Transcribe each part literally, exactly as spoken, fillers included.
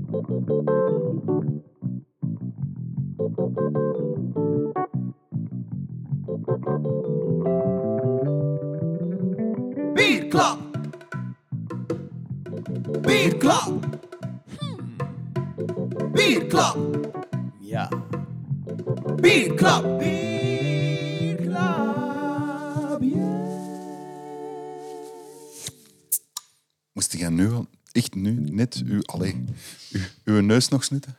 Bierklap. Bierklap. Bierklap. Ja. Bierklap. Bierklap. Moest jij nu al, echt nu, net, uw, allee, uw, uw neus nog snutten?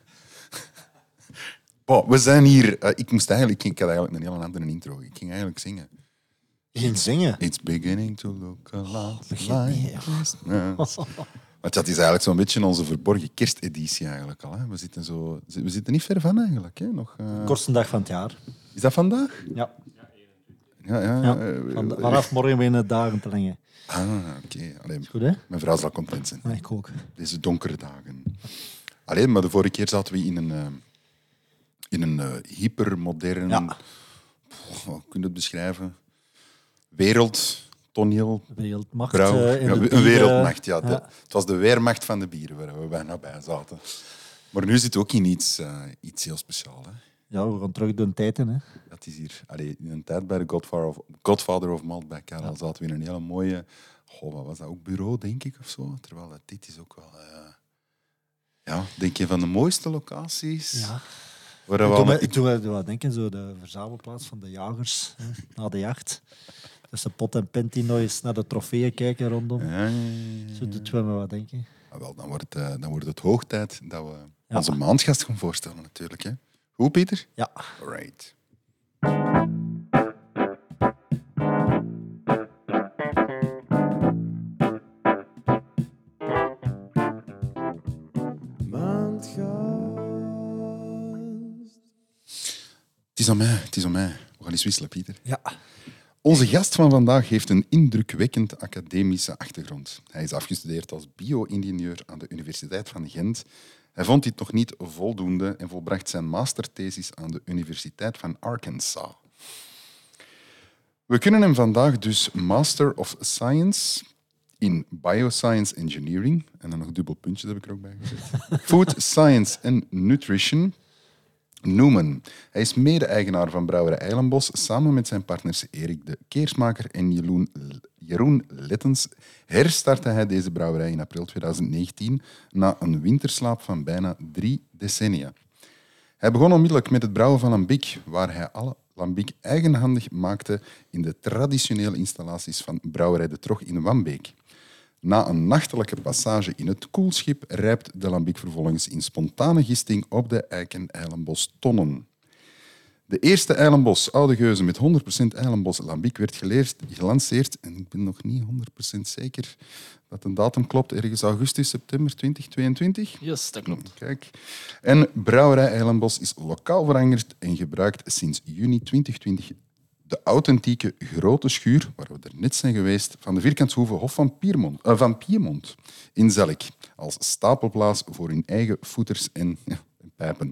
Oh, we zijn hier. Uh, ik moest eigenlijk, ik had eigenlijk een hele andere intro. Ik ging eigenlijk zingen. Je ging zingen? It's beginning to look a lot begint like niet, Christmas. Maar dat is eigenlijk zo'n beetje onze verborgen kersteditie eigenlijk al. Hè. We, zitten zo, we zitten niet ver van eigenlijk. Hè. Nog, uh... Kortste dag van het jaar. Is dat vandaag? Ja. Ja, ja. ja. Uh, Van, vanaf morgen beginnen dagen te lengen. Ah, oké. Okay. Goed, hè? Mijn vrouw zal content zijn. Ja, ik ook. Deze donkere dagen. Alleen, maar de vorige keer zaten we in een, uh, in een uh, hypermodern... Ja. Hoe kun je het beschrijven? Wereld... Toneel, wereldmacht. Brouw, Uh, ja, een bieren. wereldmacht, ja. ja. De, het was de weermacht van de bieren waar we bijna bij zaten. Maar nu zit ook in iets, uh, iets heel speciaals. Hè. Ja, we gaan terug door de tijd in. Hè. Dat is hier. Allee, in een tijd bij de Godfather of, Godfather of Malt bij Karel ja. zaten we in een hele mooie... Goh, wat was dat? Ook bureau, denk ik, of zo? Terwijl dat, dit is ook wel... Uh, ja, denk je van de mooiste locaties? Ja. Waar ik we doe al... me, ik doe me, doe me denken, zo de verzamelplaats van de jagers hè, na de jacht. Dus de pot en pint die nog eens naar de trofeeën kijken rondom. Ja, ja, ja. Zo doet we me wat denken. Ah, wel, dan, wordt, uh, dan wordt het hoog tijd dat we ja. onze maandgast gaan voorstellen, natuurlijk. Hè. Goed, Pieter? Ja. Right. Het is aan mij, het is aan mij. We gaan eens wisselen, Pieter. Ja. Onze gast van vandaag heeft een indrukwekkend academische achtergrond. Hij is afgestudeerd als bio-ingenieur aan de Universiteit van Gent. Hij vond dit nog niet voldoende en volbracht zijn masterthesis aan de Universiteit van Arkansas. We kunnen hem vandaag dus Master of Science in Bioscience Engineering, en dan nog dubbel puntjes heb ik er ook bij gezet, Food Science and Nutrition noemen. Hij is mede-eigenaar van Brouwerij Eilenbos. Samen met zijn partners Erik de Keersmaker en Jeroen, Jeroen Lettens herstartte hij deze brouwerij in april twintig negentien na een winterslaap van bijna drie decennia. Hij begon onmiddellijk met het brouwen van lambic, waar hij alle lambic eigenhandig maakte in de traditionele installaties van Brouwerij de Trog in Wambeek. Na een nachtelijke passage in het koelschip rijpt de lambic vervolgens in spontane gisting op de Eiken Eilenbos tonnen. De eerste Eilenbos Oude Geuze met honderd procent Eilenbos lambic werd geleerd, gelanceerd, en ik ben nog niet honderd procent zeker dat de datum klopt, ergens augustus, september twintig tweeëntwintig. Yes, dat klopt. Kijk. En Brouwerij Eilenbos is lokaal verankerd en gebruikt sinds juni twintig twintig de authentieke grote schuur, waar we er net zijn geweest, van de Vierkantshoeve Hof van, Piermont, uh, van Piemont in Zelk, als stapelplaats voor hun eigen voeters en, ja, en pijpen.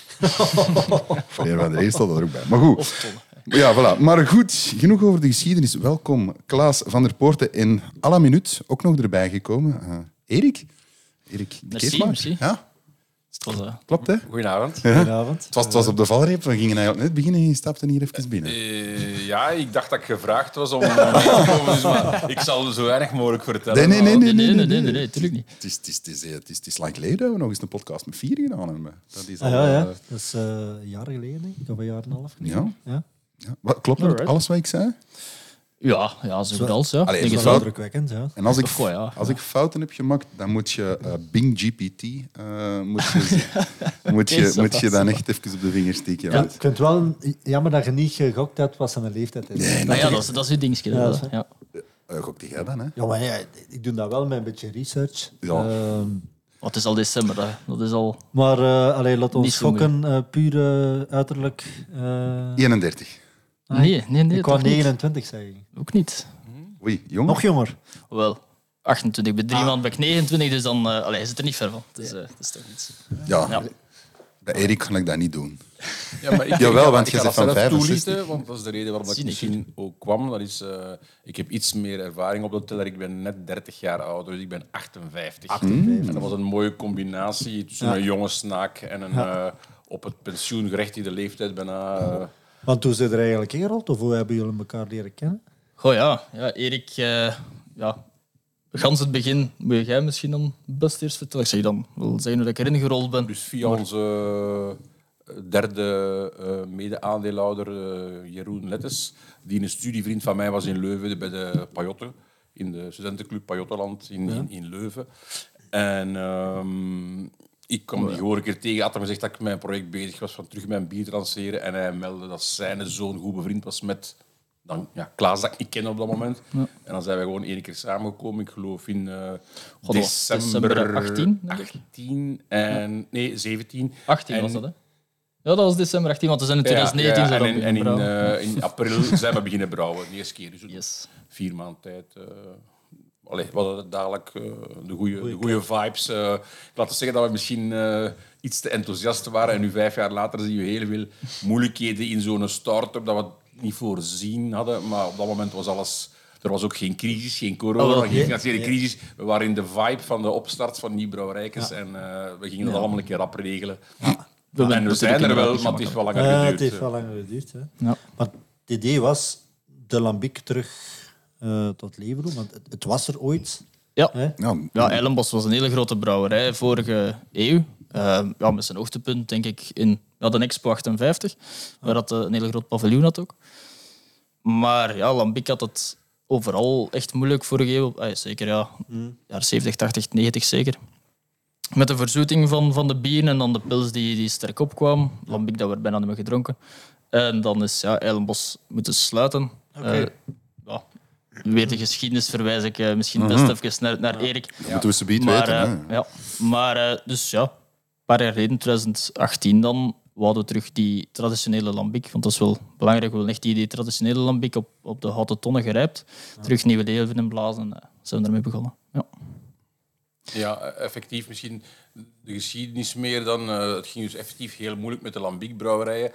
Van een van de eerste staat dat er ook bij. Maar goed. Ja, voilà. Maar goed, genoeg over de geschiedenis. Welkom, Klaas van der Poorten en à la minuut ook nog erbij gekomen. Uh, Erik? Erik de Merci, Keersmaker? merci. Ja? Was, uh... Klopt, hè? Goedenavond. Ja. Goedenavond. Het was, het was op de valreep. We gingen eigenlijk net beginnen en je stapte hier even binnen. Uh, ja, ik dacht dat ik gevraagd was om mee te komen, dus maar ik zal zo weinig mogelijk vertellen. Nee, nee, nee, nee, Nee, nee, nee, nee, nee, tuurlijk niet. Het is, het, is, het, is, het, is, het is lang geleden dat we nog eens een podcast met vier gedaan hebben. Dat is al, Ah, ja, ja. uh, Dat is uh, een jaar geleden, denk ik. Of een jaar en een half ja. geleden. Ja. Ja. Wat, klopt dat Alright. alles wat ik zei? Ja, ja zo goed als. Ja. Allee, Denk zo het fout. wel. Indrukwekkend, ja. En als ik, Goh, ja. als ik fouten heb gemaakt, dan moet je uh, Bing G P T uh, moet je, moet je, Oké, moet je zo dan vast. echt even op de vingers steken. Ja, Ja. ik vind het wel jammer dat je niet gegokt hebt wat zijn leeftijd is. Nee, Nou ja, dat is, dat is uw dingetje. Ja, Ja, dat is- ja. Uh, gokte jij dan, hè? Ja, maar ja, ik doe dat wel met een beetje research. Ja. Ehm, Oh, het is al december, hè. Dat is al... maar uh, allee, laat Niet ons zo gokken, uh, puur uh, uiterlijk. Uh, eenendertig. Nee, nee, nee. ik wou toch niet. negenentwintig zeggen. Ook niet. Oei, jong. Nog jonger. Wel, achtentwintig. Bij drie Ah. maanden ben ik negenentwintig, dus dan... Uh, allee, je zit er niet ver van. Het is, uh, het is toch iets. Ja. Ja. Bij Erik kan ik dat niet doen. Ja, maar ik, Jawel, ik ga- want ik je ga zegt dat van zelf vijfenzestig. toelichten, want dat is de reden waarom ik Zie ik. misschien ook kwam. Dat is, uh, ik heb iets meer ervaring op de teller. Ik ben net dertig jaar ouder, dus ik ben achtenvijftig. achtenvijftig. En dat was een mooie combinatie tussen Ja. een jonge snaak en een uh, op het pensioen gerechtigde leeftijd bijna... Uh, Want hoe zit er eigenlijk ingerold? Of hoe hebben jullie elkaar leren kennen? Goh ja, ja Erik, uh, ja, gans het begin moet jij misschien dan best eerst vertellen. Ik zeg dan, wil zeggen hoe ik erin gerold ben. dus via onze uh, derde uh, mede-aandeelhouder, uh, Jeroen Lettes, die een studievriend van mij was in Leuven bij de Pajotte, in de studentenclub Pajotteland in, in, in Leuven. En um, ik kwam die gewoon een keer tegen, had hem gezegd dat ik met mijn project bezig was van terug mijn bier te lanceren. En hij meldde dat zijn zoon goed bevriend was met dan, ja, Klaas, dat ik niet ken op dat moment. Ja. En dan zijn we gewoon één keer samengekomen. Ik geloof in uh, God, december, december achttien, denk ik. achttien en, nee, zeventien. achttien en, was dat, hè? Ja, dat was december achttien, want we zijn in twintig negentien. Ja, ja, zijn en, we en in, brouwen. uh, in april zijn we beginnen brouwen, de eerste keer. Dus Yes. vier maanden tijd. Uh, allee, we hadden dadelijk uh, de goede vibes. Uh, ik laat zeggen dat we misschien uh, iets te enthousiast waren. En nu, vijf jaar later, zien we heel veel moeilijkheden in zo'n start-up dat we niet voorzien hadden. Maar op dat moment was alles... Er was ook geen crisis, geen corona, Oh, geen nee. financiële Nee. crisis. We waren in de vibe van de opstart van Nieuw Brouwerijkes. Ja. En uh, we gingen dat allemaal een keer rap regelen. We hebben En we het zijn er natuurlijk wel, niet maar het is wel langer Ja, geduurd. het heeft wel langer geduurd. Hè. Ja. Maar het idee was de lambiek terug uh, tot leven doen. Want het, het was er ooit. Ja. Hè? Ja, Ja, Eilenbos was een hele grote brouwerij vorige eeuw. Uh, ja, met zijn hoogtepunt, denk ik, in ja, de Expo achtenvijftig, waar dat uh, een hele groot paviljoen had ook. Maar ja, Lambic had het overal echt moeilijk vorige eeuw. Ah, zeker, ja. Mm. Jaren zeventig, tachtig, negentig zeker. Met de verzoeting van, van de bieren en dan de pils die, die sterk opkwam. Lambic, dat werd bijna niet meer gedronken. En dan is ja, Eilenbos moeten sluiten. Oké. Uh, ja, weer de geschiedenis verwijs ik uh, misschien best even naar, naar Erik. dat moeten we subiet Maar, weten. eh, hè. ja, maar uh, dus ja, een paar jaar geleden, twintig achttien dan, wouden we terug die traditionele lambic, want dat is wel belangrijk, we willen echt die, die traditionele lambic op, op de houten tonnen gerijpt, terug nieuwe leven inblazen. Uh, zijn we ermee begonnen. Ja. Ja, effectief misschien de geschiedenis meer dan... Uh, het ging dus effectief heel moeilijk met de lambiekbrouwerijen.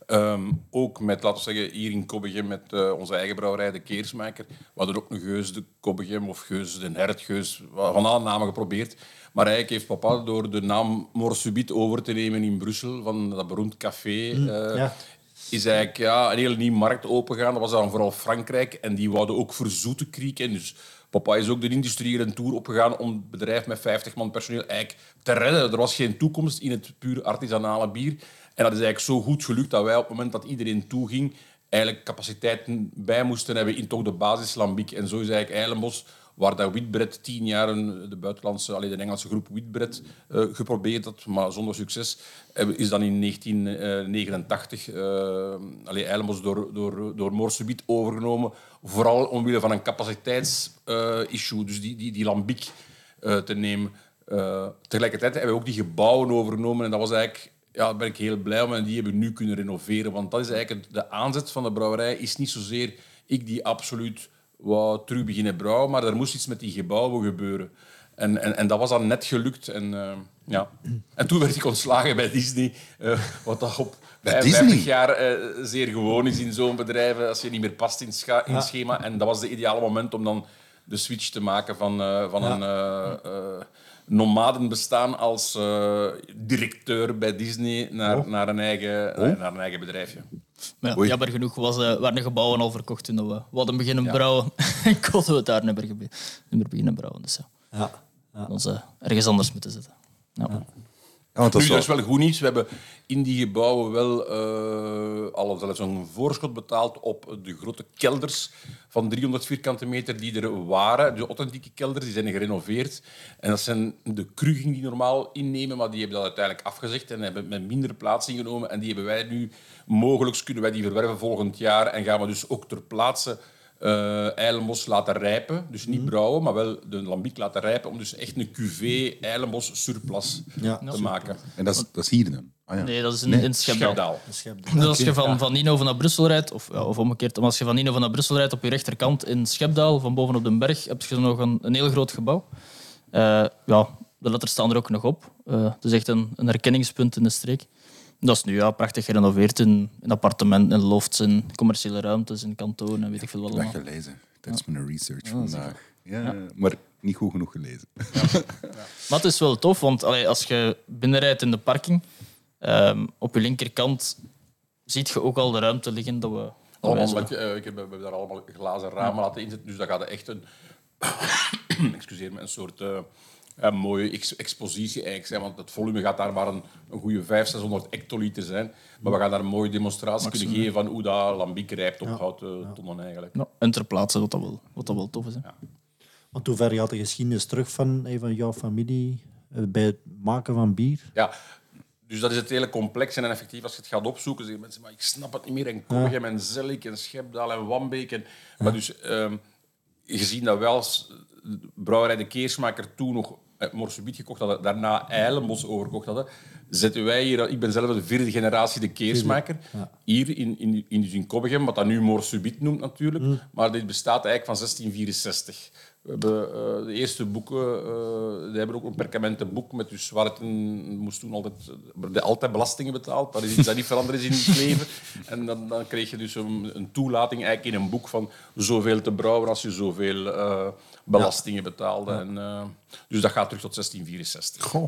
Um, ook met, laten we zeggen, hier in Kobbegem met uh, onze eigen brouwerij, de Keersmaker. We hadden ook een Geus de Kobbegem of Geus de Hert, Geus, van alle namen geprobeerd. Maar eigenlijk heeft papa door de naam Morsubit over te nemen in Brussel, van dat beroemd café... Uh, Ja. is eigenlijk ja, een hele nieuwe markt opengegaan. Dat was dan vooral Frankrijk. En die wouden ook verzoeten krieken. Dus papa is ook de industriële tour opgegaan om het bedrijf met vijftig man personeel eigenlijk te redden. Er was geen toekomst in het puur artisanale bier. En dat is eigenlijk zo goed gelukt dat wij op het moment dat iedereen toeging eigenlijk capaciteiten bij moesten hebben in toch de basislambiek. En zo is eigenlijk Eilenbos, waar dat Whitbread tien jaar een, de buitenlandse, allee, de Engelse groep Whitbread uh, geprobeerd had, maar zonder succes, is dan in negentien negenentachtig uh, allee, Eilenbos door, door, door Morsubit overgenomen, vooral omwille van een capaciteitsissue, uh, dus die, die, die lambiek uh, te nemen. Uh, tegelijkertijd hebben we ook die gebouwen overgenomen en dat was eigenlijk... Ja, daar ben ik heel blij om en die hebben we nu kunnen renoveren. Want dat is eigenlijk het, de aanzet van de brouwerij is niet zozeer ik die absoluut wou terug beginnen brouwen, maar er moest iets met die gebouwen gebeuren. En, en, en dat was dan net gelukt. En, uh, ja. en toen werd ik ontslagen bij Disney, uh, wat dat op Bij vijftig Disney? jaar uh, zeer gewoon is in zo'n bedrijf, als je niet meer past in het scha- in het schema. En dat was het ideale moment om dan de switch te maken van, uh, van Ja. een... Uh, uh, nomaden bestaan als uh, directeur bij Disney naar, Oh. naar, een, eigen, Oh. naar een eigen bedrijfje. Maar ja, Oei. jammer genoeg was, uh, waren de gebouwen al verkocht toen we hadden beginnen Ja. brouwen. En konden we het daar niet meer, gebe- niet meer beginnen brouwen. Dus ja, Ja. Ja. ons uh, ergens anders moeten zitten. Ja. Ja, want dat Nu, is dat wel... is wel goed nieuws. We hebben in die gebouwen wel uh, al zelfs een voorschot betaald op de grote kelders van driehonderd vierkante meter die er waren. De authentieke kelders die zijn gerenoveerd. En dat zijn de krugingen die normaal innemen, maar die hebben dat uiteindelijk afgezegd en hebben met minder plaats ingenomen. En die hebben wij nu, mogelijk kunnen wij die verwerven volgend jaar en gaan we dus ook ter plaatse uh, Eilenbos laten rijpen. Dus niet brouwen, maar wel de lambiek laten rijpen om dus echt een cuvée Eilenbos surplus Ja. te maken. En dat is, dat is hier dan? Ah, ja. Nee, dat is in, Nee, in Schepdaal. Schepdaal. Dus als je van, van Ninove naar Brussel rijdt, of, ja, of omgekeerd, maar als je van Ninove naar Brussel rijdt, op je rechterkant in Schepdaal, van boven op de berg, heb je nog een, een heel groot gebouw. Uh, ja, De letters staan er ook nog op. Uh, het is echt een, een herkenningspunt in de streek. Dat is nu ja, prachtig gerenoveerd in, in appartementen, in lofts, in commerciële ruimtes, in kantoren en weet ik veel wat Ik heb allemaal. dat gelezen tijdens mijn research Ja, vandaag. Ja, maar niet goed genoeg gelezen. Maar het is wel tof, want allee, als je binnenrijdt in de parking, um, op je linkerkant ziet je ook al de ruimte liggen dat we... dat wij Allemaal zo- met, uh, ik heb, we hebben daar allemaal glazen ramen laten inzetten, dus dat gaat echt een, excuseer me, een soort uh, uh, mooie ex- expositie eigenlijk zijn, want het volume gaat daar maar een, een goede vijfhonderd, zeshonderd hectoliter zijn. Maar we gaan daar een mooie demonstratie kunnen geven van hoe dat lambiek rijpt op houten tonnen eigenlijk. Ja, en ter plaatse, wat dat wel, wat dat wel tof is. Hè. Ja. Want hoe ver gaat de geschiedenis terug van, eh, van jouw familie eh, bij het maken van bier? Ja, dus dat is het hele complex. En effectief, als je het gaat opzoeken, zeggen mensen, maar ik snap het niet meer. En Koggem en Zellik en Schepdaal en Wambeek. En, maar dus, um, gezien dat wel als brouwerij De Keersmaker toen nog Morsubiet gekocht hadden, daarna Eilenbos overkocht hadden, zetten wij hier... Ik ben zelf de vierde generatie De Keersmaker. Ja. Hier in, in, in, in Kobbegem, wat dat nu Morsubiet noemt natuurlijk. Mm. Maar dit bestaat eigenlijk van zestien vierenzestig. We hebben uh, de eerste boeken... Uh, die hebben ook een perkamenten boek met dus waar het een, moest toen altijd, uh, altijd belastingen betaald. Dat is iets dat niet veranderd is in het leven. En dan, dan kreeg je dus een, een toelating eigenlijk in een boek van zoveel te brouwen als je zoveel uh, belastingen betaalde. Ja. En, uh, dus dat gaat terug tot zestien vierenzestig. Goh.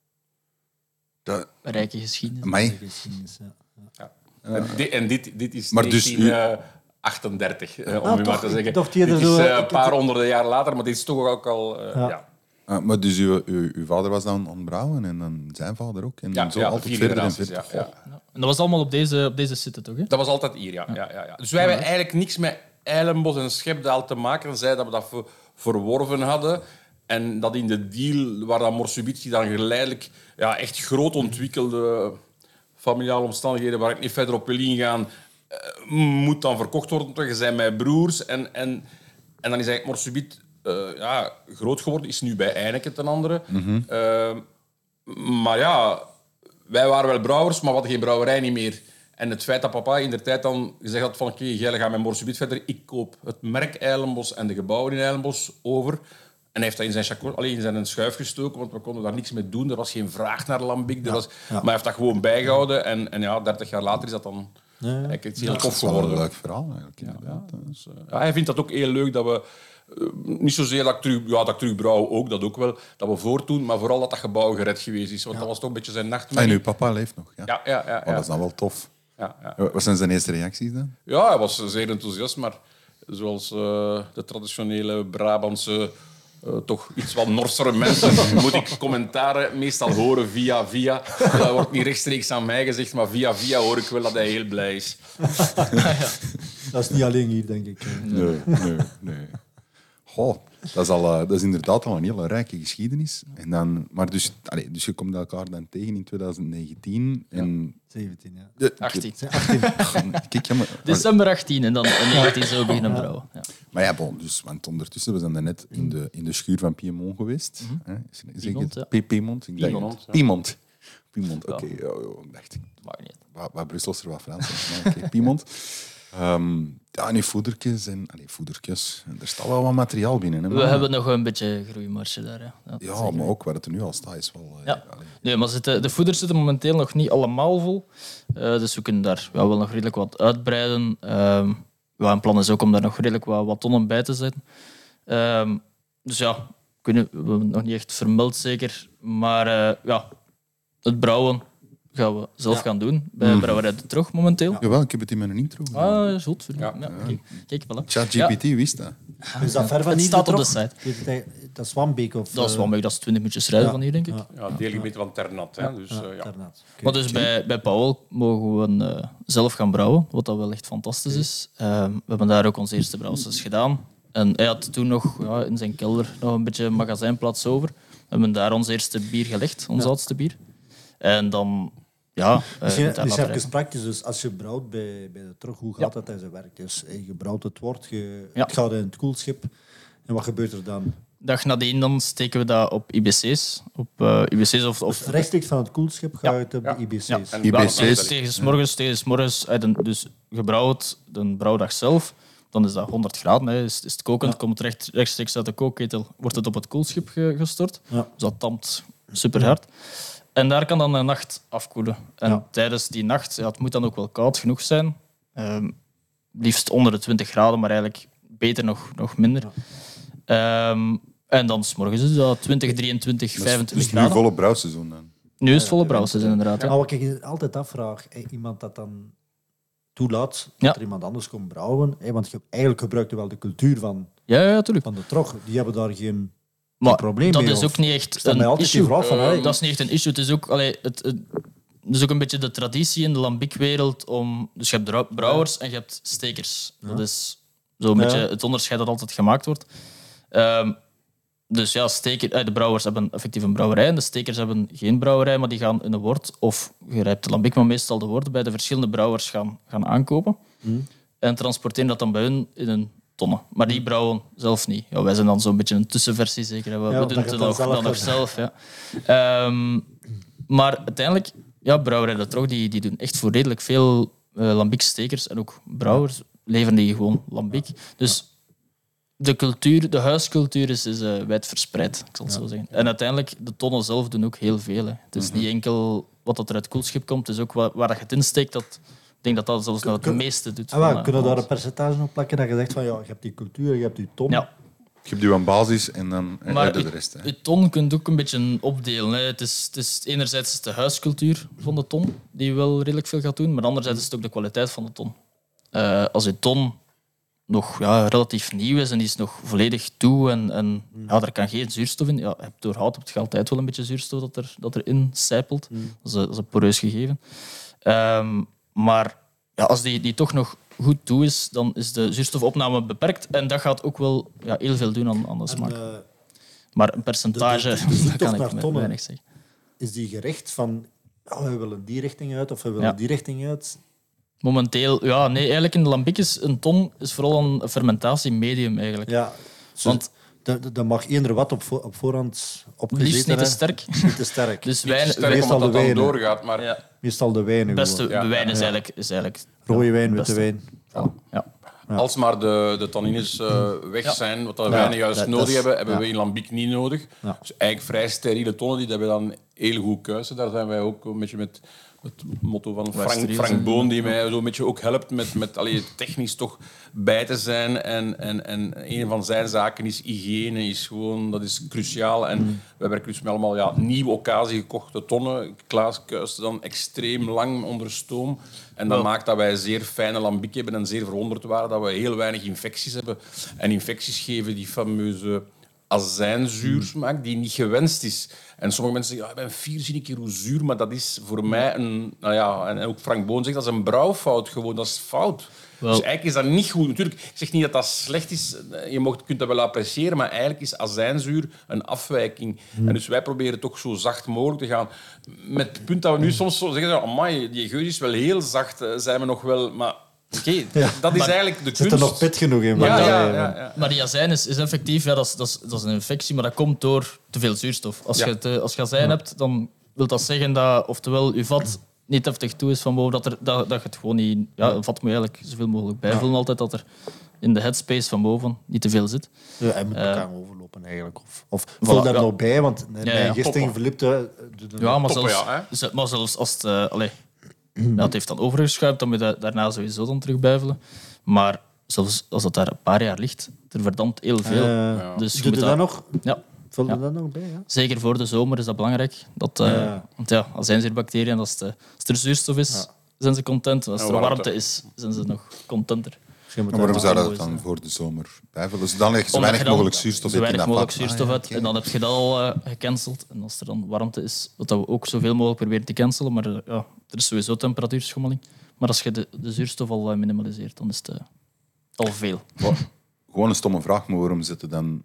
Dat... Een rijke geschiedenis. Amai. De geschiedenis, ja. Ja. En, dit, en dit, dit is Maar dus negentien achtendertig, uh, om Ah, u toch? maar te zeggen. Ik dacht eerder dit is zo- uh, een ik- paar honderden jaar later, maar dit is toch ook al... Uh, Ja. ja. Ah, maar dus uw, uw, uw vader was dan aan het brouwen en dan zijn vader ook. En Ja, zo ja, altijd vier verder en generaties, verder. ja, ja. Goh. Ja. En dat was allemaal op deze, op deze site, toch? Hè? Dat was altijd hier, ja. ja, ja, ja. Dus wij hebben eigenlijk niks met Eilenbos en Schepdaal te maken. Zij dat we dat ver- verworven hadden. En dat in de deal waar dat Morsubiet dan geleidelijk ja, echt groot ontwikkelde familiale omstandigheden, waar ik niet verder op wil ingaan, uh, moet dan verkocht worden. Je zijn mijn broers. En, en, en dan is eigenlijk Morsubiet uh, ja, groot geworden. Is nu bij Eijneke ten andere. Mhm. Uh, maar ja, wij waren wel brouwers, maar we hadden geen brouwerij niet meer. En het feit dat papa in de tijd dan gezegd had van oké, okay, jij gaat met Morsubiet verder. Ik koop het merk Eilenbos en de gebouwen in Eilenbos over. En hij heeft dat in zijn, chacon, alleen in zijn schuif gestoken, want we konden daar niks mee doen. Er was geen vraag naar lambic. Er was, ja. Maar hij heeft dat gewoon bijgehouden. En, en ja, dertig jaar later is dat dan Ja, ja. eigenlijk iets heel Dat tof is wel een geworden. leuk verhaal eigenlijk. Ja, inderdaad. ja, dus, uh, ja, hij vindt dat ook heel leuk dat we... Uh, niet zozeer dat ik, terug, ja, dat ik terugbrouw, ook, dat ook wel. Dat we voortdoen, maar vooral dat dat gebouw gered geweest is. Want Ja. dat was toch een beetje zijn En nachtmerrie. uw papa leeft nog. Ja. Ja, ja, ja. Oh, dat ja. is dan wel tof. ja, ja. Wat zijn zijn eerste reacties dan? Ja, hij was zeer enthousiast, maar zoals uh, de traditionele Brabantse, uh, toch iets wat norsere mensen, moet ik commentaren meestal horen via via. Dat wordt niet rechtstreeks aan mij gezegd, maar via via hoor ik wel dat hij heel blij is. Dat is niet alleen hier, denk ik. Nee, nee, nee. Goh, dat is, al, uh, dat is inderdaad al een hele rijke geschiedenis. En dan, maar dus, allez, dus je komt elkaar dan tegen in twintig negentien. En, zeventien, ja. de, achttien. achttien. Kijk, ja, maar, December achttien en dan in negentien zo beginnen brouwen. Ja. maar ja, bon, dus, want ondertussen, we zijn er net in de, in de schuur van Piemont geweest. Hè? Zeg ik Piemont, het? ja. P- Piemont? Ik dacht- Piemont, ja. Piemont. Piemont, Ja. oké. Ja, ja, ik dacht, Maakt niet uit. wat, wat Brussels er wat Frans is. Maar oké, Piemont. Um, ja, nu voedertjes en... Allee, voedertjes. Er staat wel wat materiaal binnen. Hè, We maar- hebben nog een beetje groeimarge daar. Ja, ja, Ja, zeker. maar ook waar het er nu al staat is wel... eh, Ja. allee. Nee, maar zitten, de voeders zitten momenteel nog niet allemaal vol. Uh, dus we kunnen daar ja, wel nog redelijk wat uitbreiden. Um, ja, een plan is ook om daar nog redelijk wat, wat tonnen bij te zetten. Um, dus ja, kunnen, we hebben het nog niet echt vermeld zeker. Maar uh, ja, het brouwen gaan we zelf Ja. gaan doen bij Mhm. Brouwerij De Trog momenteel. Jawel, ik heb het in mijn intro. Ah, is goed. Ja. Ja. Kijk, kijk, voilà. ChatGPT wist dat. Is dat ver van Het hier? staat op de Trog? site. Is het- Dat is Wambeek of... Dat is eh, wel mee, dat is twintig minuutjes rijden ja. van hier, denk ik. Ja. Ja, deelgebied van Ternat. Hè, dus, Ja, uh, ja. Ternat. Oké. Maar dus bij, bij Paul mogen we uh, zelf gaan brouwen, wat dat wel echt fantastisch is. Uh, we hebben daar ook onze eerste brouwsels gedaan. En hij had toen nog ja, in zijn kelder nog een beetje magazijnplaats over. We hebben daar ons eerste bier gelegd, ons Ja. oudste bier. En dan, ja... Uh, Misschien met daar dus laten even praktisch. Dus als je brouwt bij, bij de Trog, hoe gaat Ja. dat in zijn werk? Dus eh, je brouwt het woord, je, Ja. het gaat in het koelschip. En wat gebeurt er dan? Dag nadien dan steken we dat op I B C's. Op uh, I B C's of... of Dus rechtstreeks van het koelschip ga je het op Ja. de I B C's. Ja, en I B C's. dat- tegen s morgens, tegen s morgens, uit een, dus gebrouwd de brouwdag zelf. dan is dat honderd graden. Hè. Is, is het kokend, komt het recht, rechtstreeks uit de kookketel, wordt het op het koelschip ge- gestort. Ja. Dus dat dampt super hard. En daar kan dan een nacht afkoelen. En Ja. tijdens die nacht, ja, het moet dan ook wel koud genoeg zijn. Ehm, liefst onder de twintig graden, maar eigenlijk beter nog, nog minder. Ehm, en dan 's morgens is dat twintig, drieëntwintig, Dus, vijfentwintig dus nu graden. volle brouwseizoen dan. Nu is het volle brouwseizoen, inderdaad. Ja. Maar wat ik je altijd afvraag, hè, iemand dat dan toelaat, dat Ja. er iemand anders komt brouwen, hè, want je, eigenlijk gebruikt je wel de cultuur van, Ja, ja, tuurlijk. van de trog. Die hebben daar geen, Maar geen probleem dat mee. is of- ook niet echt stel mij een altijd die issue. vraag van, Eh, hey, dat is niet echt een issue. Het is ook, allee, het, het, het is ook een beetje de traditie in de lambiekwereld om... Dus je hebt brouw- brouwers en je hebt stekers. Dat is zo'n Ja. beetje het onderscheid dat altijd gemaakt wordt. Ehm, dus ja, steker, eh, de brouwers hebben effectief een brouwerij en de stekers hebben geen brouwerij, maar die gaan in een wort, of je rijpt de lambiek, maar meestal de wort, bij de verschillende brouwers gaan, gaan aankopen. En transporteren dat dan bij hun in een tonnen. Maar die brouwen zelf niet. Ja, wij zijn dan zo'n beetje een tussenversie, zeker. hè. We, Ja, we dat doen je het het dan nog, dan dan nog zelf zelf. Ja. Ehm, maar uiteindelijk, ja, Brouwerij de Trog die, die doen echt voor redelijk veel uh, lambiek-stekers en ook brouwers leveren die gewoon lambiek. Dus de cultuur, de huiscultuur is, is uh, wijd verspreid, ik zal het zo zeggen. En uiteindelijk, de tonnen zelf doen ook heel veel. Hè. Het is niet enkel wat dat er uit het koelschip komt, het is ook waar, waar dat je het insteekt. Dat, ik denk dat dat zelfs nog het meeste doet. Ah, wel, van, uh, kunnen we daar alles. een percentage op plakken dat je zegt van ja, je hebt die cultuur, je hebt die ton. Ja. Je hebt je aan basis en dan Maar heb je de je- rest. Hè. je ton kunt ook een beetje opdelen. Hè. Het is, het is, enerzijds is het de huiscultuur van de ton, die wel redelijk veel gaat doen, maar anderzijds is het ook de kwaliteit van de ton. Eh, als je ton nog ja, relatief nieuw is en die is nog volledig toe en, en ja, er kan geen zuurstof in. Ja, je hebt door hout heb je altijd wel een beetje zuurstof dat, er, dat erin sijpelt. Dat, is een, dat is een poreus gegeven. Ehm, maar ja, als die, die toch nog goed toe is, dan is de zuurstofopname beperkt. En dat gaat ook wel ja, heel veel doen aan, aan de smaak. En, eh, Maar een percentage, de- de- de zoektocht dat kan naar ik me tonnen. weinig zeggen. is die gericht van ja, we willen die richting uit of we willen Ja. die richting uit. Momenteel, ja, nee, eigenlijk in de lambiek is een ton is vooral een fermentatiemedium eigenlijk. Ja, Want dat mag eender wat op, vo- op voorhand opgezeten. liefst niet te hè. sterk. Niet te sterk. Dus Niet wijn, sterk meestal omdat de dat dan wijnen. doorgaat, maar ja, Meestal de wijnen. de beste gewoon. Ja, wijn ja, is ja. eigenlijk, is eigenlijk Rode wijn, beste. witte wijn. ja. als maar de, de tannines eh, weg Ja. zijn, wat dat Ja, wijnen juist dat- dat nodig is- hebben, hebben ja. we in lambiek niet nodig. Ja. Dus eigenlijk vrij steriele tonnen, die hebben dan heel goed kuisen. Daar zijn wij ook een beetje met het motto van Frank, steriel Frank zijn. Boon, die mij zo een beetje ook helpt met, met allee, technisch toch bij te zijn. En, en, en een van zijn zaken is hygiëne, is gewoon, dat is cruciaal. En we werken dus met allemaal ja, nieuwe occasie gekochte tonnen. Klaas kuiste dan extreem lang onder stoom. En dat Wel. maakt dat wij zeer fijne lambiek hebben en zeer verwonderd waren dat we heel weinig infecties hebben. En infecties geven die fameuze azijnzuursmaak die niet gewenst is. En sommige mensen zeggen, ja, ik ben vier zie ik keer hoe zuur, maar dat is voor mij een... Nou ja, en ook Frank Boon zegt, dat is een brouwfout gewoon, dat is fout. Wel. Dus eigenlijk is dat niet goed. Natuurlijk, ik zeg niet dat dat slecht is, je mocht, kunt dat wel appreciëren, maar eigenlijk is azijnzuur een afwijking. En dus wij proberen toch zo zacht mogelijk te gaan. Met het punt dat we nu soms zo zeggen, amai, die geur is wel heel zacht, eh, zijn we nog wel... Maar oké, Ja. dat is eigenlijk de Zit er kunst. nog pit genoeg in? Ja, van, ja, eh, ja, ja. Maar die azijn is, is effectief, ja, dat, is, dat, is, dat is een infectie, maar dat komt door te veel zuurstof. Als, Ja. je, te, als je azijn hebt, dan wil dat zeggen dat oftewel je vat niet heftig toe is van boven, dat, er, dat, dat je het gewoon niet... Ja, een vat moet je eigenlijk zoveel mogelijk bijvullen altijd, dat er in de headspace van boven niet te veel zit. Ja, hij moet Eh, elkaar overlopen eigenlijk. Of, of vul daar ja. nog bij, want Ja, mijn ja, gisting toppen. verliep de, de, de- Ja, maar, Toppen, zelfs, ja, hè? ze- maar zelfs als het... eh, allee, ja, het heeft dan overgeschuipt, dan moet je dat daarna sowieso dan terug bijvullen. Maar zelfs als dat daar een paar jaar ligt, er verdampt heel veel. Eh, Dus je Doe moet je dat nog? Ja, Vul je Ja. dat nog bij? Ja? zeker voor de zomer is dat belangrijk. Dat, eh, Ja. Want ja, azijnzuurbacteriën, als, de, als er zuurstof is, zijn ze content. Als En er warmte. warmte is, zijn ze nog contenter. Dus je moet Maar waarom daar- zou dat dan voor de zomer bijvullen? Dus dan leg je zo Omdat weinig je dan mogelijk zuurstof zo in weinig dat mogelijk vat. zuurstof Ah, ja, uit. oké. En dan heb je dat al eh, gecanceld. En als er dan warmte is, wat dat we ook zoveel mogelijk proberen te cancelen. Maar eh, ja, er is sowieso temperatuurschommeling. Maar als je de, de zuurstof al eh, minimaliseert, dan is het eh, al veel. Wat- Gewoon een stomme vraag, maar waarom zitten dan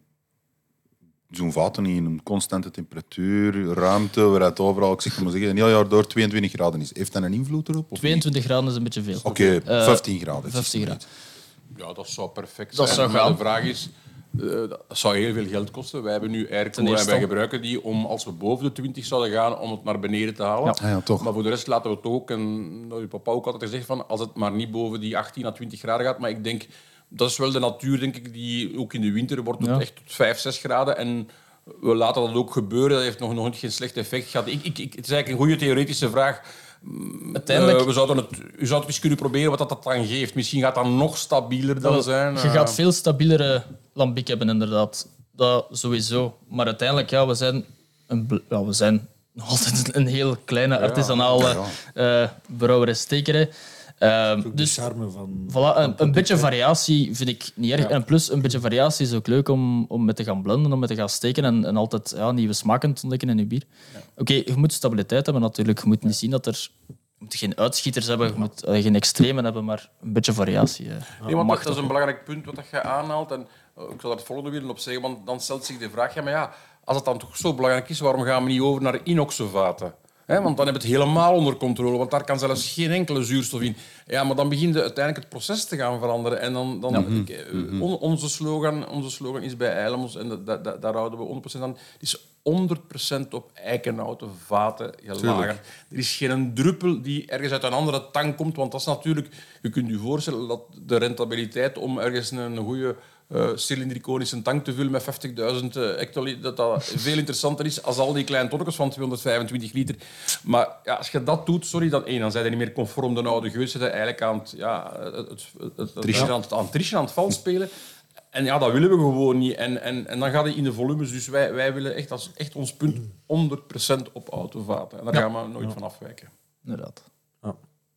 zo'n vaten niet in een constante temperatuur, ruimte, waar het overal, ik zeg maar zeggen, een heel jaar door tweeëntwintig graden is? Heeft dat een invloed erop? of niet? tweeëntwintig graden is een beetje veel. Oké, Eh, vijftien graden. vijftien graden. Ja, dat zou perfect Dat zijn. zou maar gaan. de vraag is, eh, dat zou heel veel geld kosten. Wij hebben nu Ten airco en eerste wij al. gebruiken die om, als we boven de twintig zouden gaan, om het naar beneden te halen. Ah ja, toch. Maar voor de rest laten we het ook, en dat heeft papa ook altijd gezegd, van, als het maar niet boven die achttien à twintig graden gaat. Maar ik denk, dat is wel de natuur, denk ik, die ook in de winter wordt het Ja. echt tot vijf, zes graden. En we laten dat ook gebeuren. Dat heeft nog, nog geen slecht effect gehad. Ik, ik, ik, het is eigenlijk een goede theoretische vraag. Uiteindelijk... Uh, we zouden het, u zou het eens kunnen proberen wat dat, dat dan geeft. Misschien gaat dat nog stabieler dan Dat- zijn. Je Uh, gaat veel stabielere lambiek hebben, inderdaad. Dat sowieso. Maar uiteindelijk, ja, we zijn, een, bl- ja, we zijn nog altijd een heel kleine artisanale eh brouwerij-stekerij. Ehm, Ook de dus charme van... voilà, een, een beetje variatie vind ik niet erg. En plus, een beetje variatie is ook leuk om, om met te gaan blenden, om met te gaan steken en, en altijd ja, nieuwe smaken te ontdekken in je bier. Oké, je moet stabiliteit hebben natuurlijk. Je moet niet zien dat er... Je moet geen uitschieters hebben, je moet eh, geen extremen hebben, maar een beetje variatie. eh. Nee, want mag dat, dat is toch. een belangrijk punt wat dat je aanhaalt. En uh, ik zou daar het volgende willen op zeggen, want dan stelt zich de vraag, ja, maar ja, als het dan toch zo belangrijk is, waarom gaan we niet over naar inoxenvaten? Hè, want dan heb je het helemaal onder controle, want daar kan zelfs geen enkele zuurstof in. Ja, maar dan begint uiteindelijk het proces te gaan veranderen. En dan, dan, ik, eh, on- onze, slogan, onze slogan is bij Eilemos, en dat, dat, dat- daar houden we honderd procent aan, het is honderd procent op eikenhouten vaten gelagerd. Er is geen druppel die ergens uit een andere tank komt, want dat is natuurlijk... Je kunt je voorstellen dat de rentabiliteit om ergens een goede uh, cylindriconische tank te vullen met vijftigduizend uh, hectoliter, dat dat veel interessanter is als al die kleine tonnetjes van tweehonderdvijfentwintig liter. Maar ja, als je dat doet, sorry, dan, één, dan zijn je niet meer conform de oude geus, zitten eigenlijk aan het, ja, het, het, het, het, aan het, aan het trichen, aan het vals spelen. En ja, dat willen we gewoon niet. En, en, en dan gaat het in de volumes. Dus wij, wij willen echt, dat is echt ons punt, honderd procent op autovaten. En daar gaan we nooit van afwijken. Inderdaad. Ja.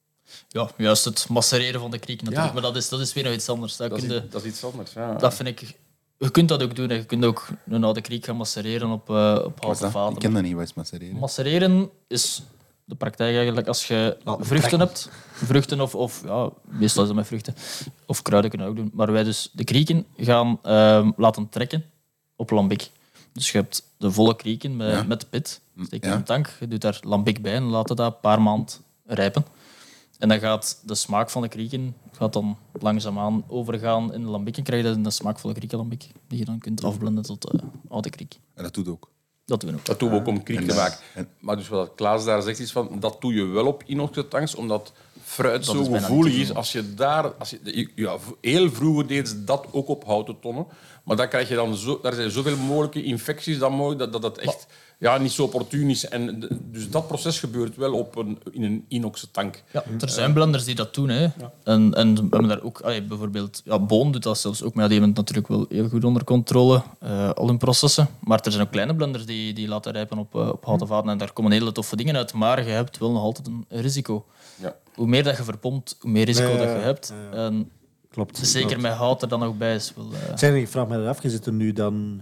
Ja, juist het macereren van de kriek natuurlijk. Ja. Maar dat is, dat is weer nog iets anders. Dat, Dat kun is, je- dat is iets anders. Ja. dat vind ik... Je kunt dat ook doen. Hè. Je kunt ook een oude kriek gaan macereren op, uh, op Wat is houten dat? vaten. Ik ken dat niet, wat is macereren? Macereren is de praktijk eigenlijk als je Laten vruchten trekken. hebt. Vruchten of, of ja, meestal is dat met vruchten. Of kruiden kunnen we ook doen. Maar wij dus de krieken gaan ehm, laten trekken op lambic. Dus je hebt de volle krieken met, Ja. met de pit. Steek je Ja. in een tank, je doet daar lambic bij en laat het dat een paar maanden rijpen. En dan gaat de smaak van de krieken gaat dan langzaamaan overgaan in de lambic. En krijg je dan een smaakvolle kriekenlambic die je dan kunt afblenden tot uh, oude kriek. En dat doet ook. Dat doen we ook. Dat doen we ook om kriek te En- maken. en- Maar dus wat Klaas daar zegt, is van, dat doe je wel op inoxtanks, omdat fruit Dat zo is bijna gevoelig niet te is. doen. Als je daar... Als je, ja, heel vroeger deden ze dat ook op houten tonnen. Maar daar, krijg je dan zo, daar zijn zoveel mogelijke infecties dan mooi, dat, dat het echt ja, niet zo opportun is. En de- dus dat proces gebeurt wel op een, in een inoxen tank. Ja, er zijn blenders die dat doen. Hè. En, en we hebben daar ook, allee, bijvoorbeeld, ja, Boon doet dat zelfs ook, maar ja, die hebben het natuurlijk wel heel goed onder controle, eh, al hun processen. Maar er zijn ook kleine blenders die, die laten rijpen op, eh, op houten vaten. En daar komen hele toffe dingen uit, maar je hebt wel nog altijd een risico. Ja. Hoe meer dat je verpompt, hoe meer risico Ja, dat ja, je hebt. ja. En Klopt. zeker klopt. met hout er dan ook bij is. Wel, eh, Zeg, ik vraag me af, je zit er nu dan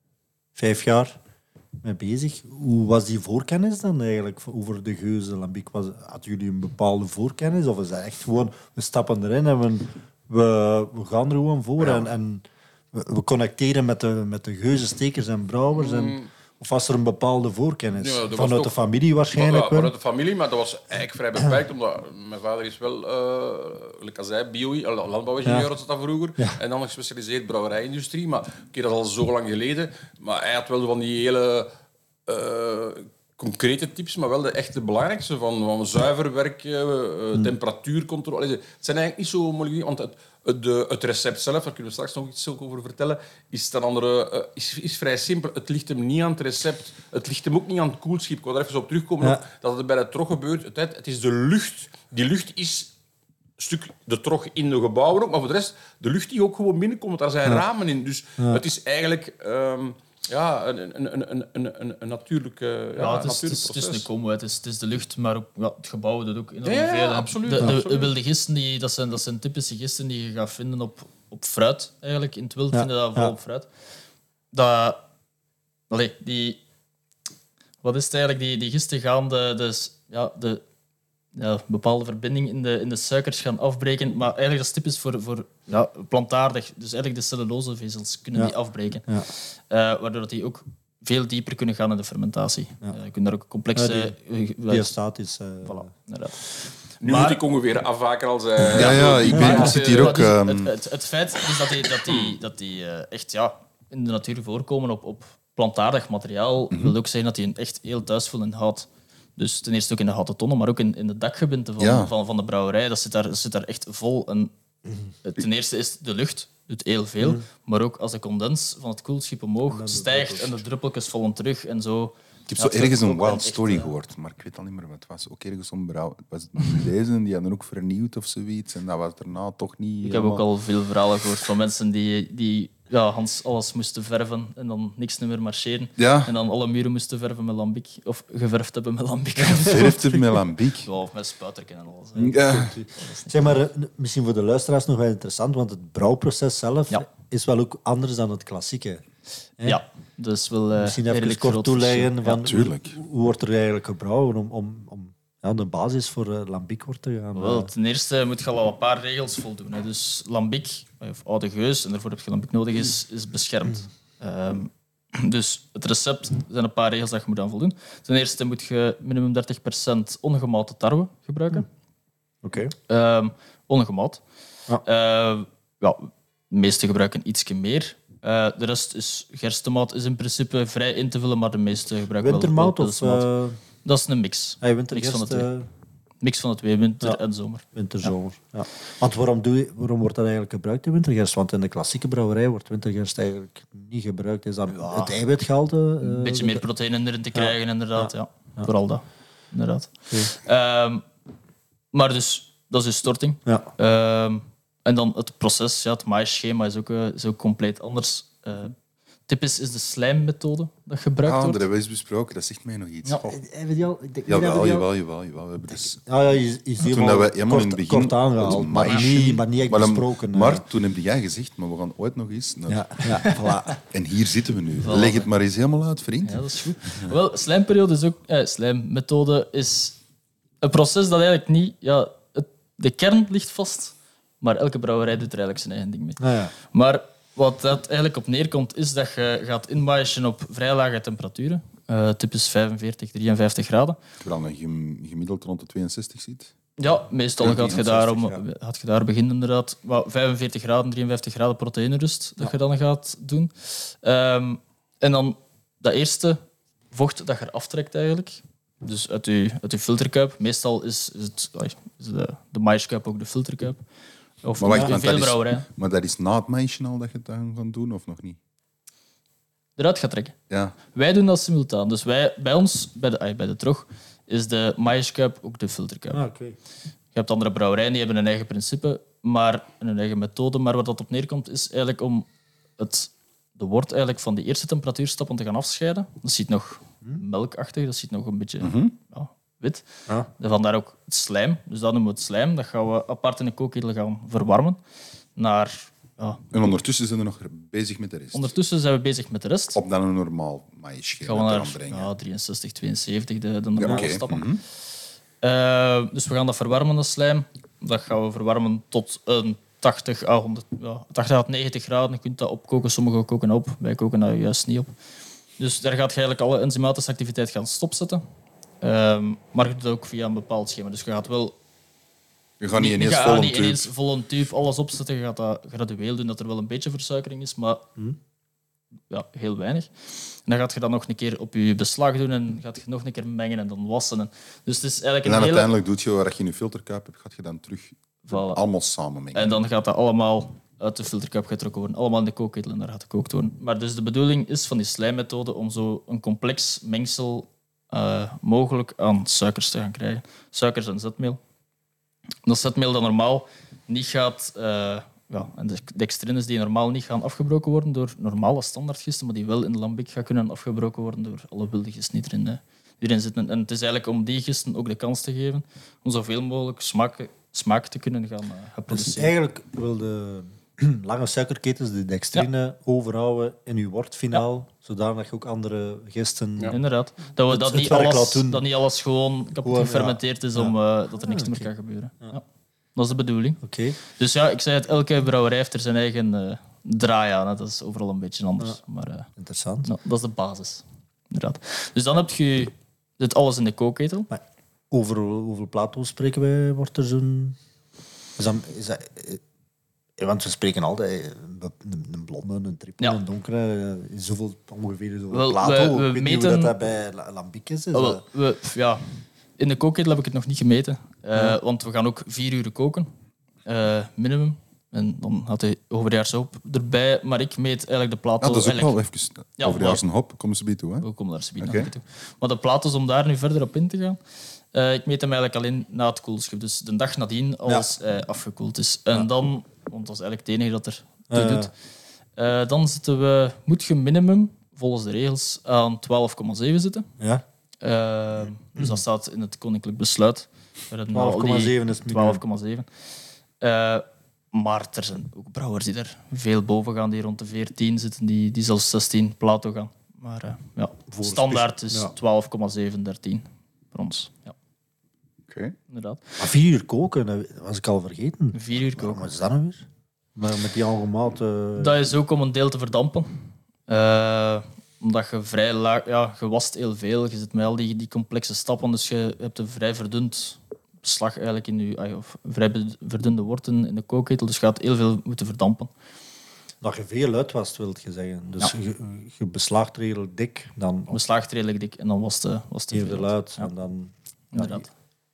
vijf jaar mee bezig. Hoe was die voorkennis dan eigenlijk over de geuze lambiek? Was, hadden jullie een bepaalde voorkennis? Of is dat echt gewoon, we stappen erin en we, we, we gaan er gewoon voor en, en we, we connecteren met de, met de geuze stekers en brouwers? En, of was er een bepaalde voorkennis? Ja, er was Vanuit toch- de familie waarschijnlijk Ja, wel? vanuit de familie, maar dat was eigenlijk vrij beperkt, omdat mijn vader is wel, uh, like I zei, bio, uh, landbouwingenieur Ja. was dat vroeger, Ja. en dan gespecialiseerd brouwerijindustrie, maar oké, dat is al zo lang geleden. Maar hij had wel van die hele uh, concrete tips, maar wel de echte belangrijkste, van, van zuiver werken, uh, temperatuurcontrole. Het zijn eigenlijk niet zo moeilijk, want het, het, de, het recept zelf, daar kunnen we straks nog iets over vertellen, is, ten andere, uh, is, is vrij simpel. Het ligt hem niet aan het recept, het ligt hem ook niet aan het koelschip. Ik wil daar even op terugkomen, Ja. ook, dat het bij de trog gebeurt. Het, het is de lucht. Die lucht is een stuk de trog in de gebouwen ook, maar voor de rest, de lucht die ook gewoon binnenkomt, daar zijn ramen in. Dus het is eigenlijk... ehm, ja, een, een, een, een, een, een, een natuurlijke ja, ja, het, is, het, natuurlijk is, het is proces. een combo. Het is, het is de lucht, maar ook ja, het gebouw doet ook enorm Ja, ja, veel. hè. absoluut, De, de, absoluut. de wilde gisten, die, dat, zijn, dat zijn typische gisten die je gaat vinden op, op fruit. Eigenlijk. In het wild Ja, vinden dat vooral ja. op fruit. Dat, allee, die, wat is het eigenlijk? Die, die gisten gaan de, de, ja, de ja, bepaalde verbinding in de, in de suikers gaan afbreken. Maar eigenlijk dat is typisch voor, voor ja, plantaardig. Dus eigenlijk de cellulosevezels kunnen Ja. die afbreken. Ja. Eh, waardoor dat die ook veel dieper kunnen gaan in de fermentatie. Ja. Eh, je kunt daar ook complexe... Ja, eh, Diastatisch. eh Voilà, inderdaad. Nu Maar- moet ik ongeveer afhaken als hij... Ja, ja, ik, ben, ik Maar- zit hier Maar ook... dus ehm, het, het, het feit is dat die, dat die, dat die eh, echt ja, in de natuur voorkomen op, op plantaardig materiaal, wil ook zeggen dat die een echt heel thuis voelen in hout. Dus ten eerste ook in de houten tonnen, maar ook in, in de dakgebinten van, Ja. van, van de brouwerij. Dat zit daar, dat zit daar echt vol. En ten eerste is de lucht, doet heel veel, maar ook als de condens van het koelschip omhoog stijgt en de druppeltjes vallen terug en zo. Ik heb zo Ja, ergens ook een wild echt, story eh, gehoord, maar ik weet al niet meer wat het was. Ook ergens om brouw. Was het met deze? Die hadden ook vernieuwd of zoiets. En dat was daarna toch niet. Ik heb ook al veel verhalen gehoord van mensen die, die ja, Hans alles moesten verven en dan niks meer marcheren. Ja. En dan alle muren moesten verven met lambiek. Of geverfd hebben met lambiek. Verft het met lambiek. Ja, of met spuiterken en alles. hè. Ja. Zeg maar, eh, misschien voor de luisteraars nog wel interessant, want het brouwproces zelf Ja. is wel ook anders dan het klassieke. Hè? Ja, dus wel eh Misschien even redelijk kort groot toeleggen verschil. van tuurlijk. hoe, hoe wordt er eigenlijk gebrouwen om, om, om ja, de basis voor uh, lambiek wordt te gaan. Wel, eh. ten eerste moet je al een paar regels voldoen. Hè. Dus lambiek, of oude geus, en daarvoor heb je lambiek nodig, is, is beschermd. Ehm, dus het recept zijn een paar regels dat je moet aan voldoen. Ten eerste moet je minimum dertig procent ongemouten tarwe gebruiken. Oké. Ehm ongemout. Ja. Eh, ja, de meeste gebruiken ietsje meer. Eh, de rest is gerstemout, is in principe vrij in te vullen, maar de meeste gebruiken wel- Wintermout wel of pilsmout. uh, Dat is een mix. hey, Mix van de wintergerst, twee. uh, Mix van de twee, winter Ja. en zomer. winterzomer? Ja. Want waarom, doe je, waarom wordt dat eigenlijk gebruikt, de wintergerst? Want in de klassieke brouwerij wordt wintergerst eigenlijk niet gebruikt. Is dat het eiwitgehalte? uh, Een beetje meer proteïne erin te krijgen, inderdaad. Ja. Vooral dat. Inderdaad. Ehm, maar dus, dat is de storting. Ja. Ehm, en dan het proces, ja, het maïsschema is ook, eh, is ook compleet anders. Eh, typisch is de slijmmethode dat gebruikt Ah, dat wordt. hebben we eens besproken. Dat zegt mij nog iets. Ja. Oh. Hebben die al? Ik denk, Jawel, hebben die al- jawel, jawel, jawel. We hebben dus... Ja, ja, je, je ziet Toen hem al dat we helemaal kort, in het begin... kort aangehaald, ons maar maïs- niet, maar niet echt Maar, dan- besproken. maar eh. toen heb jij gezegd, maar we gaan ooit nog eens... naar- Ja, ja, voilà. En hier zitten we nu. Leg het maar eens helemaal uit, vriend. Ja, dat is goed. Wel, slijmperiode is ook... Eh, slijmmethode is een proces dat eigenlijk niet... Ja, het, de kern ligt vast, maar elke brouwerij doet er eigenlijk zijn eigen ding mee. Nou ja. Maar wat dat eigenlijk op neerkomt, is dat je gaat inmaïschen op vrij lage temperaturen. Uh, typisch vijfenveertig, drieënvijftig graden. Terwijl je gem- gemiddeld rond de tweeënzestig zit. Ja, meestal gaat je, eenenzestig, daar om, ja. gaat je daar beginnen inderdaad. Wel, vijfenveertig graden, drieënvijftig graden proteïnerust dat je dan gaat doen. Ehm, en dan dat eerste vocht dat je eraf trekt eigenlijk. Dus uit je, uit je filterkuip. Meestal is, is, het, ai, is de, de maïskuip ook de filterkuip. Of Maar wacht, in want veel dat is, brouwerijen. maar dat is na het meisje al dat je het dan gaat doen, of nog niet? Eruit gaat trekken. Ja. Wij doen dat simultaan. Dus wij, bij ons, bij de, ai, bij de Trog, is de maïskuip ook de filterkuip. Ah, oké. Je hebt andere brouwerijen die hebben een eigen principe, maar een eigen methode. Maar wat dat op neerkomt, is eigenlijk om het, de wort eigenlijk van die eerste temperatuurstappen te gaan afscheiden. Dat ziet nog melkachtig, dat ziet nog een beetje ja, wit. Ja. En vandaar ook het slijm. Dus dat noemen we het slijm. Dat gaan we apart in de kookketel gaan verwarmen. Naar, ja, En ondertussen zijn we nog bezig met de rest. ondertussen zijn we bezig met de rest. Op dan een normaal maïsje Gaan we eraan naar brengen. ja, drieënzestig, tweeënzeventig, de, de normale oké. stappen. Mhm. Eh, dus we gaan dat verwarmen, dat slijm. Dat gaan we verwarmen tot een tachtig à honderd, ja, tachtig à negentig graden. Je kunt dat opkoken, sommigen koken op, wij koken dat juist niet op. Dus daar gaat je eigenlijk alle enzymatische activiteit gaan stopzetten. Ehm, maar je doet dat ook via een bepaald schema. Dus je gaat wel Je gaat niet je ineens gaat vol een niet tube. ineens vol een tube alles opzetten. Je gaat dat gradueel doen, dat er wel een beetje versuikering is, maar ja, heel weinig. En dan gaat je dat nog een keer op je beslag doen en gaat je nog een keer mengen en dan wassen. En, dus het is eigenlijk En een dan hele... uiteindelijk doet je waar je in je filterkuip hebt, gaat je dan terug Voilà. allemaal samen mengen. En dan gaat dat allemaal uit de filtercup getrokken worden. Allemaal in de kookketel en daar gaat gekookt worden. Maar dus de bedoeling is van die slijmmethode om zo een complex mengsel eh, mogelijk aan suikers te gaan krijgen. Suikers en zetmeel. Dat zetmeel dat normaal niet gaat... eh, ja, en de dextrines die normaal niet gaan afgebroken worden door normale standaardgisten, maar die wel in de lambic gaan kunnen afgebroken worden door alle wilde gisten die erin, eh, die erin zitten. En het is eigenlijk om die gisten ook de kans te geven om zoveel mogelijk smaak, smaak te kunnen gaan, uh, gaan Dus produceren. eigenlijk wil de lange suikerketens de dextrine overhouden in uw wortfinaal, zodanig je ook andere gisten... Ja. Inderdaad. Dat, we, Het- dat, het niet werk alles, laat doen. dat niet alles gewoon kapot Gewoon, ja. gefermenteerd is, om, eh, dat er niks Ah, meer oké. kan gebeuren. Ja. Dat is de bedoeling. Oké. Dus ja, ik zei het, elke brouwerij heeft er zijn eigen eh, draai aan. Hè. Dat is overal een beetje anders. Maar eh, Interessant. nou, dat is de basis. Inderdaad. Dus dan heb je dit alles in de kookketel. Maar over hoeveel plaato's spreken wij? Wordt er zo'n... Is dat, is dat, eh, want we spreken altijd eh, een, een blonde, een triple, Ja. een donkere. eh, Zoveel, ongeveer zoveel Wel, plato. we- we ik weet niet meten- hoe dat, dat bij La- Lambic is. is Oh, dat- wel, we, pff, ja, in de kookketel heb ik het nog niet gemeten. Eh, Want we gaan ook vier uur koken. Eh, minimum. En dan had hij overjaars op erbij. Maar ik meet eigenlijk de plato... Ah, dat is ook wel eigenlijk- even Ja, overjaars maar- een hop. Kom ze bij toe, hè? We komen daar zometeen Oké. naar toe. Maar de platos, om daar nu verder op in te gaan... eh, ik meet hem eigenlijk alleen na het koelschip. Dus de dag nadien, als hij afgekoeld is. En dan... Want dat is eigenlijk het enige dat er toe Eh. doet. Eh, dan zitten we... Moet je minimum, volgens de regels, aan twaalf komma zeven zitten. Ja, Eh, dus dat staat in het koninklijk besluit. We hebben al die twaalf komma zeven is het minimum. twaalf komma zeven. Eh, maar er zijn ook brouwers die er veel boven gaan, die rond de veertien zitten, die, die zelfs zestien plato gaan. Maar eh, ja, Voor standaard spe- is ja. twaalf komma zeven, dertien voor ons. Ja, Oké. inderdaad. maar vier uur koken, dat was ik al vergeten. Vier uur Waarom koken. is dat nou weer? Maar met die algemate... Dat is ook om een deel te verdampen. Eh, omdat je vrij laag... Ja, je wast heel veel. Je zit met al die, die complexe stappen. Dus je hebt een vrij verdund beslag eigenlijk in je... ah, Of vrij be- verdunde worten in de kookketel. Dus je gaat heel veel moeten verdampen. Dat je veel uitwast, wil je zeggen. Dus je, je beslaagt redelijk dik, dan Beslaagt redelijk dik en dan was het, was het te even veel. uit. Ja, En dan, inderdaad.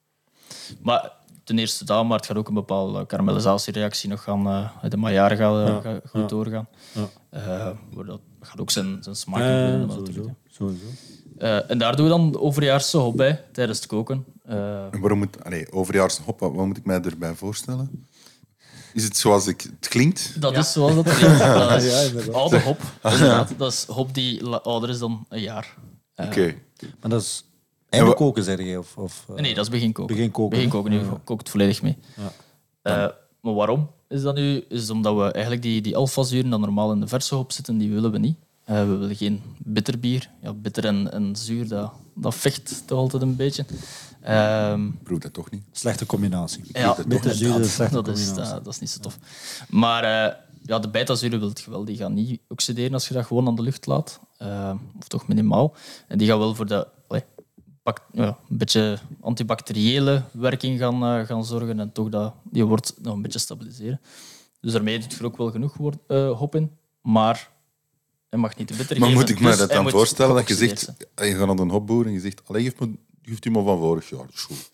Maar ten eerste dat, maar het gaat ook een bepaalde karamellisatiereactie nog gaan... Uh, de maillard gaat, Ja, gaat goed ja. doorgaan. Ja. Eh, waar dat gaat ook zijn, zijn smaak Eh, invloeden, sowieso. natuurlijk. sowieso. Eh, en daar doen we dan overjaarse hop bij tijdens het koken. Eh, En waarom moet... Allee, overjaars een hop, wat, wat moet ik mij erbij voorstellen? Is het zoals ik, het klinkt? dat is zoals dat klinkt. Dat is Ja, inderdaad. oude hop. Inderdaad. Dat is hop die la- ouder is dan een jaar. Eh, Oké. Maar dat is einde wa- koken, zeg je? Of, of, eh, Nee, dat is begin koken. Begin koken, Begin hè? koken, nu Ja. kookt het volledig mee. Ja. Eh, maar waarom is dat nu? Is omdat we eigenlijk die, die alfazuren die normaal in de verse hop zitten, die willen we niet. Eh, we willen geen bitterbier. Ja, bitter en, en zuur, dat, dat vecht toch altijd een beetje. Ehm, Proef dat toch niet? Slechte combinatie. Ja, dat Bitter zuur is een slechte dat, is, combinatie. dat, dat is niet zo tof. Maar eh, ja, de beta-zuren wil je wel. Die gaan niet oxideren als je dat gewoon aan de lucht laat. Eh, of toch minimaal. En die gaan wel voor de allee, bak- ja, een beetje antibacteriële werking gaan, eh, gaan zorgen. En toch dat, die wort nog een beetje stabiliseren. Dus daarmee doet je er ook wel genoeg wort, eh, hop in. Maar hij mag niet te bitter Maar geven. moet ik me dus dat hij dan moet voorstellen dat je geoxideerd zegt... zijn. Je gaat naar een hopboer en je zegt... Allee, geef, me, geeft u me van vorig jaar. Dat is goed.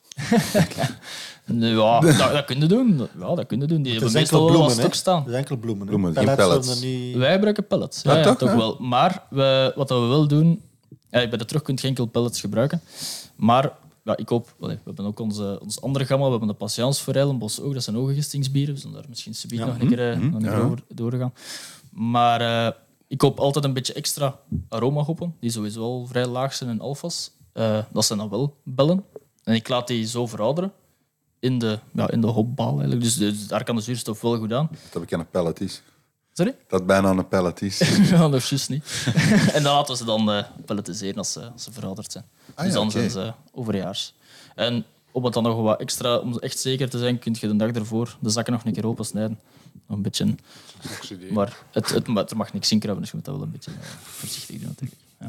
Ja, dat, dat kun je doen. Dat- Ja, dat kun je doen. Die Het hebben is meestal enkel wel bloemen, een hè? stok staan. Het is enkel bloemen. hè? Bloemen, geen Pellets pellets. zullen niet... Wij gebruiken pellets. Ja, Ah, ja, toch? toch Ja. wel. Maar we, wat we wel doen... Ja, bij de terug kun je enkel pellets gebruiken. Maar ja, ik hoop... Allee, we hebben ook onze, onze andere gamma. We hebben de Patience voor Eilenbos ook. Dat zijn ogengistingsbieren. We zullen daar misschien subiet Ja. nog een keer, eh, nog een keer Ja. over doorgaan. Maar eh, ik koop altijd een beetje extra aromahoppen. Die sowieso al vrij laag zijn in alfa's. Eh, dat zijn dan wel bellen. En ik laat die zo verouderen. In de, ja, in de hopbal eigenlijk. Dus, dus daar kan de zuurstof wel goed aan. Dat ik aan een pellet is. Sorry? Dat bijna een pellet is. Ja, nog juist niet. En dan laten we ze dan eh pelletiseren als ze, als ze verouderd zijn. Ah, dus ja, dan oké. zijn ze overjaars. En om het dan nog wat extra, om echt zeker te zijn, kun je de dag ervoor de zakken nog een keer opensnijden. Nog een beetje. Maar het, het, ma- er mag niks in krabben, dus je moet dat wel een beetje eh, voorzichtig doen natuurlijk. Ja,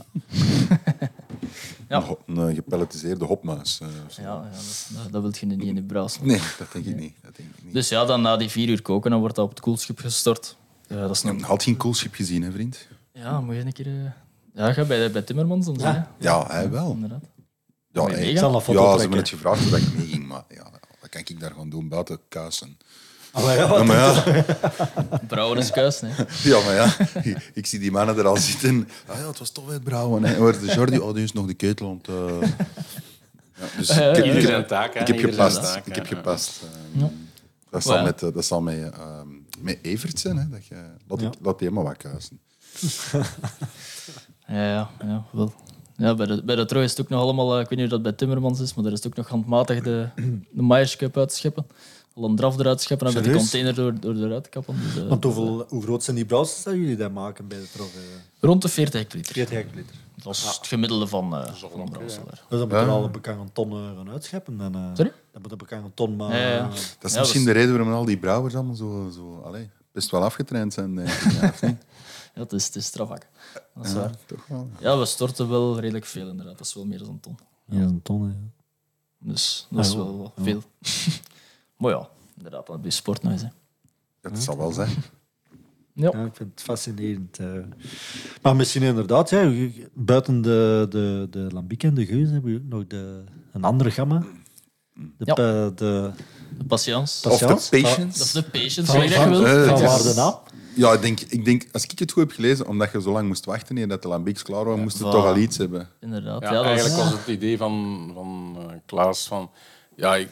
Ja. Een, ho- een gepelletiseerde hopmuis. eh, of zo. ja, ja dat, dat, dat wil je nu niet in je brouwsel. Nee, dat denk ik niet. Dat denk ik niet. Dus ja, dan na die vier uur koken, dan wordt dat op het koelschip gestort. Ja, dat is Je nog... had geen coolschip gezien, hè, vriend? Ja, moet je een keer... eh, Ja, ga bij, bij Timmermans dan zijn. Ja, hij wel. Inderdaad. Ja, Moet je hij- meegaan? Ik zal een ja, foto ze trekken. hebben het gevraagd dat ik meeging, maar ja, wat kan ik daar gaan doen? Buiten kuisen. Ah, maar ja, Ja, maar ja, Brouwen is kuis, nee. ja, maar ja, ik, ik zie die mannen er al zitten. Ah ja, het was toch weer brouwen. Hè. Waar is de Jordi? Oh, die is nog de ketel aan het... eh. Ja, dus Ja, ja, ik, ja. ik, Ieder ik, zijn taak, hè. ik heb Ieder zijn gepast. taak, Ik hè. heb gepast. eh. Ja. Dat zal Maar ja. met, eh, dat zal met, eh, met Evert zijn. Hè, dat je, laat, Ja. ik, laat die helemaal wat kuisen. Ja, ja, ja, wel. Ja, bij de, bij de trouw is het ook nog allemaal... eh, Ik weet niet of dat bij Timmermans is, maar er is het ook nog handmatig de, de Myers Cup uitscheppen. Al een draf eruit scheppen en met de Serieus? container door, door eruit te kappen. Dus, eh, Want hoeveel, hoe groot zijn die brouwsels dat jullie daar maken bij de trof? eh? rond de veertig hectoliter. veertig hectoliter. Dat is het gemiddelde van, uh, van een brouwsel daar. Dus dan moet je al een bekende ton eh, gaan uitscheppen. En, eh, Sorry? Dan moet een bekende ton maar... Ja, ja, ja. eh, Dat is Ja, misschien dat de reden waarom al die brouwers allemaal zo, zo allee, best wel afgetraind zijn, denk ik. Ja, of niet? Ja, het is, het is stravak. Dat is Ja, waar. toch wel. Ja, we storten wel redelijk veel inderdaad. Dat is wel meer dan een ton. Ja, een ton, ja. Dus dat is Ah, ja. wel veel. Maar ja, inderdaad, dat is sport nog eens. Hè. Ja, dat zal wel zijn. Ja. Ja, ik vind het fascinerend. eh. Maar misschien inderdaad, ja, je- buiten de, de, de lambiek en de geus hebben we ook nog de, een andere gamma. De, Ja. pe- de De patience. Of de Patience? patience. Of de patience, Van, hoe je dat van, wil. Eh, van het is- waar de naam? Ja, ik denk, ik denk, als ik het goed heb gelezen, omdat je zo lang moest wachten en dat de lambics klaar waren, moest je voilà. toch al iets hebben. Inderdaad. Ja, Ja, dat is- eigenlijk was het idee van, van uh, Klaas van... Ja, ik,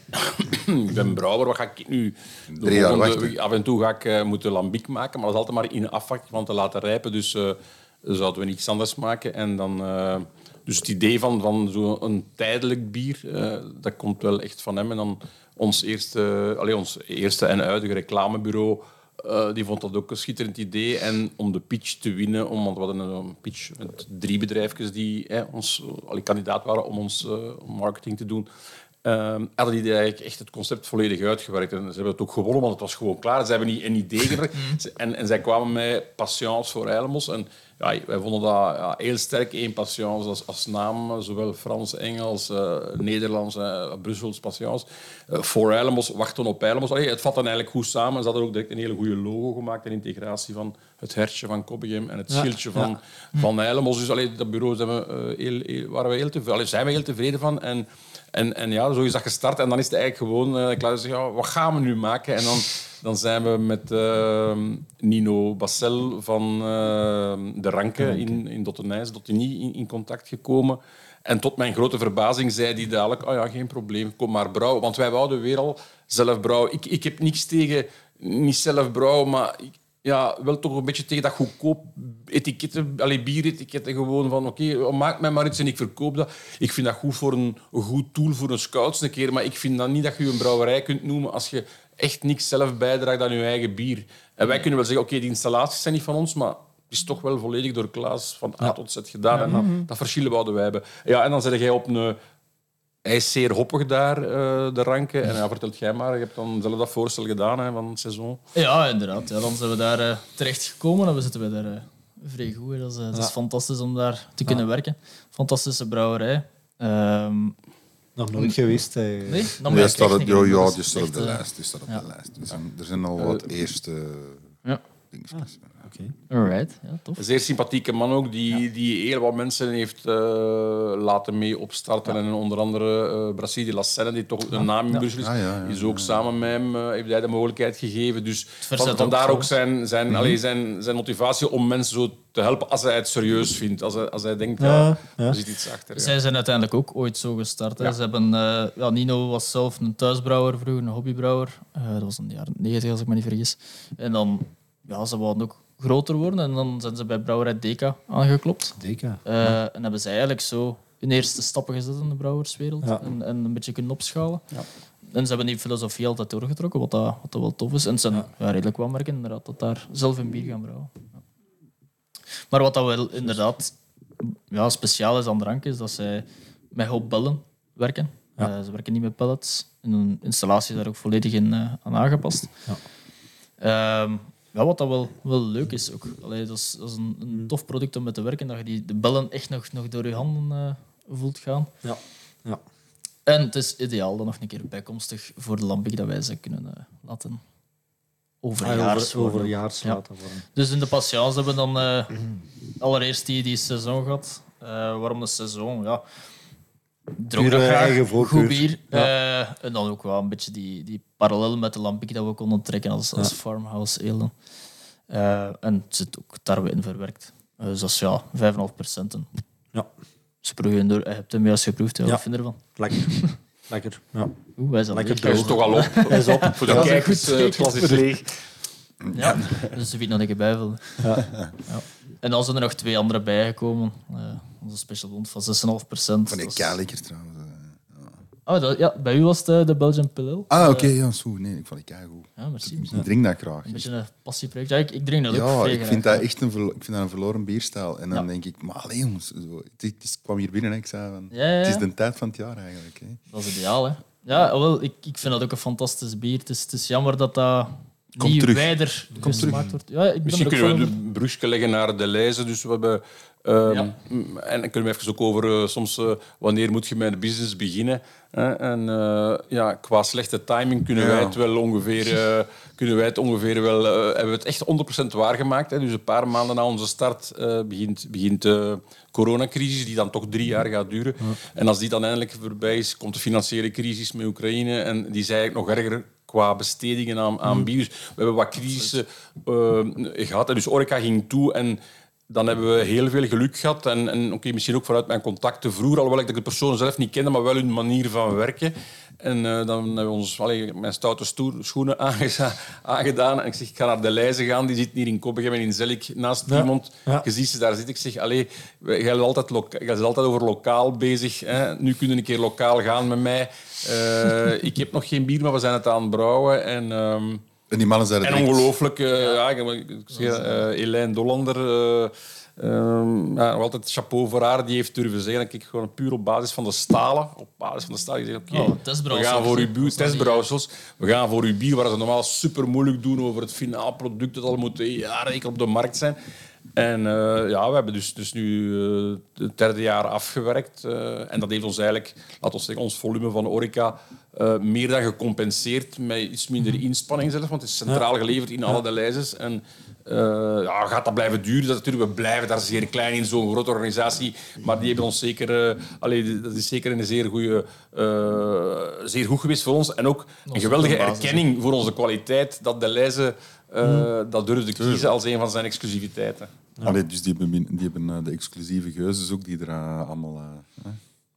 ik ben brouwer, wat ga ik nu... De Drie jaar volgende- wachten. Af en toe ga ik uh, moeten lambic maken, maar dat is altijd maar in afwachting van te laten rijpen. Dus uh, zouden we niets anders maken. En dan... Uh, dus het idee van, van zo'n tijdelijk bier, uh, dat komt wel echt van hem. En dan ons eerste, allez, ons eerste en huidige reclamebureau... Uh, die vond dat ook een schitterend idee. En om de pitch te winnen, om, want we hadden een pitch met drie bedrijfjes die hè, ons, allee, kandidaat waren om ons uh, marketing te doen, uh, hadden die eigenlijk echt het concept volledig uitgewerkt. En ze hebben het ook gewonnen, want het was gewoon klaar. Ze hebben niet een idee gewerkt. en, en zij kwamen met Patience voor Eilemos. En ja, wij vonden dat ja, heel sterk, één Patience als, als naam, zowel Frans, Engels, uh, Nederlands, uh, Brussels Patience. Uh, voor Eilemos, wachten op Eilemos. Allee, het vatte eigenlijk goed samen. Ze hadden ook direct een hele goede logo gemaakt, een integratie van het hertje van Koppigem en het Ja, schildje van, ja. van Eilemos. Dus allee, dat bureau zijn we, uh, heel, heel, waren we heel tevreden, allee, zijn we heel tevreden van. En, en, en ja, zo is dat gestart. En dan is het eigenlijk gewoon uh, klaar te zeggen, ja, wat gaan we nu maken? En dan... Dan zijn we met uh, Nino Bassel van uh, De Ranke in, in Dottenijs, Dottigny, in, in contact gekomen. En tot mijn grote verbazing zei hij dadelijk, oh ja, geen probleem, kom maar brouwen. Want wij wouden weer al zelf brouwen. Ik, ik heb niks tegen niet zelf brouwen, maar ik, ja, wel toch een beetje tegen dat goedkoop etiketten, allee, bieretiketten gewoon van oké, okay, maak mij maar iets en ik verkoop dat. Ik vind dat goed voor een, een goed tool voor een scouts een keer, maar ik vind dan niet dat je een brouwerij kunt noemen als je echt niks zelf bijdraagt aan je eigen bier. En wij kunnen wel zeggen, oké, okay, die installaties zijn niet van ons, maar het is toch wel volledig door Klaas van A tot Z gedaan. En dat, dat verschillen wouden wij hebben. Ja, en dan zet jij op een... Hij is zeer hoppig daar, uh, De Ranke. En ja, vertelt jij maar, je hebt dan zelf dat voorstel gedaan hè, van het seizoen. Ja, inderdaad. Ja, dan zijn we daar uh, terecht gekomen en we zitten we daar uh, vrij goed. Hè. Dat is, uh, dat is Ja. fantastisch om daar te kunnen werken. Fantastische brouwerij. Um, Nog nooit geweest. Hey. nee, dan Ja, ben ik staat echt het, niet ja, goed. ja, Dat is die staat op echt, de uh, lijst. Die staat op ja. de lijst. Er zijn, er zijn al wat eerste Ja. dingetjes. Oké. Alright, ja, tof. Een zeer sympathieke man ook, die, die heel wat mensen heeft uh, laten mee opstarten. En onder andere uh, Brasile La Senne, die toch een naam in Brussel is, Ah, ja, ja, is ook samen met hem uh, heeft hij de mogelijkheid gegeven. Dus verzet van, vandaar ook ook zijn, zijn, Mhm. allee, zijn, zijn motivatie om mensen zo te helpen als hij het serieus vindt. Als hij, als hij denkt, ja, Ja, ja. er zit iets achter. Ja. Zij zijn uiteindelijk ook ooit zo gestart. Hè. Ja. Ze hebben, uh, ja, Nino was zelf een thuisbrouwer vroeger, een hobbybrouwer. Uh, dat was in de jaren negentig, als ik me niet vergis. En dan, ja, ze wilden ook groter worden en dan zijn ze bij brouwerij Deka aangeklopt. Deka. Uh, En hebben zij eigenlijk zo hun eerste stappen gezet in de brouwerswereld Ja. en, en een beetje kunnen opschalen. Ja. En ze hebben die filosofie altijd doorgetrokken, wat, dat, wat dat wel tof is. En ze zijn ja, redelijk wel merken inderdaad, dat daar zelf een bier gaan brouwen. Ja. Maar wat dat wel inderdaad ja, speciaal is aan drank, is dat zij met hopbellen werken. Ja. Uh, ze werken niet met pellets. En hun installatie is daar ook volledig in, uh, aan aangepast. Ja. Um, ja, wat dat wel, wel leuk is ook. Allee, dat is, dat is een, een tof product om mee te werken, dat je die, de bellen echt nog, nog door je handen uh, voelt gaan. Ja. Ja. En het is ideaal dan nog een keer bijkomstig voor de lambic dat wij ze kunnen uh, laten overjaars Ah, over, overjaars Ja. laten worden. Dus in de patiëns hebben we dan uh, allereerst die, die seizoen gehad. Uh, waarom de seizoen? Ja, dronk Pure dat graag, eigen voorkeur. goed bier. Uh, en dan ook wel een beetje die, die parallel met de lambic dat we konden trekken als, als Ja. farmhouse ale. Uh, en het zit ook tarwe in verwerkt. Uh, dus dat is ja, vijf komma vijf procent. Ja. Ze proeven door. Je hebt hem juist geproefd. Ja. Ja. Wat vind je ervan? Lekker. Lekker. Ja. Oeh, wij zijn Lekker leeg. Hij is toch al op. Hij is op. Voor de Ja, dat is kijkers, een goed uh, het glas is leeg. Ja, dus ze nog een keer bijvullen. Ja. Ja. En dan zijn er nog twee andere bijgekomen. Uh, onze special blond van zes komma vijf procent. Van die Dat is- keilekker trouwens. eh. Oh, dat, ja, bij u was het uh, de Belgian Pale Ale. Ah, oké, Uh, ja, zo. Nee, ik vond die keigoed. ja, merci. Ik drink dat graag. Een beetje een passieproject. Ja, ik, ik drink dat ook Ja, vrij ik graag. vind dat echt een, verlo- ik vind dat een verloren bierstijl. En dan Ja. denk ik, maar allee, jongens, zo, het, het is- ik kwam hier binnen en ik zei van, Ja, ja, ja. het is de tijd van het jaar eigenlijk. Hè. Dat is ideaal, hè. Ja, wel, ik, ik vind dat ook een fantastisch bier. Het is, het is jammer dat dat Komt niet terug. wijder Komt gesmaakt wordt. Ja, ik ben Misschien er ook kunnen we van de brugje leggen naar de lijzen. Dus we hebben, ehm, Ja. m- En dan kunnen we even ook over uh, soms uh, wanneer moet je met de business beginnen. Hè? En uh, ja, qua slechte timing kunnen Ja. wij het wel ongeveer, uh, kunnen wij het ongeveer wel, uh, hebben we het echt honderd procent waargemaakt. Hè? Dus een paar maanden na onze start uh, begint, begint de coronacrisis, die dan toch drie jaar gaat duren. En als die dan eindelijk voorbij is, komt de financiële crisis met Oekraïne. En die is eigenlijk nog erger qua bestedingen aan, aan bier. Dus we hebben wat crisissen uh, gehad. En dus Orica ging toe en dan hebben we heel veel geluk gehad. En, en oké, misschien ook vanuit mijn contacten vroeger, alhoewel ik de persoon zelf niet kende, maar wel hun manier van werken. En uh, dan hebben we ons allee, mijn stoute stoer, schoenen aangeza- aangedaan. En ik zeg, ik ga naar de Leize gaan. Die zit hier in Koppegem en in Zellik naast Ja. iemand. Ja. Je ziet ze daar zitten. Ik zeg, allee, jij bent altijd, loka- jij bent altijd over lokaal bezig. Hè. Nu kun je een keer lokaal gaan met mij. Uh, ik heb nog geen bier, maar we zijn het aan het brouwen. En... Um, En die mannen zeiden En direct... ongelooflijk, uh, ja, ik, ik zeg, uh, Elaine Dollander, uh, um, ja, nog altijd chapeau voor haar, die heeft durven zeggen, dat ik gewoon puur op basis van de stalen, op basis van de stalen, die zei, oké, Oh, testbrouwsels, we gaan voor hè. uw bier, testbrouwsels, we gaan voor uw bier, waar ze normaal super moeilijk doen over het finaal product, dat al moet jaren op de markt zijn. En uh, ja, we hebben dus, dus nu uh, het derde jaar afgewerkt. Uh, en dat heeft ons eigenlijk, laten we zeggen, ons volume van Orica uh, meer dan gecompenseerd met iets minder inspanning zelf, want het is centraal geleverd in alle de lijstjes. En uh, ja, gaat dat blijven duren? Dat natuurlijk, we blijven daar zeer klein in zo'n grote organisatie, maar die hebben ons zeker, uh, allee, dat is zeker een zeer, goeie, uh, zeer goed geweest voor ons. En ook een geweldige erkenning voor onze kwaliteit dat de lijstje uh, dat durfde kiezen als een van zijn exclusiviteiten. Ja. Allee, dus die hebben, die hebben uh, de exclusieve geuzes ook, die er uh, allemaal... Uh,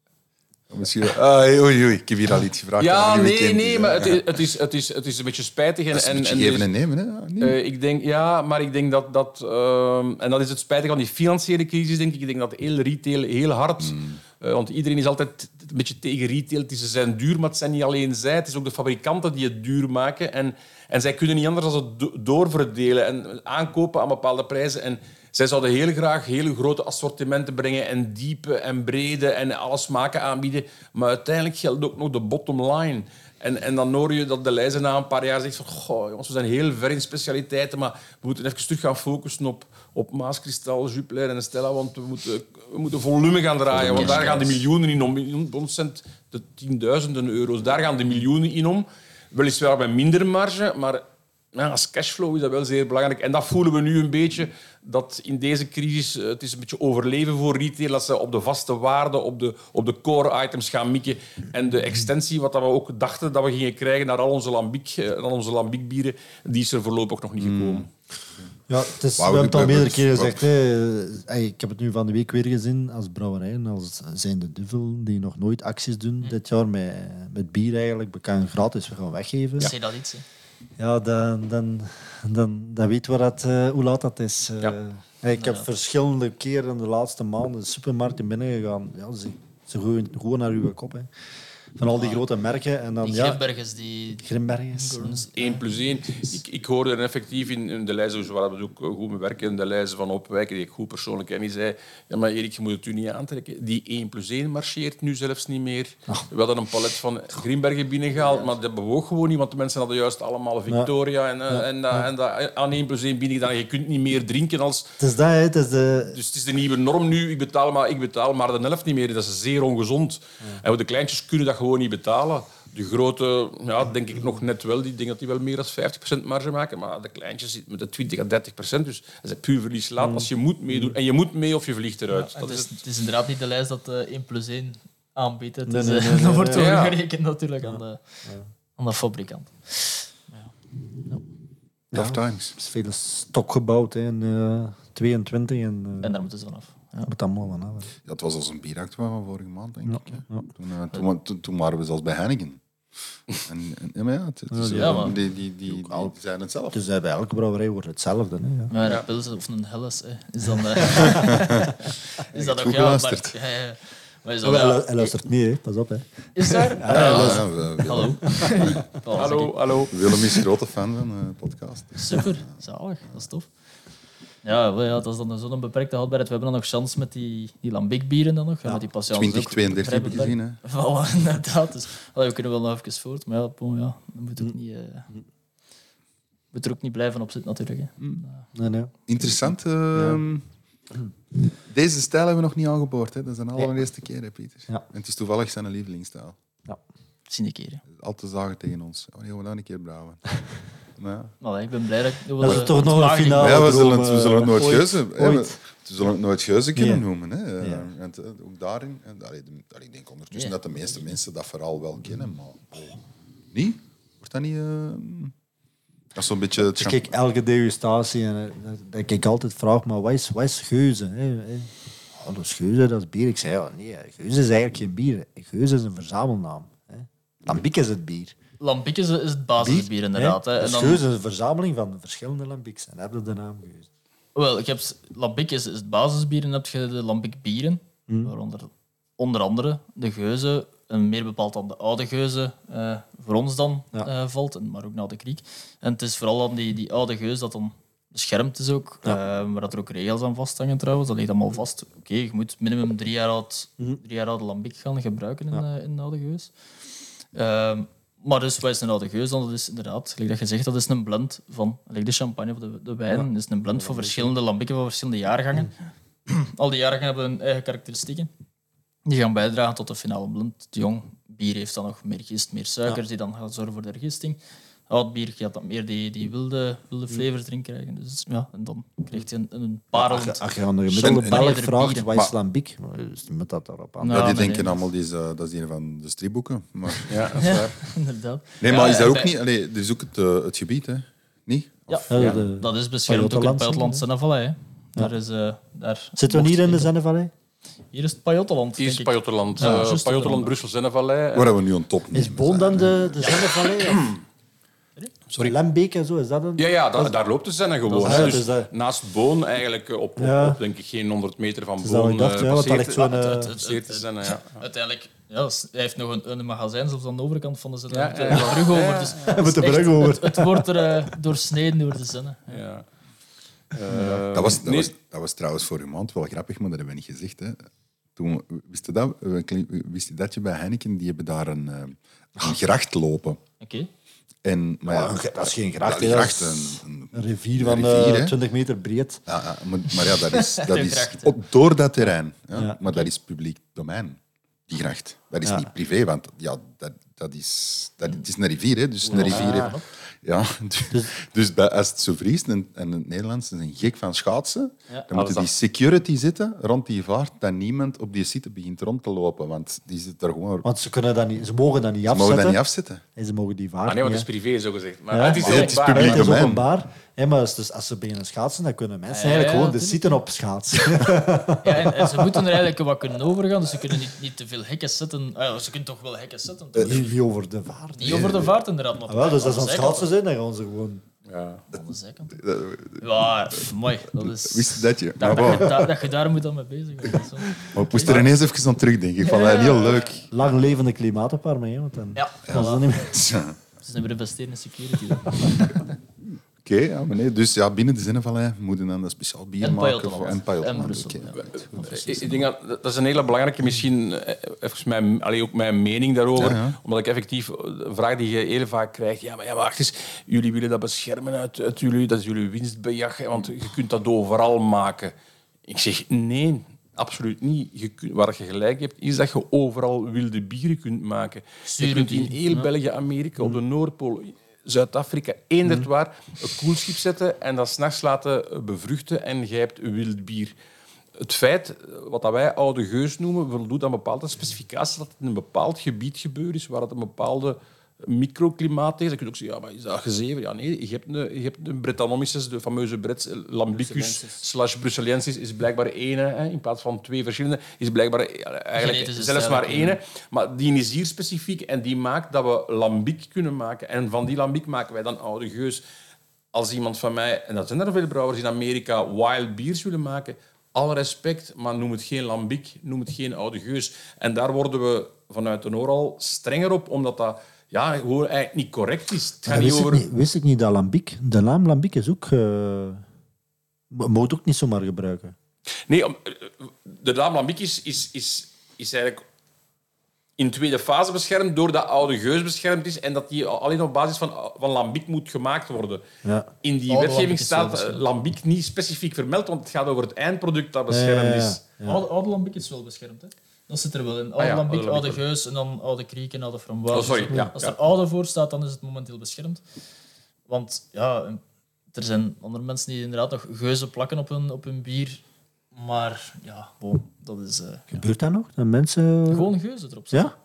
uh. Misschien... Ah, oei, oei, ik heb hier al iets gevraagd. Ja, aan nee, weekend, nee, dus, maar uh, het, het, is, het, is, het is een beetje spijtig. En, dat is een en, beetje en geven dus, en nemen, hè? Ja, nee. uh, ik denk, ja, maar ik denk dat... dat uh, en dat is het spijtige van die financiële crisis, denk ik. Ik denk dat heel retail heel hard... Mm. Uh, want iedereen is altijd een beetje tegen retail. Het is, ze zijn duur, maar het zijn niet alleen zij. Het is ook de fabrikanten die het duur maken. En, en zij kunnen niet anders dan het do- doorverdelen en aankopen aan bepaalde prijzen. En zij zouden heel graag hele grote assortimenten brengen en diepe en brede en alle smaken aanbieden. Maar uiteindelijk geldt ook nog de bottom line. En, en dan hoor je dat de lijst na een paar jaar zegt van goh, jongens, we zijn heel ver in specialiteiten, maar we moeten even terug gaan focussen op, op Maaskristal, Jupiler en Stella, want we moeten, we moeten volume gaan draaien, want daar gaan de miljoenen in om. Bij ons zijn het de tienduizenden euro's, daar gaan de miljoenen in om. Weliswaar bij minder marge, maar ja, als cashflow is dat wel zeer belangrijk. En dat voelen we nu een beetje, dat in deze crisis het is een beetje overleven voor retail, dat ze op de vaste waarden, op de, op de core items gaan mikken. En de extensie, wat we ook dachten dat we gingen krijgen naar al onze lambic, naar onze lambiekbieren, die is er voorlopig nog niet gekomen. Ja, het is, Wauw, we hebben het al we meerdere hebben keren het- gezegd. Hè. Hey, ik heb het nu van de week weer gezien als brouwerij. En als zijn de duvel die nog nooit acties doen dit jaar met, met bier eigenlijk. We kunnen gratis we gaan weggeven. Zeg dat iets, hè. Ja, dan, dan, dan, dan weet we dat, uh, hoe laat dat is. Uh, Ja. hey, ik heb Ja. verschillende keren in de laatste maanden de supermarkten binnengegaan. Ja, ze, ze gooien gewoon naar uw kop. Hè. Van al die grote merken. En dan, Die ja, Grimbergers, die... Grimbergers. één plus één. Ik, ik hoorde er effectief in, in de lijst, waar we ook goed mee werken, in de lijst van Opwijken, die ik goed persoonlijk ken, die zei, ja, maar Erik, je moet het u niet aantrekken. Die één plus één marcheert nu zelfs niet meer. We hadden een palet van Grimbergen binnengehaald, maar dat bewoog gewoon niet, want de mensen hadden juist allemaal Victoria en, uh, en, uh, en dat aan één plus één binnengedaan. Je kunt niet meer drinken als... Het is dat, hè. Het is de... Dus het is de nieuwe norm nu. Ik betaal maar, ik betaal maar de helft niet meer. Dat is zeer ongezond. En de kleintjes kunnen dat gewoon niet betalen. De grote, ja, denk ik nog net wel. Die denk dat die wel meer dan vijftig procent marge maken. Maar de kleintjes zitten met de twintig à dertig procent. Dus dat is puur verlies laat als je moet meedoen. En je moet mee of je vliegt eruit. Ja, dat het, is is, het. het is inderdaad niet de lijst dat uh, één plus één aanbiedt. Het Nee, is, nee, uh, nee, nee, dat wordt nee. Ja. doorgerekend natuurlijk aan de, aan de fabrikant. Tough times. Er is veel stok gebouwd hè, in uh, tweeëntwintig. En, uh, En daar moeten ze vanaf. Ja. moet allemaal van af. hè. Ja, het was als een bieractua van vorige maand, denk Ja, ik. Hè. ja. Toen, uh, toen, wa- toen, toen waren we zelfs bij Heineken. En, en, ja, maar ja, het, het is, Ja, uh, maar- die, die, die, die, die zijn het zelf. Dus uh, bij elke brouwerij wordt hetzelfde. Hè, ja. Maar een Ja. pils of een helles, hè, is dan... Uh, is dat ook... goed Ja, maar, geluisterd. ja, ja. Maar is Oh, dat, hij, ja, lu- hij luistert niet, hè. Pas op. Hè. is daar? Ja, ja, we, we- Hallo. Oh, Hallo, hallo. Willem is grote fan van de podcast. Super, zalig, dat is tof. Ja, wel, ja, dat is dan zo'n beperkte houdbaarheid. We hebben dan nog chance met die, die lambic-bieren dan nog. Ja. Met die Patience ook twintig tweeëndertig vrij heb ik beperkt. gezien. Hè. Voilà, inderdaad. Dus, allee, we kunnen wel nog even voort, maar ja, bon, ja dat moet ook niet... Uh, moet er ook niet blijven op zitten, natuurlijk. Hè. Nee, nee. Interessant. ehm, Deze stijl hebben we nog niet aangeboord. Hè. Dat is de allereerste keer, hè, Pieter. Ja. En het is toevallig zijn lievelingsstijl. Zie een keer. Hè. Altijd zagen tegen ons. Oh, nee, we gaan een keer brouwen. Maar ja. Allee, ik ben blij dat ik... nog Dat wel, is eh, toch nog een ontslagen finale. Maar ja, we zullen, droom, het, we zullen het nooit ooit, geuze, hè, we, ooit. we zullen het nooit geuze kunnen Nee. noemen. Hè. Ja. En het, ook daarin, en, allee, de- allee, ik denk ondertussen Ja. dat de meeste mensen dat vooral wel kennen, maar oh, niet? Wordt dat niet... Uh... Dat is zo'n beetje... Het Dus kijk, elke degustatie, en eh, dat ik altijd vraag, maar wat is, wat is geuze? Hè? Hè? Oh, dat is geuze, dat is bier. Ik zei, ja, nee, geuze is eigenlijk geen bier. Geuze is een verzamelnaam. Hè? Lambic is het bier. Lambic is, is het basisbier, inderdaad. Hè. En Dus dan, geuze is een verzameling van verschillende lambics. En dan heb je de naam geuze. wel, je hebt, Lambic is, is het basisbier en dan heb je de Lambic bieren, waaronder onder andere de geuze, en meer bepaald dan de oude geuze, eh, voor ons dan Ja. eh, valt, en- maar ook naar de kriek. En het is vooral dan die, die oude geuze dat dan beschermd is ook, Ja. eh, maar dat er ook regels aan vasthangen trouwens. Dat ligt allemaal vast. Oké, je moet minimum drie jaar oud, drie jaar oude Lambic gaan gebruiken in, Ja. eh, in de oude geus. Ehm, maar dus, wat is een oude geus dan? Dat is inderdaad, gelijk dat je zegt, dat is een blend van like de champagne of de, de wijn. Dat is een blend van verschillende lambikken van verschillende jaargangen. Al die jaargangen hebben hun eigen karakteristieken. Die gaan bijdragen tot de finale blend. De jong bier heeft dan nog meer gist, meer suiker, die dan gaat zorgen voor de vergisting. Oud bier gaat dan meer die, die wilde, wilde flavors erin krijgen. Dus, ja, en dan krijgt hij een, een parelend... Als je, als je aan de gemiddelde En- Belg meerdere vraagt, bieren. wat is Maar- lambic? Dus moet dat daarop aan. Nou, Ja, die nee, denken nee. allemaal, die is, uh, dat is die van de stripboeken. Maar... Ja, dat is waar. Inderdaad. Nee, Ja, maar is dat en ook bij- niet... Allee, er is ook het, uh, het gebied, hè? Niet? Ja, Ja, ja, de- dat is beschermd ook in het Pajottenland, Pajottenland Sennevallei. hè. Daar is, eh, daar Zitten we mocht hier in de je- Zennevallei? Hier is het Pajottenland. Hier is denk ik. Pajottenland. Ja, Eh, juist Pajottenland, eronder. Brussel, Zennevallei. Waar hebben we nu een top? Is Boon dan de, de Zennevallei? of- Sorry. Lembeek en zo, is dat een... Ja, ja da- daar loopt de Zenne gewoon. dat is- hè. ja, Dus dus dat- naast Boon, eigenlijk eh, op, op, Ja. op, denk ik geen honderd meter van is dat wat Boon. ik dacht, eh, ja, want dat passeert- ligt zo'n, ah, eh, het- het- passeert de Zenne, ja. Uiteindelijk, ja, dat is- hij heeft nog een, een magazijn zelfs aan de overkant van de zenne. Ja, Ja, ja, ja, ja. brug over. Ja, Dus We moeten echt- brug over. Het, het wordt er eh, doorsneden door de zenne. Ja. Eh, Dat was, dat, nee, was, dat was trouwens vorige maand wel grappig, maar dat hebben we niet gezegd. Hè. Toen, wist, je dat, wist je dat je bij Heineken, die hebben daar een, eh, een gracht lopen. Oké. En, maar ja, Ja, dat is geen gracht, Ja, hè, een dat gracht, is een, een, Een rivier een van rivier, eh, hè. twintig meter breed. Ja, ja, maar, maar ja, dat is, dat De is gracht, hè. op, door dat terrein. Ja, Ja. Maar dat is publiek domein, die gracht. Dat is Ja. niet privé, want ja, dat, dat is, dat, het is een rivier. Hè, dus een rivier heeft, ja, dus, dus bij, als het zo vriest en, en het Nederlands is een gek van schaatsen, Ja. dan moeten die security zitten rond die vaart dat niemand op die site begint rond te lopen, want die zitten er gewoon... Want ze, kunnen dat niet, ze mogen dat niet Ze afzetten. mogen dat niet afzetten. En ze mogen die vaart Ah, nee, want niet, het is privé, zo gezegd. Maar Ja. het is Maar het is openbaar. publiek hè. Het is domein. openbaar. Hè, maar als, dus, als ze beginnen schaatsen, dan kunnen mensen Ja, ja, eigenlijk gewoon de natuurlijk. site op schaatsen. Ja, en, en ze moeten er eigenlijk wat kunnen overgaan, dus ze kunnen niet, niet te veel hekken zetten. Ah, ja, ze kunnen toch wel hekken zetten. toch? niet, niet over de vaart. Niet over de vaart, inderdaad. Maar Ah, wel, dus als ze aan de het zijkant. schaatsen zijn, dan gaan ze gewoon... Ja. Aan de zijkant. Ja, pff, mooi. Dat is... Wist je dat je? Dat, Maar dat, je bon, daar, dat je daar moet aan mee bezig zijn. Dat is wel- maar ik moest er ineens even aan terugdenken. Ik vond dat heel leuk. Lang levende klimaatopwarming, mee, want dan Ja, gaan ze dat niet meer... Ja. ze zijn weer investeren in security. dan. Oké, ja, maar nee, dus ja, binnen de Zinnenvallei moeten we dan een speciaal bier En maken. Pajottenland. voor- En Pajottenland, En Brussel. oké. Ja. Ik ik denk dat dat is een hele belangrijke, misschien eh, even mijn, allee, ook mijn mening daarover. Ja, ja. Omdat ik effectief een vraag die je heel vaak krijgt. Ja, maar, ja, maar wacht eens, jullie willen dat beschermen uit, uit jullie, dat is jullie winstbejag, hè, want je kunt dat overal maken. Ik zeg nee. Absoluut niet. Je kunt, waar je gelijk hebt, is dat je overal wilde bieren kunt maken. Je kunt in heel België, Amerika, op de Noordpool, Zuid-Afrika, eenderd waar, een koelschip zetten en dat 's nachts laten bevruchten en je hebt wild bier. Het feit, wat dat wij oude geus noemen, voldoet aan bepaalde specificaties dat het in een bepaald gebied gebeurd is, waar het een bepaalde microklimaat is. Dan kun je ook zeggen, ja, maar is dat gezeven? Ja, nee, je hebt een, je hebt een Brettanomyces, de fameuze Brett, Lambicus slash Bruxellensis, is blijkbaar één, hè, in plaats van twee verschillende, is blijkbaar eigenlijk Genetische zelfs stijl, maar één. Maar die is hier specifiek en die maakt dat we lambic kunnen maken. En van die lambic maken wij dan oude geus. Als iemand van mij, en dat zijn er veel brouwers in Amerika, wild beers willen maken, alle respect, maar noem het geen lambic, noem het geen oude geus. En daar worden we vanuit de Noor strenger op, omdat dat ja, gewoon eigenlijk niet correct is. Het gaat Dat niet wist, over... ik niet, wist ik niet dat lambic... De naam lambic is ook... Uh, moet het ook niet zomaar gebruiken. Nee, om- de naam lambic is, is, is, is eigenlijk in tweede fase beschermd, doordat oude geus beschermd is en dat die alleen op basis van, van lambic moet gemaakt worden. Ja. In die Oude wetgeving lambic is wel staat beschermd. eh, lambic niet specifiek vermeld, want het gaat over het eindproduct dat beschermd Ja, ja, ja. is. Oude, oude lambic is wel beschermd. Hè? Dat zit er wel in. Oude Ah ja, lambic, oude oude lambic. geus en dan oude kriek en oude framboos. Oh, sorry, ja, Als ja. er oude voor staat, dan is het momenteel beschermd. Want ja, er zijn andere mensen die inderdaad nog geuzen plakken op hun, op hun bier. Maar ja, bon, dat is... eh, ja. Gebeurt dat nog? Dat mensen... Gewoon geuzen erop zetten. Ja?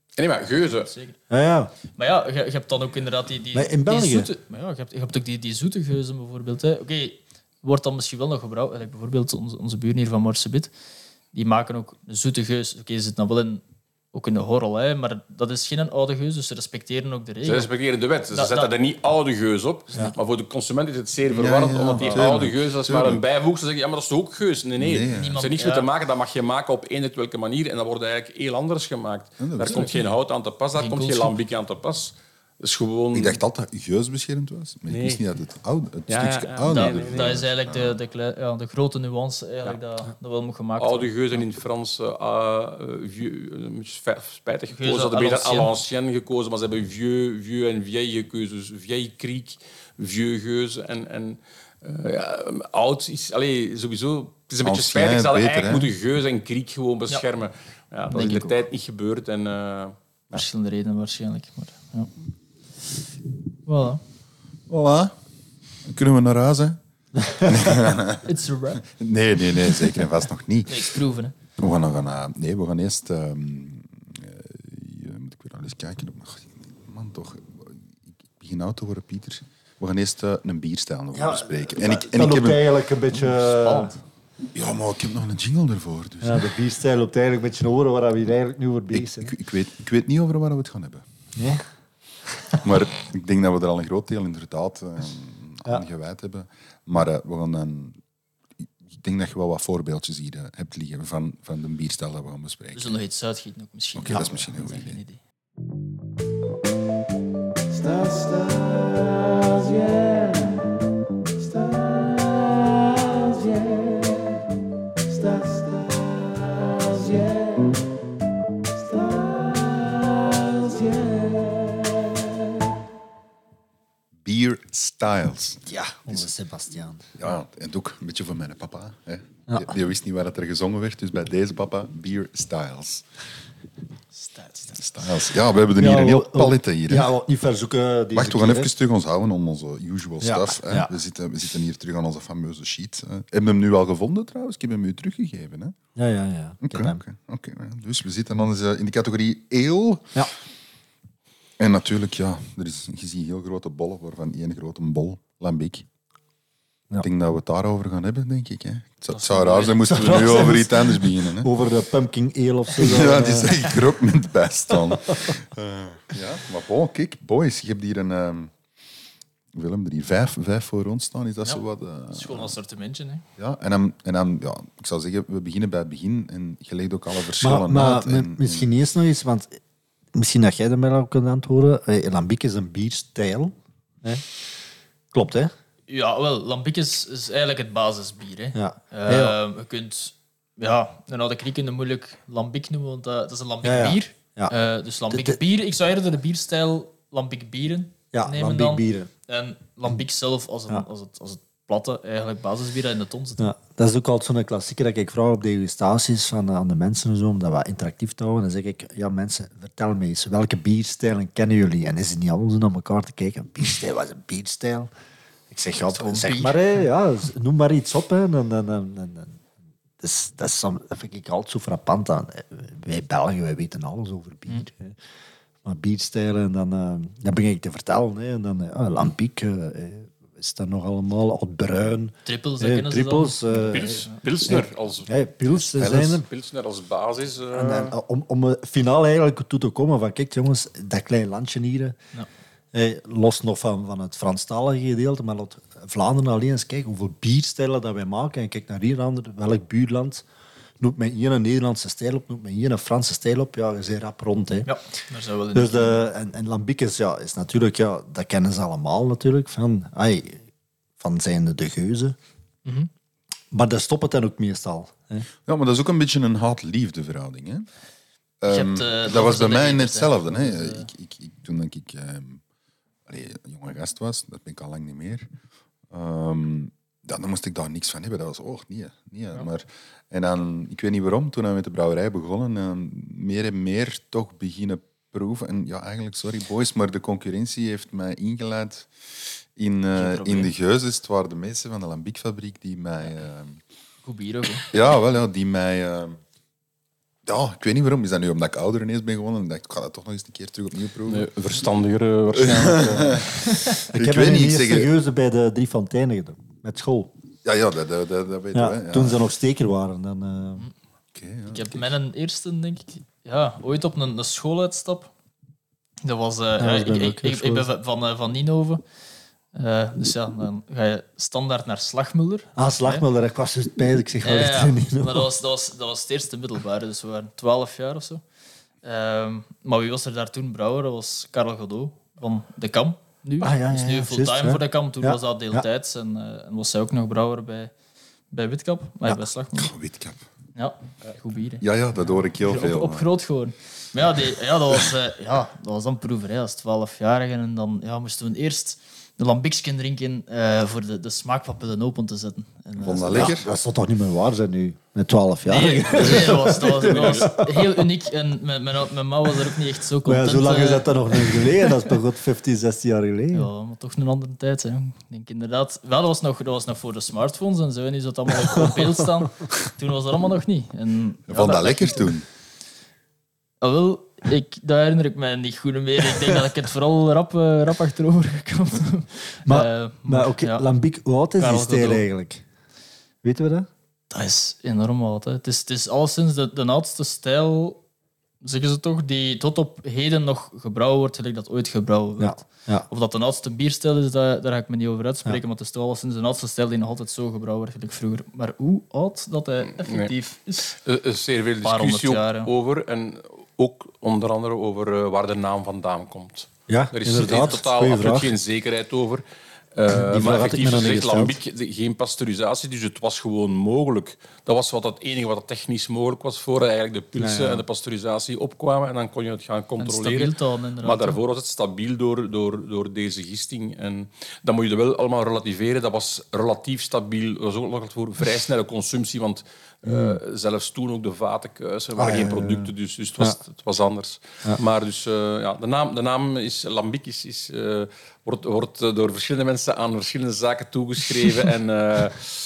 Nee, maar geuzen. Zeker. Ja, ja. Maar ja, je, je hebt dan ook inderdaad die, die, Maar in België? die zoete... Maar ja, je hebt, je hebt ook die, die zoete geuzen bijvoorbeeld. Hè. Oké, wordt dan misschien wel nog gebrouwen. Like bijvoorbeeld onze, onze buren hier van Morsebit, die maken ook een zoete geus. Oké, ze zitten dan wel in, ook in de horrel, hè, maar dat is geen oude geus, dus ze respecteren ook de Ze regels. respecteren de wet. Ze Dat- zetten dat- er niet oude geus op. Maar voor de consument is het zeer Ja, verwarrend, ja, omdat die tuurlijk, oude geus, dat is maar een bijvoegsel. Ze zeggen, ja, maar dat is toch ook geus? Nee, nee. Nee, ja. Dat heeft er niets Ja. mee te maken. Dat mag je maken op eender welke manier. En dat wordt eigenlijk heel anders gemaakt. dat Daar wist komt ik geen hout aan te pas, daar Geen komt geen koolschip. lambiek aan te pas. Dat is gewoon... Ik dacht altijd dat geus beschermd was, maar Nee. ik wist niet dat het, oude, het Ja, ja, stukje ja. ouder Dat, nee, nee, dat is eigenlijk de, de, klei- ja, de grote nuance eigenlijk dat, dat wel moet gemaakt worden. Oude geuzen in het Frans, uh, uh, vieux, uh, spijtig gekozen. Geuzen Ze hadden beter à à l'ancienne gekozen, maar ze hebben vieux, vieux en vieille gekozen. Dus vieille kriek, vieux geuzen en, en uh, ja, oud is... Allee, sowieso... Het is een beetje Ancien, spijtig. Ze hadden beter, eigenlijk hè? moeten geus en kriek gewoon beschermen. Ja, dat is in Denk de ik tijd niet gebeurd. En, uh, Verschillende redenen waarschijnlijk. Maar, ja. Voilà. Voilà. Dan kunnen we naar huis, hè? It's a wrap. Nee, nee, nee, zeker en vast nog niet. Niks proeven, hè. We gaan nog een, uh, nee, we gaan eerst... ehm, eh, hier moet ik weer al eens kijken. Ach, man, toch. Ik begin nou te worden, Pieter. We gaan eerst uh, een bierstijl nog bespreken. En ik, en dat ik heb loopt een, eigenlijk een beetje... Spannend. ja, maar ik heb nog een jingle ervoor. Dus. Ja, de bierstijl loopt eigenlijk een beetje horen waar we hier eigenlijk nu voor bezig ik, zijn. ik, ik, weet, ik weet niet over waar we het gaan hebben. Nee? Maar ik denk dat we er al een groot deel inderdaad uh, aan Ja. gewijd hebben. Maar uh, we gaan dan... Ik denk dat je wel wat voorbeeldjes hier uh, hebt liggen van, van de bierstijl dat we gaan bespreken. We zullen nog iets uitgieten ook misschien. Oké, dat is misschien een goed Dat is idee. idee. Beer Styles. Ja, onze Sebastiaan. Ja, en ook een beetje voor mijn papa. Hè. Die, die wist niet waar het er gezongen werd, dus bij deze papa, Beer Styles. Styles. Ja, we hebben er hier een heel palet hier. Hè. Ja, wat niet verzoeken. Deze Wacht, we gaan keer, even terug ons houden om onze usual Ja, stuff. Hè. ja. We, zitten, we zitten hier terug aan onze fameuze sheet. Hè. Heb je hem nu al gevonden trouwens? Ik heb hem u teruggegeven. Hè. hè. Ja, ja, ja. Ik Oké, heb hem. oké, oké. Dus we zitten dan eens, eh, in de categorie ale. Ja. En natuurlijk, ja, er is, je ziet heel grote bollen, waarvan één grote bol, lambic. Ja. Ik denk dat we het daarover gaan hebben, denk ik. Hè. Het zou, het is zou wel raar zijn, moesten we raar nu zijn, over moest- iets anders beginnen. Hè. Over de pumpkin ale of zo. Ja, dan, die eh, zeg ik er ook niet bij staan. Eh, ja, maar bon, kijk, boys, je hebt hier een... ehm hoeveel hebben we er hier? Vijf, vijf voor ons staan, is dat Ja. zo wat? eh, Het is gewoon een assortimentje. Hè. ja, en dan, en dan ja, ik zou zeggen, we beginnen bij het begin en je legt ook alle verschillen Maar, maar uit. mi- En, misschien eerst nog eens, want misschien dat jij er mij op kunt antwoorden. Eh, Lambic is een bierstijl. Hè? Klopt, hè? Ja, wel, lambic is, is eigenlijk het basisbier. Hè. Ja. Eh, Ja. Je kunt... Ja, een oude kriek kun je moeilijk lambic noemen, want dat, dat is een lambic Ja, ja. bier. Ja. Eh, dus lambic De- de- bier... Ik zou eerder de bierstijl lambic bieren Ja, nemen Lambic dan. bieren. En lambic zelf als, een, Ja. als, het, als het platte, eigenlijk basisbier dat in de ton zit. Ja, dat is ook altijd zo'n klassieker dat ik vraag op degustaties van, aan de mensen en zo, om dat wat interactief te houden. Dan zeg ik, ja mensen, vertel me eens, welke bierstijlen kennen jullie? En is het niet alles naar elkaar te kijken? Bierstijl, wat is een bierstijl? Ik zeg, ja, gewoon zeg bier. maar, hè, ja, noem maar iets op. Hè. Dan, dan, dan, dan, dan. Dus, dat, is, som- dat vind ik altijd zo frappant aan. Wij Belgen, wij weten alles over bier. Hè. Maar bierstijlen, en dan, uh, dan begin ik te vertellen. Hè. En dan, uh, Lambic, uh, is dat nog allemaal, oud bruin. Trippels, dat Hè, kennen ze trippels. dan. eh, Pils, Pilsner als, Hey, pils Pils. zijn er. Pilsner als basis. eh. En, en, om, om het finaal eigenlijk toe te komen van, kijk jongens, dat klein landje hier, Ja. hey, los nog van, van het Franstalige gedeelte, maar laat Vlaanderen alleen eens kijken hoeveel bierstijlen dat wij maken. En kijk naar hier aan, welk buurland noemt men hier een Nederlandse stijl op, noemt men hier een Franse stijl op. Ja, je bent rap rond. Hè. Ja, daar zou wel in. Dus de, en, en Lambic is, ja, is natuurlijk, ja, dat kennen ze allemaal natuurlijk, van, ai, van zijn de geuzen. Mhm. Maar daar stopt het dan ook meestal. Hè. Ja, maar dat is ook een beetje een haat-liefde verhouding. Hè? Je Ehm, hebt, eh, dat dat was is bij de mij haters, net hetzelfde. hè. Hè? Dat is, eh, Ik, ik, ik, toen ik ehm, allee, een jonge gast was, dat ben ik al lang niet meer, ehm, dan, dan moest ik daar niks van hebben. Dat was, oh, nee. nee maar, en dan, ik weet niet waarom, toen we met de brouwerij begonnen, ehm, meer en meer toch beginnen proeven. En ja, eigenlijk, sorry boys, maar de concurrentie heeft mij ingeleid in, eh, probleem. in de geuzes. Het waren de mensen van de Lambic-fabriek die mij... ehm, Goed bier ook, hè. ja, wel, ja, die mij... ehm, Ja, ik weet niet waarom. Is dat nu omdat ik ouder ineens ben geworden? Ik dacht, ik ga dat toch nog eens een keer terug opnieuw proeven. Nee, verstandiger eh, waarschijnlijk. eh. Ik, Ik heb weet mijn niet, ik eerste zeg- geuze bij de Drie Fonteinen gedaan. Met school. Ja, ja, dat, dat, dat, dat weet Ja, je. hè. Ja. toen ze nog steker waren. Dan, eh, Oké, ja. Ik heb mijn eerste, denk ik, ja, ooit op een, een schooluitstap. Dat was... eh, ja, was ik, bij mij ik, ook ik, ik ben van, van, eh, van Ninove. Eh, dus ja, dan ga je standaard naar Slagmuller. Ah, Slagmelder. Ik was dus bij. Ik zeg, Ja, wat ja, ligt er niet maar op? dat was, dat, was, dat was het eerste middelbare, dus we waren twaalf jaar of zo. Ehm, maar wie was er daar toen brouwer? Dat was Karel Godot van De Kam. Nu. Ah, ja, dus ja, nu ja, fulltime juist, ja. voor De Kam. Toen Ja, was dat deeltijds en, eh, en was zij ook nog brouwer bij, bij Witkap, maar bij Slagmuller. Oh, witkap. Ja, goed bier. Hè. Ja, ja, dat hoor ik heel Op, veel. op groot gewoon. Maar ja, die, ja, dat was, eh, ja, dat was dan proeverij als twaalfjarige. En dan ja, moesten we eerst een lambiksken drinken eh, voor de, de smaakpapillen open te zetten. En, eh, Vond dat Ja, lekker? dat zal toch niet meer waar zijn nu? Met twaalf jaar. Nee, nee, dat, was, dat, was, dat was heel uniek. En mijn, mijn, mijn mouw was er ook niet echt zo Maar ja, content. zo lang is eh. dat dan nog niet geleden. Dat is toch goed vijftien, zestien jaar geleden. Ja, maar toch een andere tijd. Hè. Ik denk inderdaad... Wel, dat, was nog, dat was nog voor de smartphones en zo. En nu zou het allemaal op beeld staan. Toen was dat allemaal nog niet. En, ja, Vond dat lekker ik- toen? Ah, wel, ik, dat herinner ik mij niet goed meer. Ik denk dat ik het vooral rap, eh, rap achterover gekomen heb. Maar, Eh, maar oké, ja, Lambic, hoe oud is die Karel stijl Godot. eigenlijk? Weten we dat? dat is enorm oud. Hè. Het, is, het is alleszins de, de oudste stijl, zeggen ze toch, die tot op heden nog gebrouwen wordt, gelijk dat ooit gebrouwen werd. Ja. Of dat de oudste bierstijl is, daar, daar ga ik me niet over uitspreken, maar het is toch alleszins de oudste stijl die nog altijd zo gebrouwen wordt, gelijk vroeger. Maar hoe oud dat hij effectief is... Er is zeer veel Paar honderd discussie jaar, ja. over. En ook onder andere over eh, waar de naam vandaan komt. Ja, Er is inderdaad. totaal Goeie absoluut vraag. geen zekerheid over. Uh, vraag maar had ik me effectief nog niet gezegd, gesteld. lambic, de- geen pasteurisatie, dus het was gewoon mogelijk. Dat was wat het enige wat technisch mogelijk was voor eigenlijk de pulsen Ja, ja. en de pasteurisatie opkwamen. En dan kon je het gaan En controleren. stabiel te houden, inderdaad. Maar daarvoor was het stabiel door, door, door deze gisting. En dan moet je er wel allemaal relativeren. Dat was relatief stabiel. Dat was ook nog voor vrij snelle consumptie, want uh, zelfs toen ook de vatenkuisen waren Ah, ja, geen ja, ja. producten, dus, dus het, was, Ja. het was anders. Maar dus, uh, ja, de, naam, de naam is lambic is, is, uh, wordt, wordt uh, door verschillende mensen aan verschillende zaken toegeschreven. en, uh,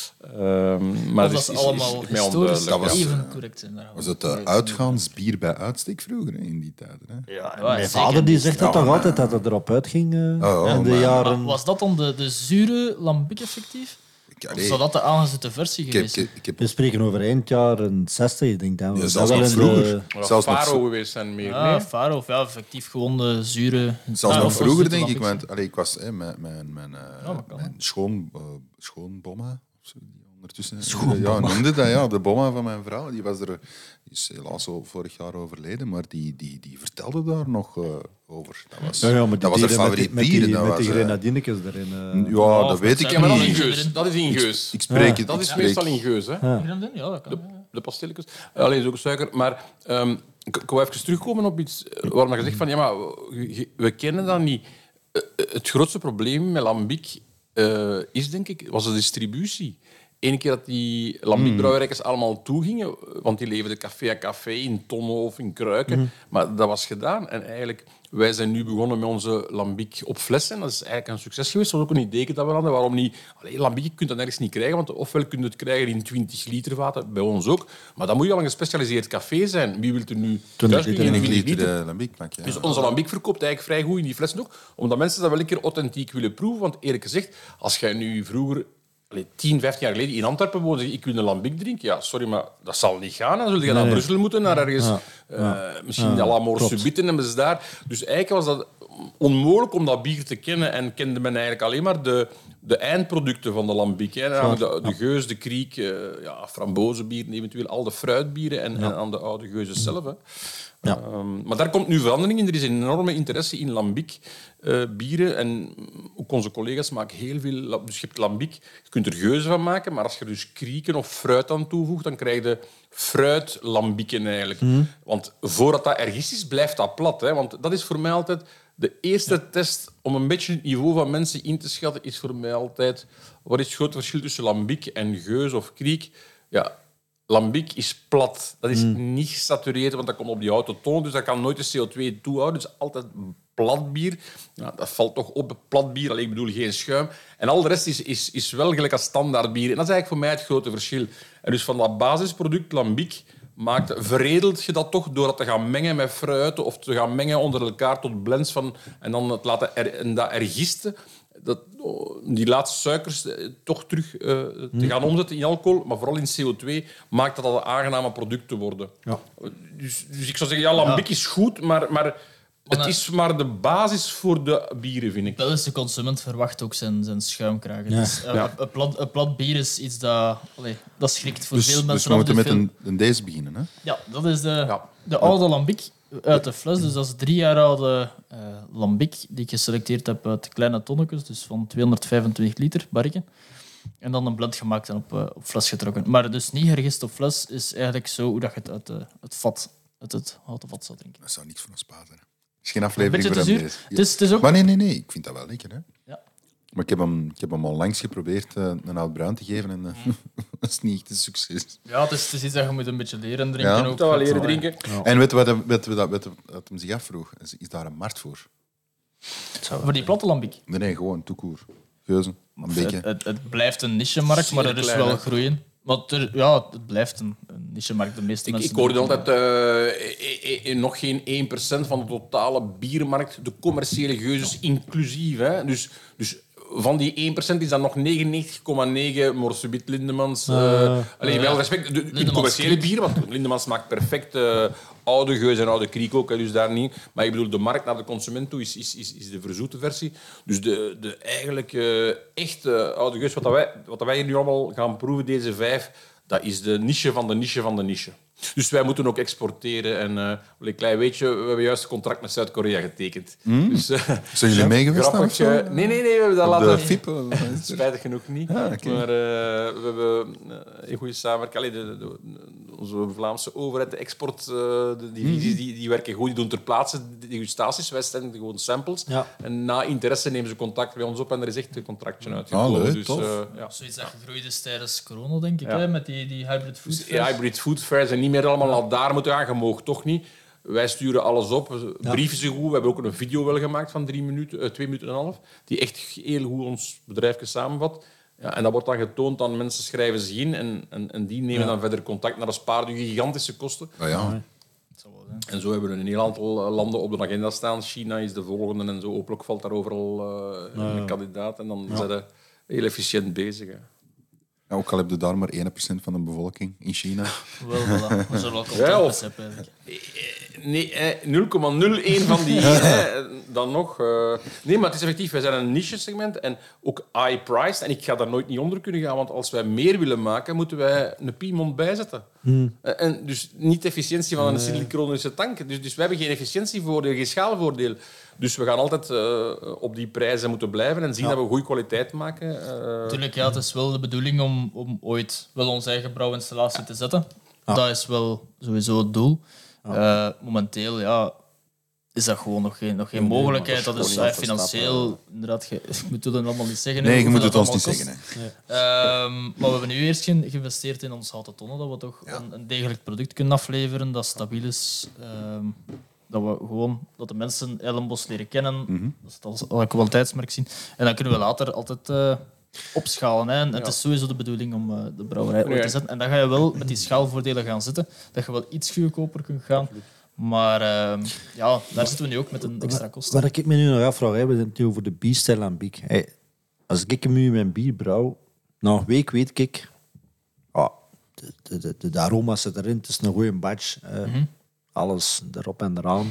um, maar dat is, is is, allemaal is mij historisch onduidelijk. Dat was, even eh, correct zijn. Daar Was het uh, uitgaansbier bij uitstek vroeger, hè, in die tijden? Hè? Ja, Mijn zeker. vader die zegt dat Ja, toch maar- altijd, dat het erop uitging eh, Oh, in de maar- jaren... Maar was dat dan de, de zure lambic effectief? Ik, Of allee, zou dat de aangezette versie ik, heb, geweest ik, zijn? heb, ik heb We spreken over eind jaren zestig, ik denk dat we Ja, dat zelfs wel nog in de- vroeger. Maar zelfs nog Faro zo- geweest zijn meer. Ja, nee? Faro, of ja, effectief gewoon de zure... Zelfs Ah, nog of- of vroeger, zoete denk ik. lambics. Want allee, ik was hè, mijn, mijn, mijn, eh, Ja, dat kan, mijn schoon, uh, schoonbomma. Of zo, die ondertussen. Schoonbomma. Ja, noemde dat, ja. De bomma van mijn vrouw. Die, was er, die is helaas al vorig jaar overleden, maar die, die, die vertelde daar nog uh, over. Dat was, Ja, ja, maar die dat was haar deden met die- favoriet met bier. die, dat met was, die eh, grenadinekes erin. eh. ja, of dat met weet ik zijn Ja, maar dat is niet. in erin. geus. Dat is in geus. Ik spreek het. Dat ik is spreek. meestal in geus, hè? Grenadine? Ja, dat kan. De pastilletjes. Alleen ook suiker. Maar um, ik, ik wil even terugkomen op iets eh, waarom je zegt van ja, maar we, we kennen dat niet. Eh, Het grootste probleem met lambic uh, is, denk ik, was de distributie. Eén keer dat die lambic-brouwerijkers allemaal toegingen, want die leverden café à café in tonnen of in kruiken, maar dat was gedaan. En eigenlijk, wij zijn nu begonnen met onze lambic op flessen. Dat is eigenlijk een succes geweest. Dat was ook een idee dat we hadden. Waarom niet? Allee, lambic, je kunt dat nergens niet krijgen, want ofwel kun je het krijgen in twintig liter vaten, bij ons ook. Maar dan moet je al een gespecialiseerd café zijn. Wie wil er nu thuis liter in En ik twintig liet liter? de lambic maken. Dus onze lambic verkoopt eigenlijk vrij goed in die flessen ook, omdat mensen dat wel een keer authentiek willen proeven. Want eerlijk gezegd, als jij nu vroeger, allee, tien, vijftien jaar geleden in Antwerpen woonde en ik wil een lambic drinken, ja, sorry, maar dat zal niet gaan. Dan zul je naar Brussel moeten, naar ergens, eh, misschien à la mort subite hebben ze daar. Dus eigenlijk was dat onmogelijk om dat bier te kennen en kende men eigenlijk alleen maar de, de eindproducten van de lambic. Hè. Namelijk De, de geus, de kriek, eh, ja, frambozenbieren, eventueel al de fruitbieren en, en aan de oude geuzen zelf. Hè. Ja. Um, maar daar komt nu verandering in. Er is een enorme interesse in lambic uh, bieren. En ook onze collega's maken heel veel... la- Dus je hebt lambic, je kunt er geuzen van maken, maar als je dus krieken of fruit aan toevoegt, dan krijg je fruitlambieken eigenlijk. Want voordat dat ergens is, blijft dat plat. Hè? Want dat is voor mij altijd... De eerste test om een beetje het niveau van mensen in te schatten, is voor mij altijd... Wat is het grote verschil tussen lambic en geus of kriek? Ja... Lambic is plat. Dat is niet gesatureerd, want dat komt op die houten toon, dus dat kan nooit de C O twee toehouden. Dus altijd plat bier. Ja, dat valt toch op, plat bier. Alleen, ik bedoel geen schuim. En al de rest is, is, is wel gelijk als standaard bier. En dat is eigenlijk voor mij het grote verschil. En dus van dat basisproduct, lambic, maakt, veredelt je dat toch door dat te gaan mengen met fruiten of te gaan mengen onder elkaar tot blends van en dan het laten er, en dat ergisten, dat, die laatste suikers eh, toch terug eh, te gaan omzetten in alcohol, maar vooral in C O twee, maakt dat dat een aangename product te worden. Ja. Dus, dus ik zou zeggen, ja, lambic is goed, maar, maar het dat- is maar de basis voor de bieren, vind ik. De Belgische consument verwacht ook zijn, zijn schuimkragen. Ja. Dus, uh, Ja. een, plat, een plat bier is iets dat, allee, dat schrikt voor Dus, veel dus mensen. we af. moeten Dus met veel- een, een deze beginnen. Hè? Ja, dat is de, Ja. de oude lambic uit de fles. Dus dat is drie jaar oude uh, lambic die ik geselecteerd heb uit kleine tonnetjes, dus van tweehonderdvijfentwintig liter barriken. En dan een blend gemaakt en op, uh, op fles getrokken. Maar dus niet hergist op fles is eigenlijk zo hoe dat je het uit uh, het vat, uit het houten vat zou drinken. Dat zou niks van ons paden. Het is geen aflevering Een voor beetje hem. te zuur. deze. Het is, het is ook... Maar nee, nee, nee. Ik vind dat wel lekker. Hè? Ja. Maar ik heb hem, ik heb hem al langs geprobeerd uh, een oud bruin te geven en uh, dat is niet echt een succes. Ja, het is, het is iets dat je moet een beetje leren drinken. Ja. ook. Je moet dat wel leren Allee. drinken. En weet je wat, hem- weet je wat, weet je wat hem zich afvroeg? Is, is daar een markt voor? Voor die platte lambic. Nee, nee, gewoon toekoer. Geuzen, een beetje. Het, het, het blijft een niche-markt, maar er is klein, wel hè? groei in. Maar er, ja, het blijft een, een niche-markt. De meeste Ik, mensen ik hoorde drinken. altijd eh, eh, eh, nog geen één procent van de totale biermarkt, de commerciële geuzes inclusief. Hè. Dus, dus van die één procent is dan nog negenennegentig komma negen Morsubit, Lindemans. Uh, Allee, wel respect. De, de Lindemans commerciële Kriek. bieren, want Lindemans maakt perfect eh, oude geus en oude kriek ook, hè, dus daar niet. Maar ik bedoel, de markt naar de consument toe is, is, is, is de verzoete versie. Dus de, de eigenlijk eh, echte oude geus, wat, dat wij, wat dat wij hier nu allemaal gaan proeven, deze vijf, dat is de niche van de niche van de niche. Dus wij moeten ook exporteren. En uh, een klein weetje, we hebben juist een contract met Zuid-Korea getekend. Mm. Dus, uh, Zijn jullie mee geweest dan, grappig. of zo? uh, nee, nee, nee, we hebben dat Op laten... de F I P? uh, Spijtig genoeg niet. Ah, oké. Maar uh, we hebben uh, in goede samenwerking... Allee, de, de, de, onze Vlaamse overheid, de export, uh, de divisies, die, die werken goed. Die doen ter plaatse degustaties. Wij stellen gewoon samples. Ja. En na interesse nemen ze contact bij ons op. En er is echt een contractje uitgekomen. Ah, leuk, dus, tof. uh, ja. Zoiets dat gegroeid is tijdens corona, denk ik, Ja. hè, met die, die hybrid food Dus fairs. hybrid food fairs en niet meer allemaal al daar moeten gaan. Je mag toch niet. Wij sturen alles op. Brieven zijn goed. We hebben ook een video wel gemaakt van drie minuten, uh, twee minuten en een half. Die echt heel goed ons bedrijfje samenvat. Ja, en dat wordt dan getoond aan mensen, schrijven zich in. En, en, en die nemen Ja. dan verder contact. Nou, dat spaart u gigantische kosten. Ah, ja. Dat zou wel zijn. En zo hebben we een heel aantal uh, landen op de agenda staan. China is de volgende en zo. Hopelijk valt daar overal uh, een kandidaat. En dan zijn ze heel efficiënt bezig. Hè. Ja, ook al heb je daar maar één procent van de bevolking in China. Wel, voilà. We zullen wel Ja, contact of- hebben, eigenlijk. Nee, eh, nul komma nul één van die eh, dan nog. eh. Nee, maar het is effectief, wij zijn een niche-segment en ook high-priced. En ik ga daar nooit niet onder kunnen gaan, want als wij meer willen maken, moeten wij een piemont bijzetten. Eh, En dus niet de efficiëntie van een siliconische tank. Dus, dus we hebben geen efficiëntievoordeel, geen schaalvoordeel. Dus we gaan altijd eh, op die prijzen moeten blijven en zien dat we goede kwaliteit maken. eh. Natuurlijk, ja, het is wel de bedoeling om, om ooit wel onze eigen brouwinstallatie te zetten. Dat is wel sowieso het doel. Eh, momenteel ja, is dat gewoon nog geen, nog geen mogelijkheid. Dat is gewoon eh, niet af te financieel... Inderdaad, je, ik moet het allemaal niet zeggen. hè, Nee, je hoeveel moet het dat ons niet allemaal zeggen. kost. Hè. Ehm, maar we hebben nu eerst ge- geïnvesteerd in ons houten tonnen, dat we toch een, een degelijk product kunnen afleveren, dat stabiel is. ehm, dat we gewoon dat de mensen Eilenbos leren kennen, Mhm. dat ze het als, als een kwaliteitsmerk zien. En dan kunnen we later altijd eh, opschalen. Hè. En het is sowieso de bedoeling om eh, de brouwerij ooit Nee. te zetten. En dan ga je wel met die schaalvoordelen gaan zitten, dat je wel iets goedkoper kunt gaan. Maar ehm, ja, daar zitten we nu ook met een extra kosten. Waar ik me nu nog afvraag, hè, we zijn het nu over de bierstijl aan Biek. Hey, als ik hem nu in mijn bier brouw, na een week weet ik, ah, de, de, de, de, de aroma's zitten erin, het is een goede batch, eh, alles erop en eraan.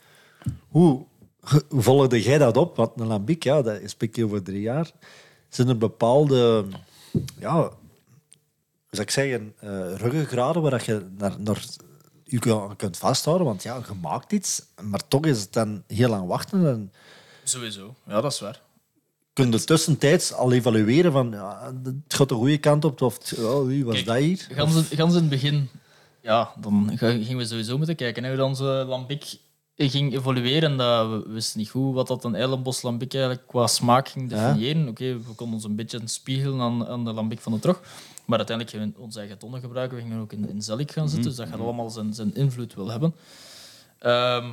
Hoe volgde jij dat op? Want een lambiek, ja, dat spreek je over drie jaar. Zijn er bepaalde, ja, hoe zou ik zeggen, uh, ruggengraden waar dat je naar, naar je kan- kunt vasthouden? Want ja, je maakt iets, maar toch is het dan heel lang wachten. En Sowieso, ja, dat is waar. kun je tussentijds al evalueren van, ja, het gaat de goede kant op, of oh, wie was Kijk, dat hier? Gans in, gans in het begin, ja, dan ga- gingen we sowieso moeten kijken hè, hoe dan onze lambic ging evolueren. Dat we wisten niet goed wat dat een eilenbos lambic eigenlijk qua smaak ging definiëren. Oké, we konden ons een beetje spiegelen aan, aan de lambic van de trog. Maar uiteindelijk gingen we onze eigen tonnen gebruiken. We gingen ook in, in Zellik gaan zitten, dus dat gaat allemaal zijn, zijn invloed wel hebben. Ehm,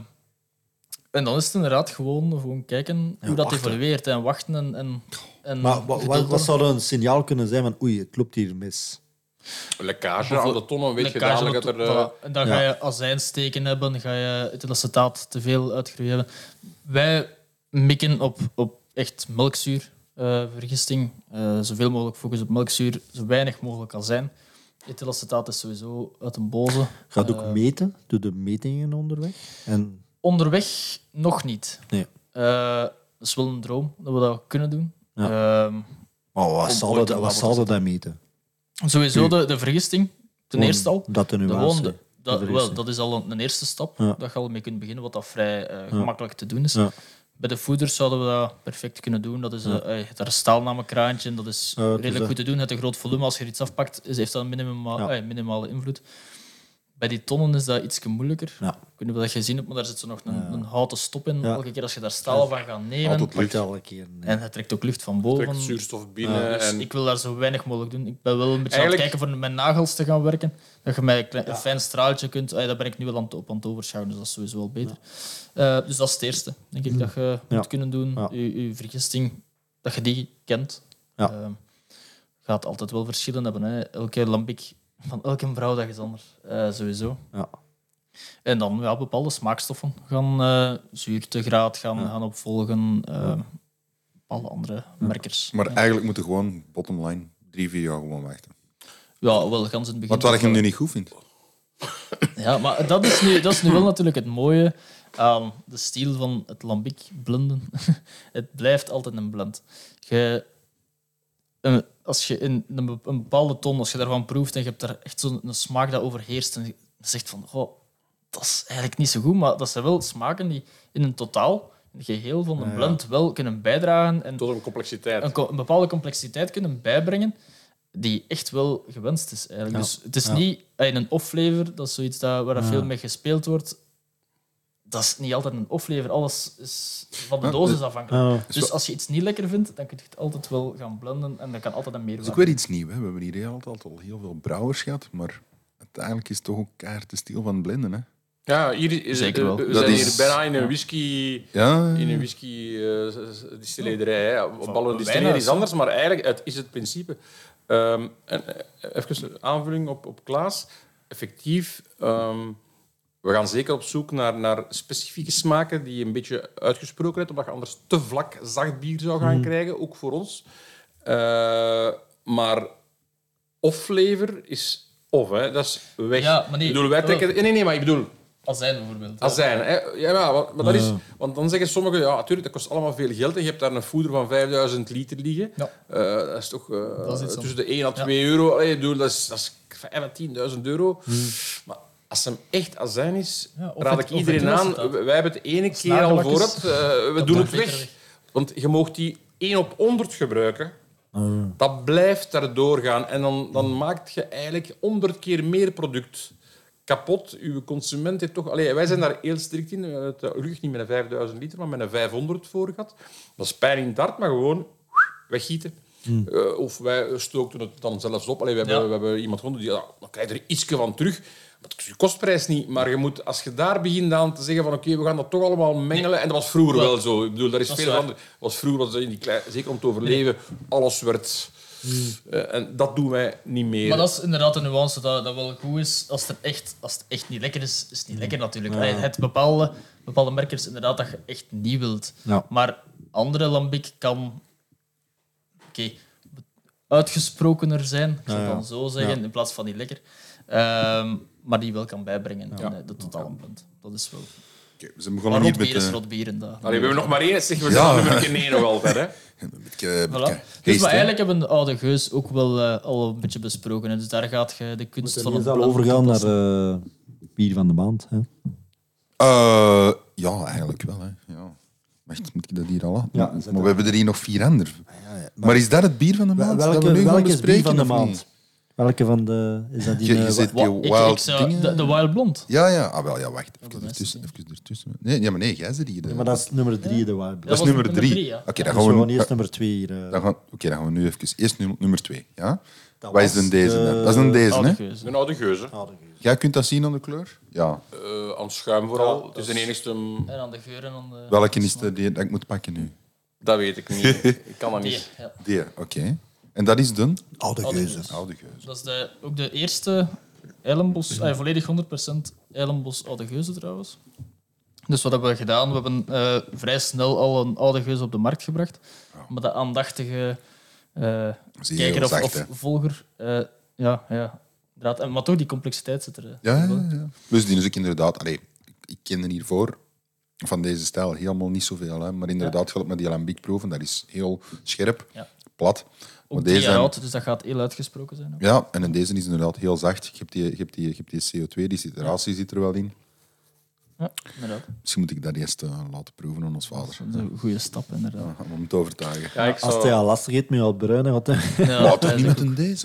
en dan is het inderdaad gewoon, gewoon kijken hoe dat wachten. evolueert en wachten en... en, en Maar wat, wat, geduld wat zou een signaal kunnen zijn van, oei, het loopt hier mis? Lekkage aan de tonnen, weet je lekkage dadelijk wat- dat er... eh, voilà. En dan ga je azijnsteken hebben, ga je ethylacetate te veel uitgroeien hebben. Wij mikken op, op echt melkzuurvergisting. Uh, zoveel mogelijk focus op melkzuur, zo weinig mogelijk azijn. Ethylacetate is sowieso uit een boze. Gaat ook Eh, meten? Doe de metingen onderweg? En, Onderweg nog niet. nee. Uh, dat is wel een droom dat we dat kunnen doen. Ja. Ehm, Maar wat Om zal ooit dat, een wat labo zal te dat dan meten? sowieso de, de vergisting, ten Gewoon eerste al. Dat de De nuance. gewoon de- de dat, wel, vergisting. dat is al een, een eerste stap. Ja. Dat je al mee kunt beginnen, wat dat vrij eh, gemakkelijk te doen is. Ja. Bij de voeders zouden we dat perfect kunnen doen. Dat is eh, eh, het daar staalnamenkraantje, dat is Ja, het is redelijk dat. goed te doen. Het een groot volume, als je er iets afpakt, is, heeft dat een minima, Ja. eh, minimale invloed. Bij die tonnen is dat iets moeilijker. Ja. Ik weet niet of dat je gezien hebt, maar daar zit zo nog een, een houten stop in. Ja. Elke keer als je daar staal van gaat nemen, Altijd lucht. Pakt elke keer. nee. en het trekt ook lucht van boven. trekt zuurstof binnen. Dus en ik wil daar zo weinig mogelijk doen. Ik ben wel een beetje Eigenlijk- aan het kijken voor met nagels te gaan werken. Dat je met een, klein, een fijn straaltje kunt... Ah, daar ben ik nu wel aan het, op aan het overschouwen, dus dat is sowieso wel beter. Eh, dus dat is het eerste, denk ik, dat je Ja. moet kunnen doen. Ja. Je, je vergisting, dat je die kent. Ja. Eh, gaat altijd wel verschillen hebben. Hè. Elke lambic van elke vrouw dat is anders. Eh, sowieso. Ja. En dan ja, bepaalde smaakstoffen gaan uh, zuurtegraad gaan, Ja. gaan opvolgen. Uh, bepaalde andere merkers. Maar Ja. eigenlijk moeten gewoon, bottom line, drie, vier jaar gewoon wachten. Ja, wel, gaan ze in het begin... Wat wat ik hem nu niet goed vind. Ja, maar dat is, nu, dat is nu wel natuurlijk het mooie aan de stijl van het lambic blenden. Het blijft altijd een blend. Je, eh, als je in een, be- een bepaalde ton, als je daarvan proeft en je hebt daar echt zo'n een smaak dat overheerst en je zegt van, oh, dat is eigenlijk niet zo goed, maar dat zijn wel smaken die in een totaal, in het geheel van een blend, wel kunnen bijdragen en tot een complexiteit. een, co- een bepaalde complexiteit kunnen bijbrengen die echt wel gewenst is. Eigenlijk. Ja. Dus het is Ja. niet eh, een off-flavor, dat is zoiets dat, waar er veel mee gespeeld wordt. Dat is niet altijd een off-flavor. Alles is van de Ja, dosis het- afhankelijk. Ja. Dus als je iets niet lekker vindt, dan kun je het altijd wel gaan blenden en dan kan altijd een Dat is meerwaarde. ook weer iets nieuws. Hè. We hebben hier heel- altijd al heel veel brouwers gehad, maar uiteindelijk is het toch ook keihard de stil van het blenden. Hè. Ja, hier is, Zeker wel. we Dat zijn is- hier bijna in een whisky... Ja, In een whisky uh, distillerij. Hè. Op Van- ballen distillerie bijna is zo. anders, maar eigenlijk het is het principe. Ehm, en, eh, even een aanvulling op, op Klaas. Effectief, ehm, we gaan zeker op zoek naar, naar specifieke smaken die je een beetje uitgesproken hebt, omdat je anders te vlak zacht bier zou gaan krijgen, ook voor ons. Eh, maar off-flavor is off, hè. Dat is weg. Ja, maar nee. Ik bedoel, wij trekken... Nee, nee, maar ik bedoel... Azijn bijvoorbeeld. hè. Azijn, hè? Ja, maar, wat- maar dat is, want dan zeggen sommigen, ja, natuurlijk, dat kost allemaal veel geld en je hebt daar een voeder van vijfduizend liter liggen. Ja. Eh, dat is toch eh, Dat is iets tussen de één en twee euro. Allee, ik bedoel, dat is, dat is vijf à tienduizend euro. Maar als hem echt azijn is, Ja, of raad het- ik of iedereen het aan. resultaat. Wij hebben het ene keer al voor Snagelakjes. het. eh, we Dat doen het blijft weg. beter Want je mag die één op honderd gebruiken. Dat blijft daardoor gaan. En dan, dan maakt je eigenlijk honderd keer meer product kapot. Uw consument heeft toch... Allee, wij zijn daar heel strikt in. We hebben het gelukkig niet met een vijfduizend liter, maar met een vijfhonderd voor gehad. Dat is pijn in het hart, maar gewoon weggieten. Eh, of wij stookten het dan zelfs op. Allee, we, hebben, Ja. we hebben iemand gevonden die... Ja, dan krijg je er ietsje van terug. Dat is je kostprijs niet. Maar je moet, als je daar begint aan te zeggen van oké, we gaan dat toch allemaal mengelen. En dat was vroeger Wel, wel zo. Ik bedoel, daar is dat is veel waar. van. Was vroeger was dat in die klei- zeker om te overleven, alles werd... Eh, en dat doen wij niet meer. Maar dat is inderdaad een nuance dat, dat wel goed is. Als het, echt, als het echt niet lekker is, is het niet lekker natuurlijk. Allee, Het bepaalde, bepaalde merkers inderdaad dat je echt niet wilt. Ja. Maar andere lambic kan oké, uitgesprokener zijn, ik zou het Ja, ja. dan zo zeggen, in plaats van niet lekker. Ehm, maar die wel kan bijbrengen Ja. in eh, de totale blend. Dat is wel. Oké, we zijn Maar begonnen hier rotbier met... is eh, rotbier en dat. Allee, we hebben nog maar één. Zeg, we Ja. zijn nummer één nog altijd. Hè? een beetje- Voilà. beetje Dus geest, maar hè. eigenlijk hebben we de oude geus ook wel eh, al een beetje besproken. Hè. Dus daar gaat je de kunst Moeten van we het al blenden overgaan naar toepassen. eh bier van de maand. Hè? Eh, ja, eigenlijk wel. Hè. Ja. Wacht, moet ik dat hier al aan? Ja, maar zet maar dat. we hebben er hier nog vier andere. Maar, is dat het bier van de maand? dat we Welke, nu gaan welke is bier bespreken, van de of maand? niet? Welke van de... Is dat die... Je- je eh, zit- wa- die Ik, ik wild zou, dingen. de, de Wild Blond. Ja, ja. Ah, wel, ja, wacht. Even dat ertussen. Even ertussen. Nee, ja, maar nee, jij zit hier. Ja, maar dat is nummer drie, de Wild dat Blend. is was nummer nummer drie. drie, ja. Oké, Dus dan we gaan gaan we... eerst nummer twee hier. eh. Dan gaan, Oké, dan gaan we nu even... Eerst nu- nummer twee, ja? Dat Wat is was dan deze? de- dan? Dat is een deze, Oude hè? geus. Een oude geuze. Ah, de geus. Jij kunt dat zien aan de kleur? Ja. Eh, aan het schuim vooral. Ja, het is de enigste... En aan de geur en aan de... Welke is de, die dat ik moet pakken nu? Dat weet ik niet. Ik kan dat Die, niet. ja. Die, oké. En dat is de Oude Oude geuzen. Geus. oude geuze. Dat is de, ook de eerste eilenbos, eh, volledig honderd procent eilenbos oude geuzen trouwens. Dus wat hebben we gedaan? We hebben eh, vrij snel al een oude geus op de markt gebracht. Maar de aandachtige eh, Zie je, kijker heel of, zacht, of hè? volger... eh, ja, ja. Inderdaad. En- Maar toch, die complexiteit zit er. eh, Ja, wel. ja, ja. Dus die is ook inderdaad... Allee, ik, ik ken er hiervoor van deze stijl helemaal niet zoveel. Hè, maar inderdaad, geldt met die lambiekproeven, dat is heel scherp, Ja. plat. Ook Maar drie jaar zijn- oud, dus dat gaat heel uitgesproken zijn. ook. Ja, en in deze is inderdaad heel zacht. Je hebt die, je hebt die, je hebt die C O twee, die citratie zit er wel in. Ja, inderdaad. Misschien moet ik dat eerst uh, laten proeven aan ons vader. Dat is een goede stap, inderdaad. Om hem te overtuigen. Ja, ik Als zou... hij al lastig eet, moet je al bruinen. Want, hè. Ja, Maar toch dat niet is met een deze.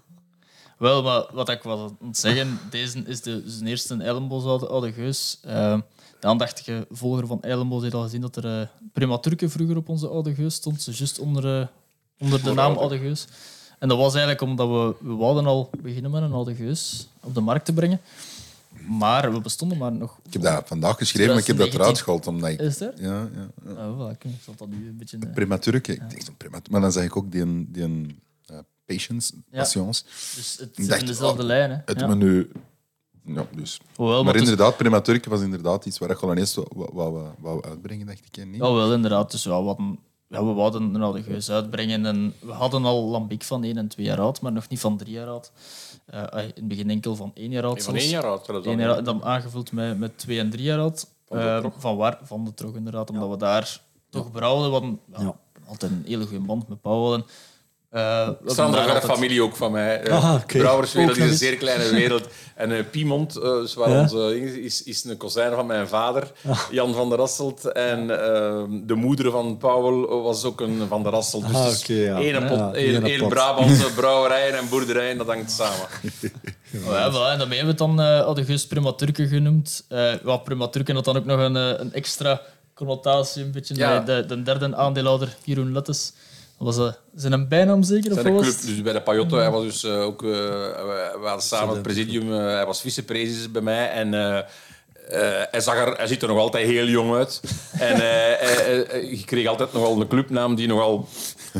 Wel, maar wat ik was aan het zeggen, deze is de, zijn eerste Eilenbos oude, oude geus. Uh, de aandachtige volger van Eilenbos heeft al gezien dat er uh, Prematurke vroeger op onze oude geus stond, dus juist onder, uh, onder de naam oude geus. En dat was eigenlijk omdat we, we wouden al beginnen met een oude geus op de markt te brengen. Maar we bestonden maar nog... Ik heb dat vandaag geschreven, maar ik heb dat eruit gehaald. Omdat ik... Is er? Ja, ja. ja. Oh, wel, ik zal dat nu een beetje... Uh... Prematurke. Ik denk zo'n prematur- Maar dan zeg ik ook die, die uh, patience, Ja. patience. Dus het Ik zit dacht, in dezelfde oh, lijn. Hè. Het Ja. menu... Ja, dus. Hoewel, maar maar het is- inderdaad, prematurke was inderdaad iets waar ik gewoon eens wat we wou uitbrengen, dacht ik. hè, Niet? Ja, wel inderdaad. Dus ja, we, hadden, ja, we wouden een oude geus uitbrengen. En we hadden al lambiek van één en twee jaar oud, maar nog niet van drie jaar oud. Uh, in het begin enkel van één jaar oud. Van zelfs. één jaar oud. Dat is Eén dan- jaar oud, dan aangevuld met, met twee en drie jaar oud. Van de Uh, trog. van waar? Van de trog, inderdaad. Omdat we daar toch brouwden. We hadden ja, Ja. altijd een hele goede band met Paul. En, uh, we Sander daar van de altijd- familie ook van mij. Eh, Ah, oké. Brouwerswereld Ook is een nog zeer kleine wereld. En uh, Piemont, uh, dus waar Ja? onze, is, is een kozijn van mijn vader, Jan van der Rasselt. En uh, de moeder van Paul was ook een van der Rasselt. Dus Ah, het is oké, ja. één pot, Ja, één, één één pot. Brabantse brouwerijen en boerderijen, dat hangt samen. Oh ja, voilà, en daarmee hebben we het dan uh, oude geus Prematurke genoemd. Uh, ja, Prematurke had dan ook nog een, uh, een extra connotatie, een beetje Ja. met de, de derde aandeelhouder, Jeroen Lettes. Dat was uh, zijn een bijnaam zeker? Of Zijn wat de was club, het? dus bij de Pajotto, hij was dus uh, ook... Uh, we we hadden samen het presidium, uh, hij was vicepresident bij mij en... Uh, Uh, hij, zag er, hij ziet er nog altijd heel jong uit. En uh, hij, hij, je kreeg altijd nogal een clubnaam die nogal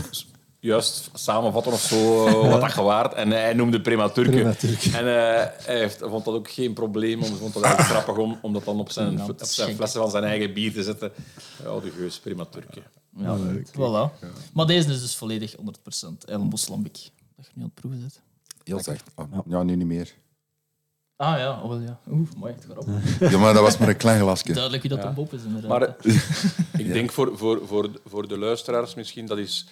juist samenvatten of zo uh, wat dat gewaard. En hij noemde Prematurke. Prematurke. En uh, hij heeft, vond dat ook geen probleem. Hij vond dat eigenlijk grappig om, om dat dan op zijn, op zijn flessen van zijn eigen bier te zetten. Ja, de geus Prematurke. Ja, voilà. Maar deze is dus volledig honderd procent Eilenbos lambiek. Dat je nu aan het proeven zit. Heel zacht. Oh, ja, nu niet meer. Ah ja, oh, wel ja. Oeh, mooi, het gaat op. Ja, maar dat was maar een klein glasje. Duidelijk wie dat een Bob is, inderdaad. Maar uh, ik denk voor, voor, voor, voor de luisteraars misschien, dat is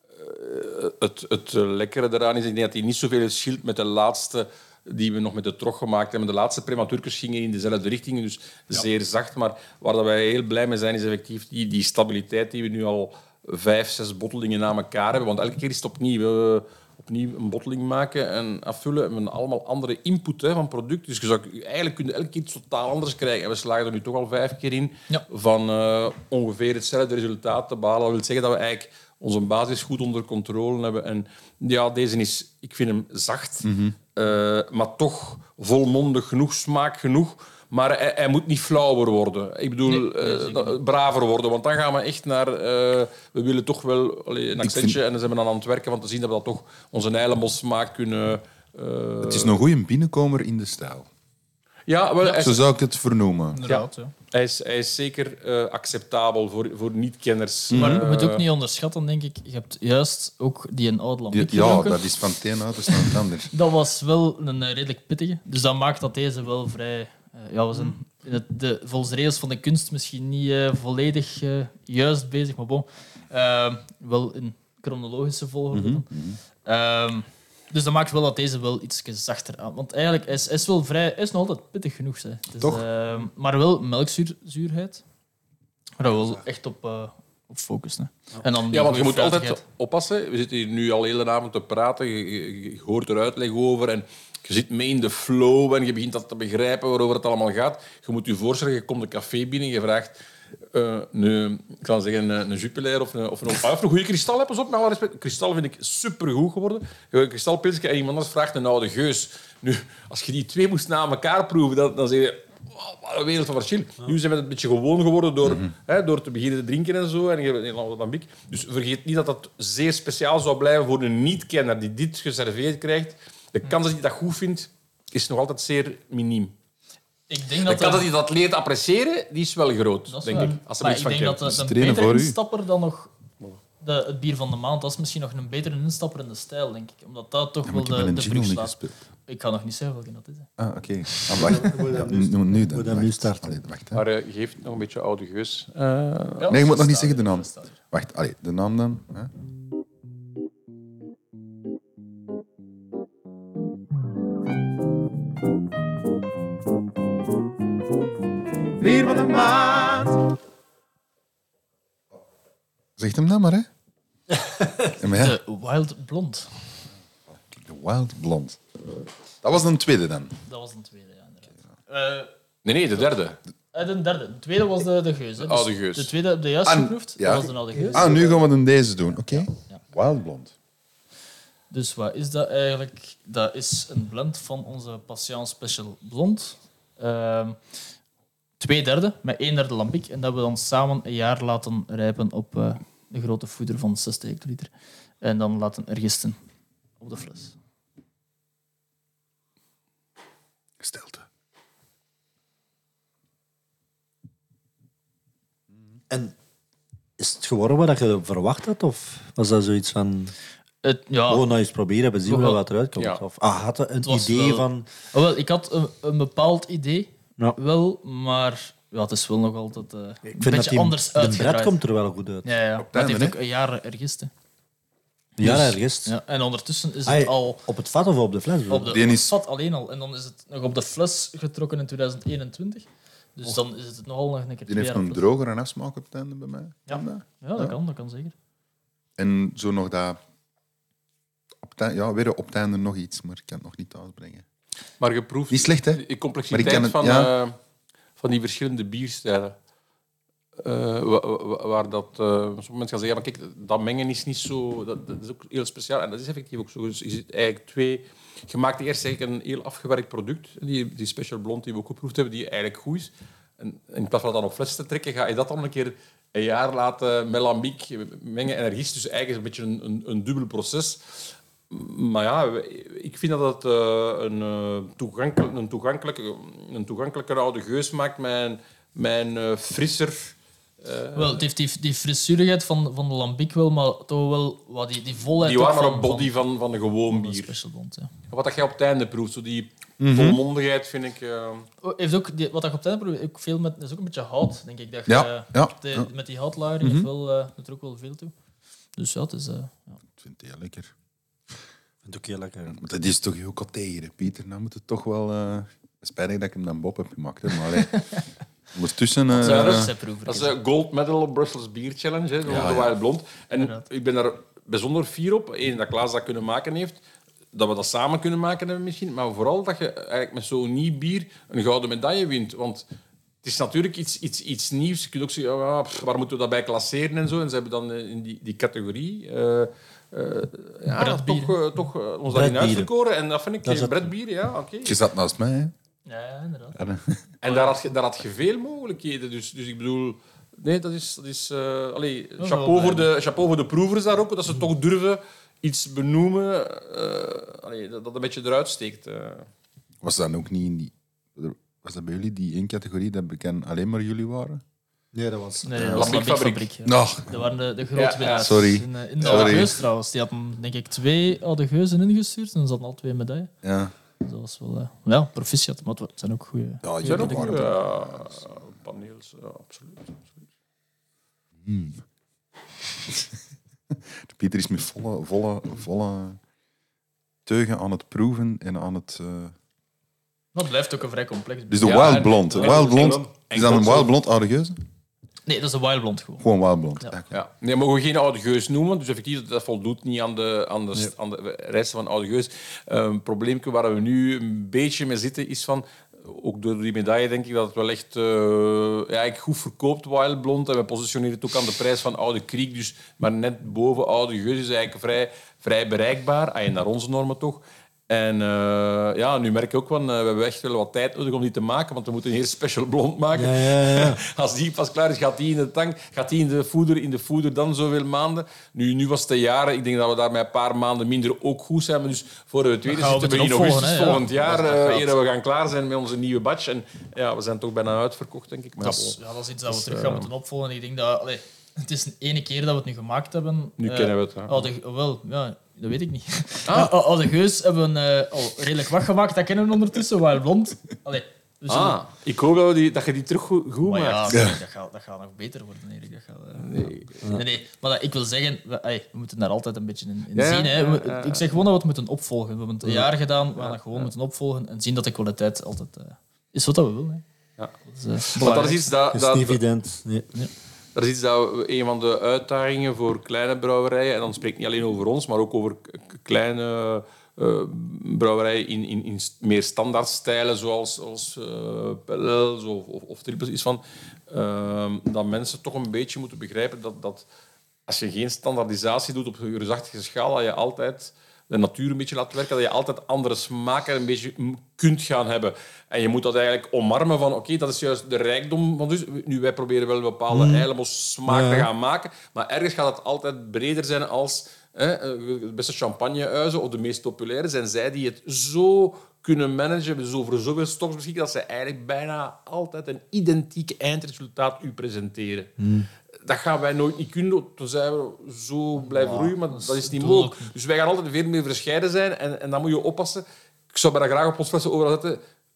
uh, het, het lekkere daaraan is, ik denk dat hij niet zoveel scheelt met de laatste die we nog met de trog gemaakt hebben. De laatste Prematurkes gingen in dezelfde richting, dus zeer zacht. Maar waar dat wij heel blij mee zijn, is effectief die, die stabiliteit die we nu al vijf, zes bottelingen na elkaar hebben. Want elke keer is het opnieuw. We opnieuw een botteling maken en afvullen. We hebben allemaal andere input hè, van product. Dus je zou, eigenlijk kun je elke keer iets totaal anders krijgen. En we slagen er nu toch al vijf keer in Ja. van uh, ongeveer hetzelfde resultaat te behalen. Dat wil zeggen dat we eigenlijk onze basis goed onder controle hebben. En ja, deze is, ik vind hem zacht, mm-hmm. uh, maar toch volmondig genoeg, smaak genoeg. Maar hij, hij moet niet flauwer worden. Ik bedoel, Nee, nee, uh, braver worden. Want dan gaan we echt naar... Uh, we willen toch wel allee, een accentje. Vind... En dan zijn we dan aan het werken van te zien dat we dat toch onze eilenbos smaak kunnen... Uh... Het is een goede binnenkomer in de stijl. Ja, wel, hij Zo is, zou ik het vernoemen. Inderdaad, ja. hij is, hij is zeker uh, acceptabel voor, voor niet-kenners. Maar je Uh, moet ook niet onderschatten, denk ik. Je hebt juist ook die een oude lambiek Ja, gedronken. dat is van het een uit naar het ander. Dat was wel een uh, redelijk pittige. Dus dat maakt dat deze wel vrij... Uh, ja, we zijn in het, de, volgens de regels van de kunst misschien niet uh, volledig uh, juist bezig, maar bon. Uh, wel in chronologische volgorde. Mm-hmm. Uh, dus dat maakt wel dat deze wel iets zachter aan... Want eigenlijk is is wel vrij... Hij is nog altijd pittig genoeg. Hè. Dus, Toch? Uh, maar wel melkzuurheid. Waar we wel echt op, uh, op focussen. Hè. En dan die Ja, want je goeie moet altijd fruitigheid. oppassen. We zitten hier nu al de hele avond te praten. Je, je, je hoort er uitleg over en je zit mee in de flow en je begint dat te begrijpen waarover het allemaal gaat. Je moet je voorstellen, je komt een café binnen en je vraagt uh, een, ik kan zeggen, een, een Jupiler of een, of een, of een goede kristal. Heb eens op, met alle respect. Kristal vind ik supergoed geworden. Een kristalpilsje en iemand anders vraagt een oude geus. Nu, als je die twee moest na elkaar proeven, dan, dan zeg je... Wat een wereld van verschil. Nu zijn we het een beetje gewoon geworden door, hè, door te beginnen te drinken en zo. En je hebt een lambiek. Dus vergeet niet dat dat zeer speciaal zou blijven voor een niet-kenner die dit geserveerd krijgt. De kans dat hij dat goed vindt, is nog altijd zeer miniem. Ik denk De dat kans dat hij dat leert appreciëren, die is wel groot, dat is denk waar. ik. Als er Maar iets ik van denk kent. dat Dus het een trainen betere voor u. instapper dan nog de, het bier van de maand. Dat is misschien nog een betere instapper in de stijl, denk ik. Omdat dat toch Ja, wel maar ik heb de, een de jingle brug niet slaat. gespeeld. Ik ga nog niet zeggen welke dat is. Hè. Ah, oké. Ah, wacht. Ja, nu, nu, nu dan. Moet dan Wacht. nu starten. Allee, wacht, hè. Maar uh, geeft nog een beetje oude geus. Uh, Ja, Nee, je moet nog niet staat zeggen de hier, naam. dat staat hier. Wacht, allee, de naam dan. Hè? Bier van de maand. Zeg hem dan maar, hè. Ja, maar ja, De Wild Blond. de Wild Blond. Dat was een tweede dan. Dat was een tweede, ja, inderdaad. Eh, nee, nee, de derde. eh, de derde. De tweede was de, de geus. Hè. Dus Oude geus. De tweede heb je juist Ah, geproefd. ja. Dat was de oude geus. Ah, nu gaan we dan deze doen. Oké. Ja. Wild Blond. Dus wat is dat eigenlijk? Dat is een blend van onze Patience Special Blond. Ehm, twee derde met één derde lambiek. En dat hebben we dan samen een jaar laten rijpen op eh, de grote voeder van zestig hectoliter. En dan laten ergisten op de fles. Stilte. En is het geworden wat je verwacht had? Of was dat zoiets van... Het, ja, Gewoon nou eens proberen, we zien wel Wel, wat eruit komt. ja. Of ah, had je een Het was idee wel- van... oh, wel, ik had een, een bepaald idee, Ja. wel, maar ja, het is wel nog altijd eh, Ik een vind beetje dat die, anders de uitgedraaid. bret komt er wel goed uit. Ja, ja. Op het Maar het einde, heeft hè? ook een jaar ergisten. Ja, Dus- ergens. Ja, en ondertussen is Ah, het al Op het vat of op de fles? op de Die op is- het vat alleen al. En dan is het nog op de fles getrokken in twintig eenentwintig. Dus dan is het nogal nog een keer Die twee heeft jaar een op de- drogere afsmaak op het einde bij mij. Ja. Kan dat? Ja, dat kan, dat kan zeker. En zo nog dat... Op het einde, ja, weer op het einde nog iets, maar ik kan het nog niet thuisbrengen. Maar je proeft Niet slecht, hè? de Maar complexiteit ik ken het- van, ja. eh, van die verschillende bierstijlen. Eh, wa- wa- waar dat, eh, sommige mensen gaan zeggen, maar kijk, dat mengen is niet zo... Dat, dat is ook heel speciaal. En dat is effectief ook zo. Dus je ziet eigenlijk twee... Je maakt eerst eigenlijk een heel afgewerkt product, die, die Special Blond die we ook geproefd hebben, die eigenlijk goed is. En in plaats van dat dan op fles te trekken, ga je dat dan een keer een jaar laten met lambiek mengen en ergist. Dus eigenlijk is het een beetje een, een, een dubbel proces. Maar ja, ik vind dat het uh, een, uh, toegankelijk, een, toegankelijke, een toegankelijke oude geus maakt met een, met een uh, frisser... Uh, Wel, het heeft die, die frissurigheid van, van de lambiek wel, maar toch wel wat die, die volheid die ook warmere van, body van, van een gewoon van de bier. Special Blond. Ja. Wat dat jij op het einde proeft, zo die volmondigheid, vind ik... Uh, Oh, heeft ook, die, wat ik op het einde probeer, ook veel met, dat is ook een beetje hout, denk ik. Dat je, Ja, ja, de- ja. Met die houtlagering heeft wel, uh, doet er ook wel veel toe. Dus ja, het is... Uh, ja. Ik vind het heel lekker. Ik vind het ook heel lekker. Maar dat is toch heel tegen, Pieter. Nou moet het toch wel... Uh... Spijtig dat ik hem dan Bob heb gemaakt, hè, maar allee. Ondertussen... Uh... Ja, dat dat is is- proever. dat is een gold medal op Brussels Beer Challenge, hè, zo Ja, de ja. Wild Blond. En Inderdaad. ik ben daar bijzonder fier op. Eén, dat Klaas dat kunnen maken heeft. Dat we dat samen kunnen maken hebben misschien. Maar vooral dat je eigenlijk met zo'n nieuw bier een gouden medaille wint. Want het is natuurlijk iets, iets, iets nieuws. Je kunt ook zeggen, ja, pff, waar moeten we dat bij klasseren en zo. En ze hebben dan eh, in die, die categorie... eh, eh, ja, Bredbieren. toch, eh, toch eh, ons daarin Bredbieren. uitverkoren. En dat vind ik Dat is geen het. bredbier, ja, oké. Je zat naast mij, hè. Ja, ja, inderdaad. Ja, En daar had je, daar had je veel mogelijkheden. Dus, dus ik bedoel... Nee, dat is... Dat is uh, allee, wel chapeau, voor blij. de, chapeau voor de proevers daar ook. Dat ze toch durven iets benoemen uh, allee, dat, dat een beetje eruit steekt. Uh. Was dat ook niet in die... Was dat bij jullie die één categorie dat bekend alleen maar jullie waren? Nee, dat was... Nee, dat was een Lambiekfabriek. Lambiekfabriek. Ja. Nog. Dat waren de, de grote Ja, ja, winnaars. sorry. In, eh, in de Sorry. Oude Geus trouwens. Die hadden denk ik twee Oude Geuzen ingestuurd en er zaten al twee medailles. Ja. Dus dat was wel... Uh, ja, proficiat. Maar het zijn ook goede... Ja, Er zijn ook jullie goede waren uh, paneels. Ja, absoluut. absoluut. Pieter is met volle, volle, volle teugen aan het proeven en aan het... uh, Maar het blijft ook een vrij complex bier. Dus de Ja, Wild en- Blond. De en- Wild Blond. en- Is dat een Wild Blond oude geuze? Nee, dat is een Wild Blond gewoon. Gewoon Wild Blond. Ja. Ja. Ja. Nee, mogen we geen oude geus noemen. Dus effectief, dat voldoet niet aan de, aan de, aan de resten van oude geus. Een um, probleem waar we nu een beetje mee zitten is van... Ook door die medaille denk ik dat het wel echt uh, ja, eigenlijk goed verkoopt, Wild Blond. En we positioneren het ook aan de prijs van Oude Kriek. Dus, maar net boven Oude Geus is eigenlijk vrij, vrij bereikbaar. Ah, naar onze normen toch. En uh, ja, nu merk ik ook, van, uh, we hebben echt wel wat tijd nodig om die te maken, want we moeten een heel special blond maken. Ja, ja, ja. Als die pas klaar is, gaat die in de tank, gaat die in de voeder, in de voeder dan zoveel maanden. Nu, nu was het de jaren, ik denk dat we daar met een paar maanden minder ook goed zijn. Maar dus voor de tweede zitten we in augustus volgend jaar, uh, eer we gaan klaar zijn met onze nieuwe batch. En ja, we zijn toch bijna uitverkocht, denk ik. Maar dat, is, ja, dat is iets dat we terug gaan moeten opvolgen. Ik denk dat... Allee, het is de ene keer dat we het nu gemaakt hebben. Nu uh, kennen we het. Ja. Oh, de, wel, ja, dat weet ik niet. Ah. Ja, oh, de Geus hebben we uh, al redelijk wat gemaakt. Dat kennen we ondertussen, waar blond. Allee, dus ah, een... ik hoop dat, die, dat je die terug goed, goed maar maakt. Ja, nee, dat, gaat, dat gaat nog beter worden, Erik. Dat gaat, uh, nee. Nee, nee. Maar dat, ik wil zeggen, we, ey, we moeten daar altijd een beetje in, in ja, zien. Hè. We, ja, ja. Ik zeg gewoon dat we het moeten opvolgen. We hebben het een jaar gedaan, we gaan het gewoon ja. moeten opvolgen en zien dat de kwaliteit altijd uh, is wat we willen. Hè. Ja. Dat is, uh, maar dat is iets dat... dat is niet evident. Nee. Ja. Dat is iets dat een van de uitdagingen voor kleine brouwerijen, en dan spreek ik niet alleen over ons, maar ook over kleine uh, brouwerijen in, in, in meer standaardstijlen, zoals, zoals uh, Pellels of, of, of Triples, is van uh, dat mensen toch een beetje moeten begrijpen dat, dat als je geen standaardisatie doet op een reusachtige schaal, dat je altijd de natuur een beetje laat werken, dat je altijd andere smaken een beetje kunt gaan hebben. En je moet dat eigenlijk omarmen van, oké, okay, dat is juist de rijkdom van dus. Nu, wij proberen wel een bepaalde mm. eilenbos smaak ja. te gaan maken, maar ergens gaat het altijd breder zijn als hè, de beste champagnehuizen of de meest populaire zijn zij die het zo kunnen managen, dus over zoveel stocks beschikken, dat ze eigenlijk bijna altijd een identiek eindresultaat u presenteren. Mm. Dat gaan wij nooit niet kunnen, tenzij we zo blijven ja, groeien, maar dat is niet mogelijk. Dus wij gaan altijd veel meer verscheiden zijn en, en dan moet je oppassen. Ik zou mij daar graag op ons flessen overal zetten.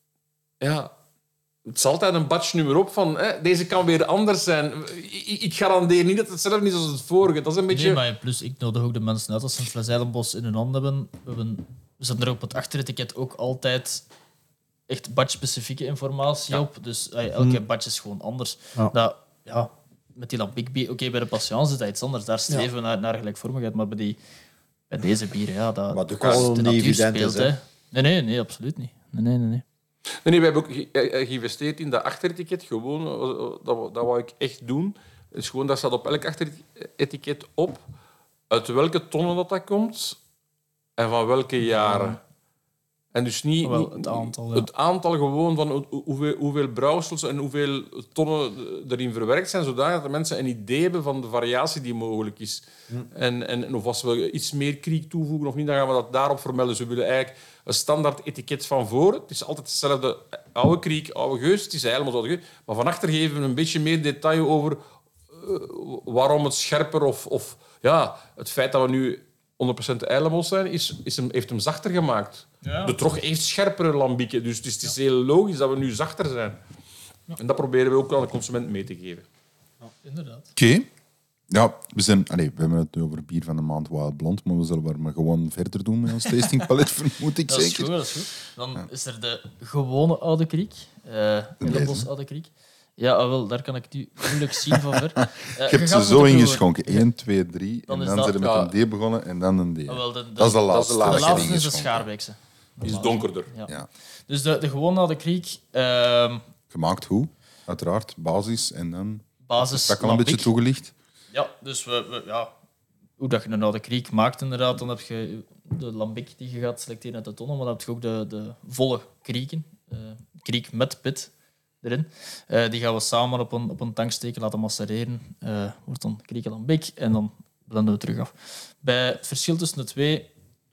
Ja, het is altijd een batchnummer op van hè, deze kan weer anders zijn. Ik, ik garandeer niet dat het hetzelfde is als het vorige. Dat is een beetje... Nee, maar plus, ik nodig ook de mensen uit als ze een fles eilenbos in hun hand hebben. We, hebben, we zetten er op het achteretiket ook altijd echt batch-specifieke informatie ja. op. Dus elke hmm. batch is gewoon anders. Ja. Dat, ja, met die Lambic bier, oké, okay, bij de Patience is dat iets anders. Daar streven we ja. naar, naar gelijkvormigheid. Maar bij, die, bij deze bieren, ja, dat, maar de, dat de natuur speelt. Is, hè. Nee, nee, nee, absoluut niet. Nee, nee, nee. nee. Nee, nee, we hebben ook ge- geïnvesteerd in dat achteretiket. Gewoon, dat, dat wou ik echt doen. Dus gewoon, dat staat op elk achteretiket op uit welke tonnen dat, dat komt en van welke jaren. Ja. En dus niet, Wel, niet het aantal, ja. het aantal gewoon van hoeveel, hoeveel brouwsels en hoeveel tonnen erin verwerkt zijn, zodat de mensen een idee hebben van de variatie die mogelijk is. Hm. En, en, en of als we iets meer kriek toevoegen of niet, dan gaan we dat daarop vermelden. Dus we willen eigenlijk een standaard etiket van voor. Het is altijd hetzelfde oude kriek, oude geus. Het is helemaal oude geus. Maar van achter geven we een beetje meer detail over uh, waarom het scherper of, of ja, het feit dat we nu honderd procent eilenbos zijn, is, is hem, heeft hem zachter gemaakt. Ja. De trog heeft scherpere lambieken, dus het is, het is heel logisch dat we nu zachter zijn. Ja. En dat proberen we ook aan de consument mee te geven. Ja, inderdaad. Oké. Okay. Ja, we, zijn, allez, we hebben het over bier van de maand Wild Blond, maar we zullen maar gewoon verder doen met ons tastingpalet, vermoed ik dat zeker. Is goed, dat is goed. Dan ja. is er de gewone Oude Kriek. Uh, Eilenbos Oude Kriek. Ja, wel, daar kan ik het moeilijk zien van ver. Uh, je hebt ze zo ingeschonken. één, twee, drie. En dan, dan zijn we met ja. een D begonnen en dan een D. Oh, wel, de, de, dat is de laatste. De laatste, de laatste is de Schaarbeekse. Die is donkerder. Ja. Ja. Dus de, de gewone Oude Kriek... Uh, Gemaakt hoe? Uiteraard. Basis en dan... Basis dat al een beetje toegelicht. Ja, dus we, we, ja, hoe dat je een Oude Kriek maakt, inderdaad, dan heb je de lambic die je gaat selecteren uit de tonnen, maar dan heb je ook de, de volle krieken. Uh, kriek met pit erin. Uh, die gaan we samen op een, op een tank steken, laten macereren. Uh, wordt dan krieken lambic en dan blenden we terug af. Bij het verschil tussen de twee,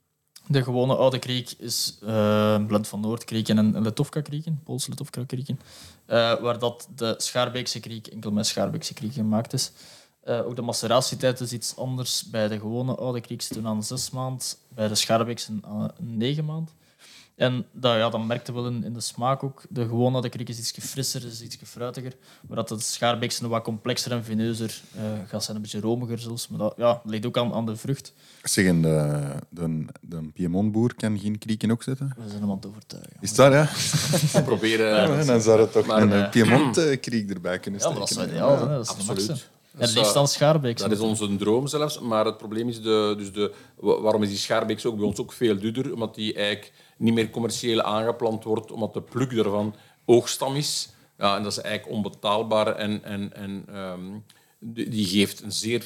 de gewone Oude Kriek is uh, een blend van Noordkrieken en Letowka-krieken, Poolse Letowka-krieken, uh, waar dat de Schaarbeekse kriek enkel met Schaarbeekse kriek gemaakt is. Uh, ook de maceratietijd is iets anders. Bij de gewone Oude Kriek zitten we aan zes maanden, bij de Schaarbeekse aan negen maanden. En dat, ja, dat merkte wel in, in de smaak ook. De gewone Oude Kriek is iets frisser, is iets fruitiger. Maar dat de Schaarbeekse wat complexer en vineuzer uh, gaat zijn, een beetje romiger zelfs. Maar dat ja, ligt ook aan, aan de vrucht. Zeggen, de, de, de Piemontboer kan geen krieken ook zetten? We zijn hem aan het overtuigen. Is dat, ja? We proberen... Ja, dan zou het toch maar, een uh, Piemont-kriek erbij kunnen steken. Ja, dat is ideaal. Ja, dat is absoluut. En liefst dan Schaarbeekse. Dat is onze droom zelfs. Maar het probleem is, de, dus de, waarom is die Schaarbeekse ook bij ons ook veel duurder? Omdat die eigenlijk niet meer commercieel aangeplant wordt, omdat de pluk ervan oogstam is. Ja, en dat is eigenlijk onbetaalbaar en, en, en um, die geeft een zeer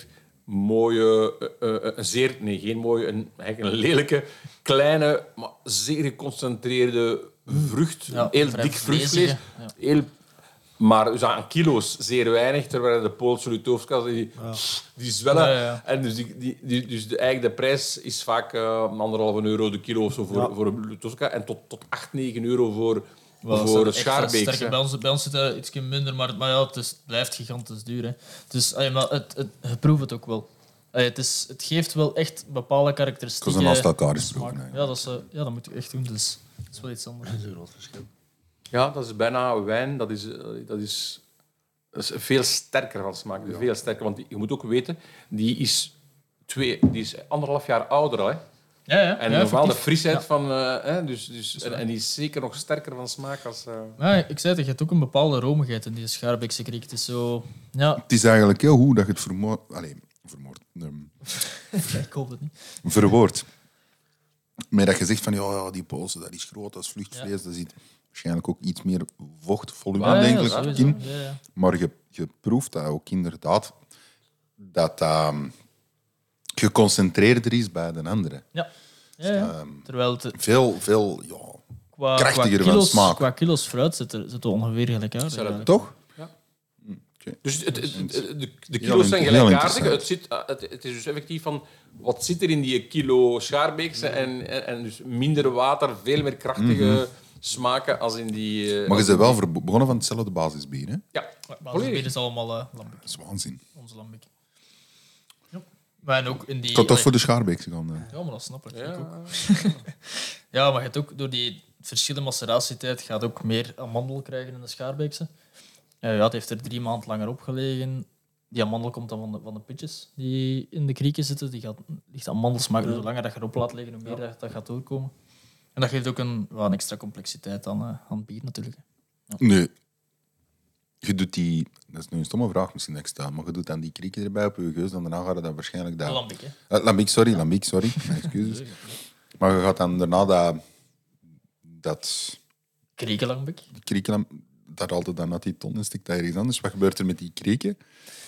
mooie, uh, uh, een zeer, nee, geen mooie, een, eigenlijk een lelijke, kleine, maar zeer geconcentreerde vrucht. Ja, heel vrij dik vlezige, vruchtvlees. ja. Heel, maar dus aan kilo's zeer weinig, terwijl de Poolse Lutowska's die, die zwellen. Ja, ja, ja. En dus, die, die, die, dus de, eigenlijk de prijs is vaak uh, anderhalve euro de kilo of zo voor, Ja. voor een Lutowska en tot, tot acht, negen euro voor, Wel, voor echt wel Schaarbeekse. sterke. Bij ons, bij ons zit het iets minder, maar, maar ja, het, is, het blijft gigantisch duur. Hè. Dus, allee, maar het, het, je proeft het ook wel. Allee, het, is, het geeft wel echt bepaalde karakteristieken. Dat is een naast elkaar eens smaak. proeven, Ja, dat, is, eh, ja, dat moet je echt doen. Dus dat is wel iets anders. Dat is een groot verschil. Ja, dat is bijna wijn. Dat is, eh, dat is, dat is veel sterker van smaak. Dus veel sterker, want die- je moet ook weten, die is, twee, die is anderhalf jaar ouder al. Hè? Ja, ja. En ja, normaal de effectief. frisheid Ja. van... eh, hè, dus, dus, en, en die is zeker nog sterker van smaak als... eh, Ja, ik zei het, je hebt ook een bepaalde romigheid in die Schaarbeekse kriek. Het is zo... Ja, Het is eigenlijk heel goed dat je het vermoord... Allee, vermoord. ehm, ik hoop het niet. verwoord. Maar dat je zegt van, ja, ja die Poolse, dat is groot, dat is vluchtvlees, dat zit waarschijnlijk ook iets meer vocht, volume, Ja, ja, denk ik, sowieso. in. Ja, ja. Maar je, je proeft dat ook inderdaad, dat dat um, geconcentreerder is bij de andere. Ja. Ja, ja. Terwijl het Veel, veel, ja... qua, krachtiger qua van kilo's, smaak. Qua kilo's fruit zit er, zit het ongeveer gelijkaardig. eigenlijk. Toch? Dus het, het- het- de, de Heel kilo's zijn inter- heel gelijkaardig. interessant. Het, zit, ah, het, het is dus effectief van... Wat zit er in die kilo Schaarbeekse? En, en, en dus minder water, veel meer krachtige smaken als in die... eh, Maar je als bent in wel die- ver- begonnen van hetzelfde basisbier, hè? Ja, Maar volledig. het is allemaal uh, lambiek, Dat is waanzin. onze lambiek. Ja. Maar en ook in die... Ik had toch voor de Schaarbeekse gaan. eh. Ja, maar dat snap ik. Ja. ik ook. Ja, maar je hebt ook door die verschillende maceratietijd gaat ook meer amandel krijgen in de Schaarbeekse. Uh, ja, het heeft er drie maanden langer opgelegen. Die amandel komt dan van de, van de pitjes die in de krieken zitten. Die gaat, ligt amandelsmaak. Dus hoe langer dat je erop laat liggen, hoe meer dat, dat gaat doorkomen. En dat geeft ook een, wel, een extra complexiteit aan, uh, aan het bier natuurlijk. Nee. Je doet die... Dat is nu een stomme vraag misschien dat ik stel, maar je doet dan die krieken erbij op je geus, dan daarna gaat je dat waarschijnlijk... Dat... Lambiek, hè? Uh, lambiek, sorry. Lambiek, sorry. Mijn excuses. Maar je gaat dan daarna dat... Dat... Kriekenlambiek. Die krieken... Dat altijd dan uit die ton en stikt dat ergens anders. Wat gebeurt er met die krieken?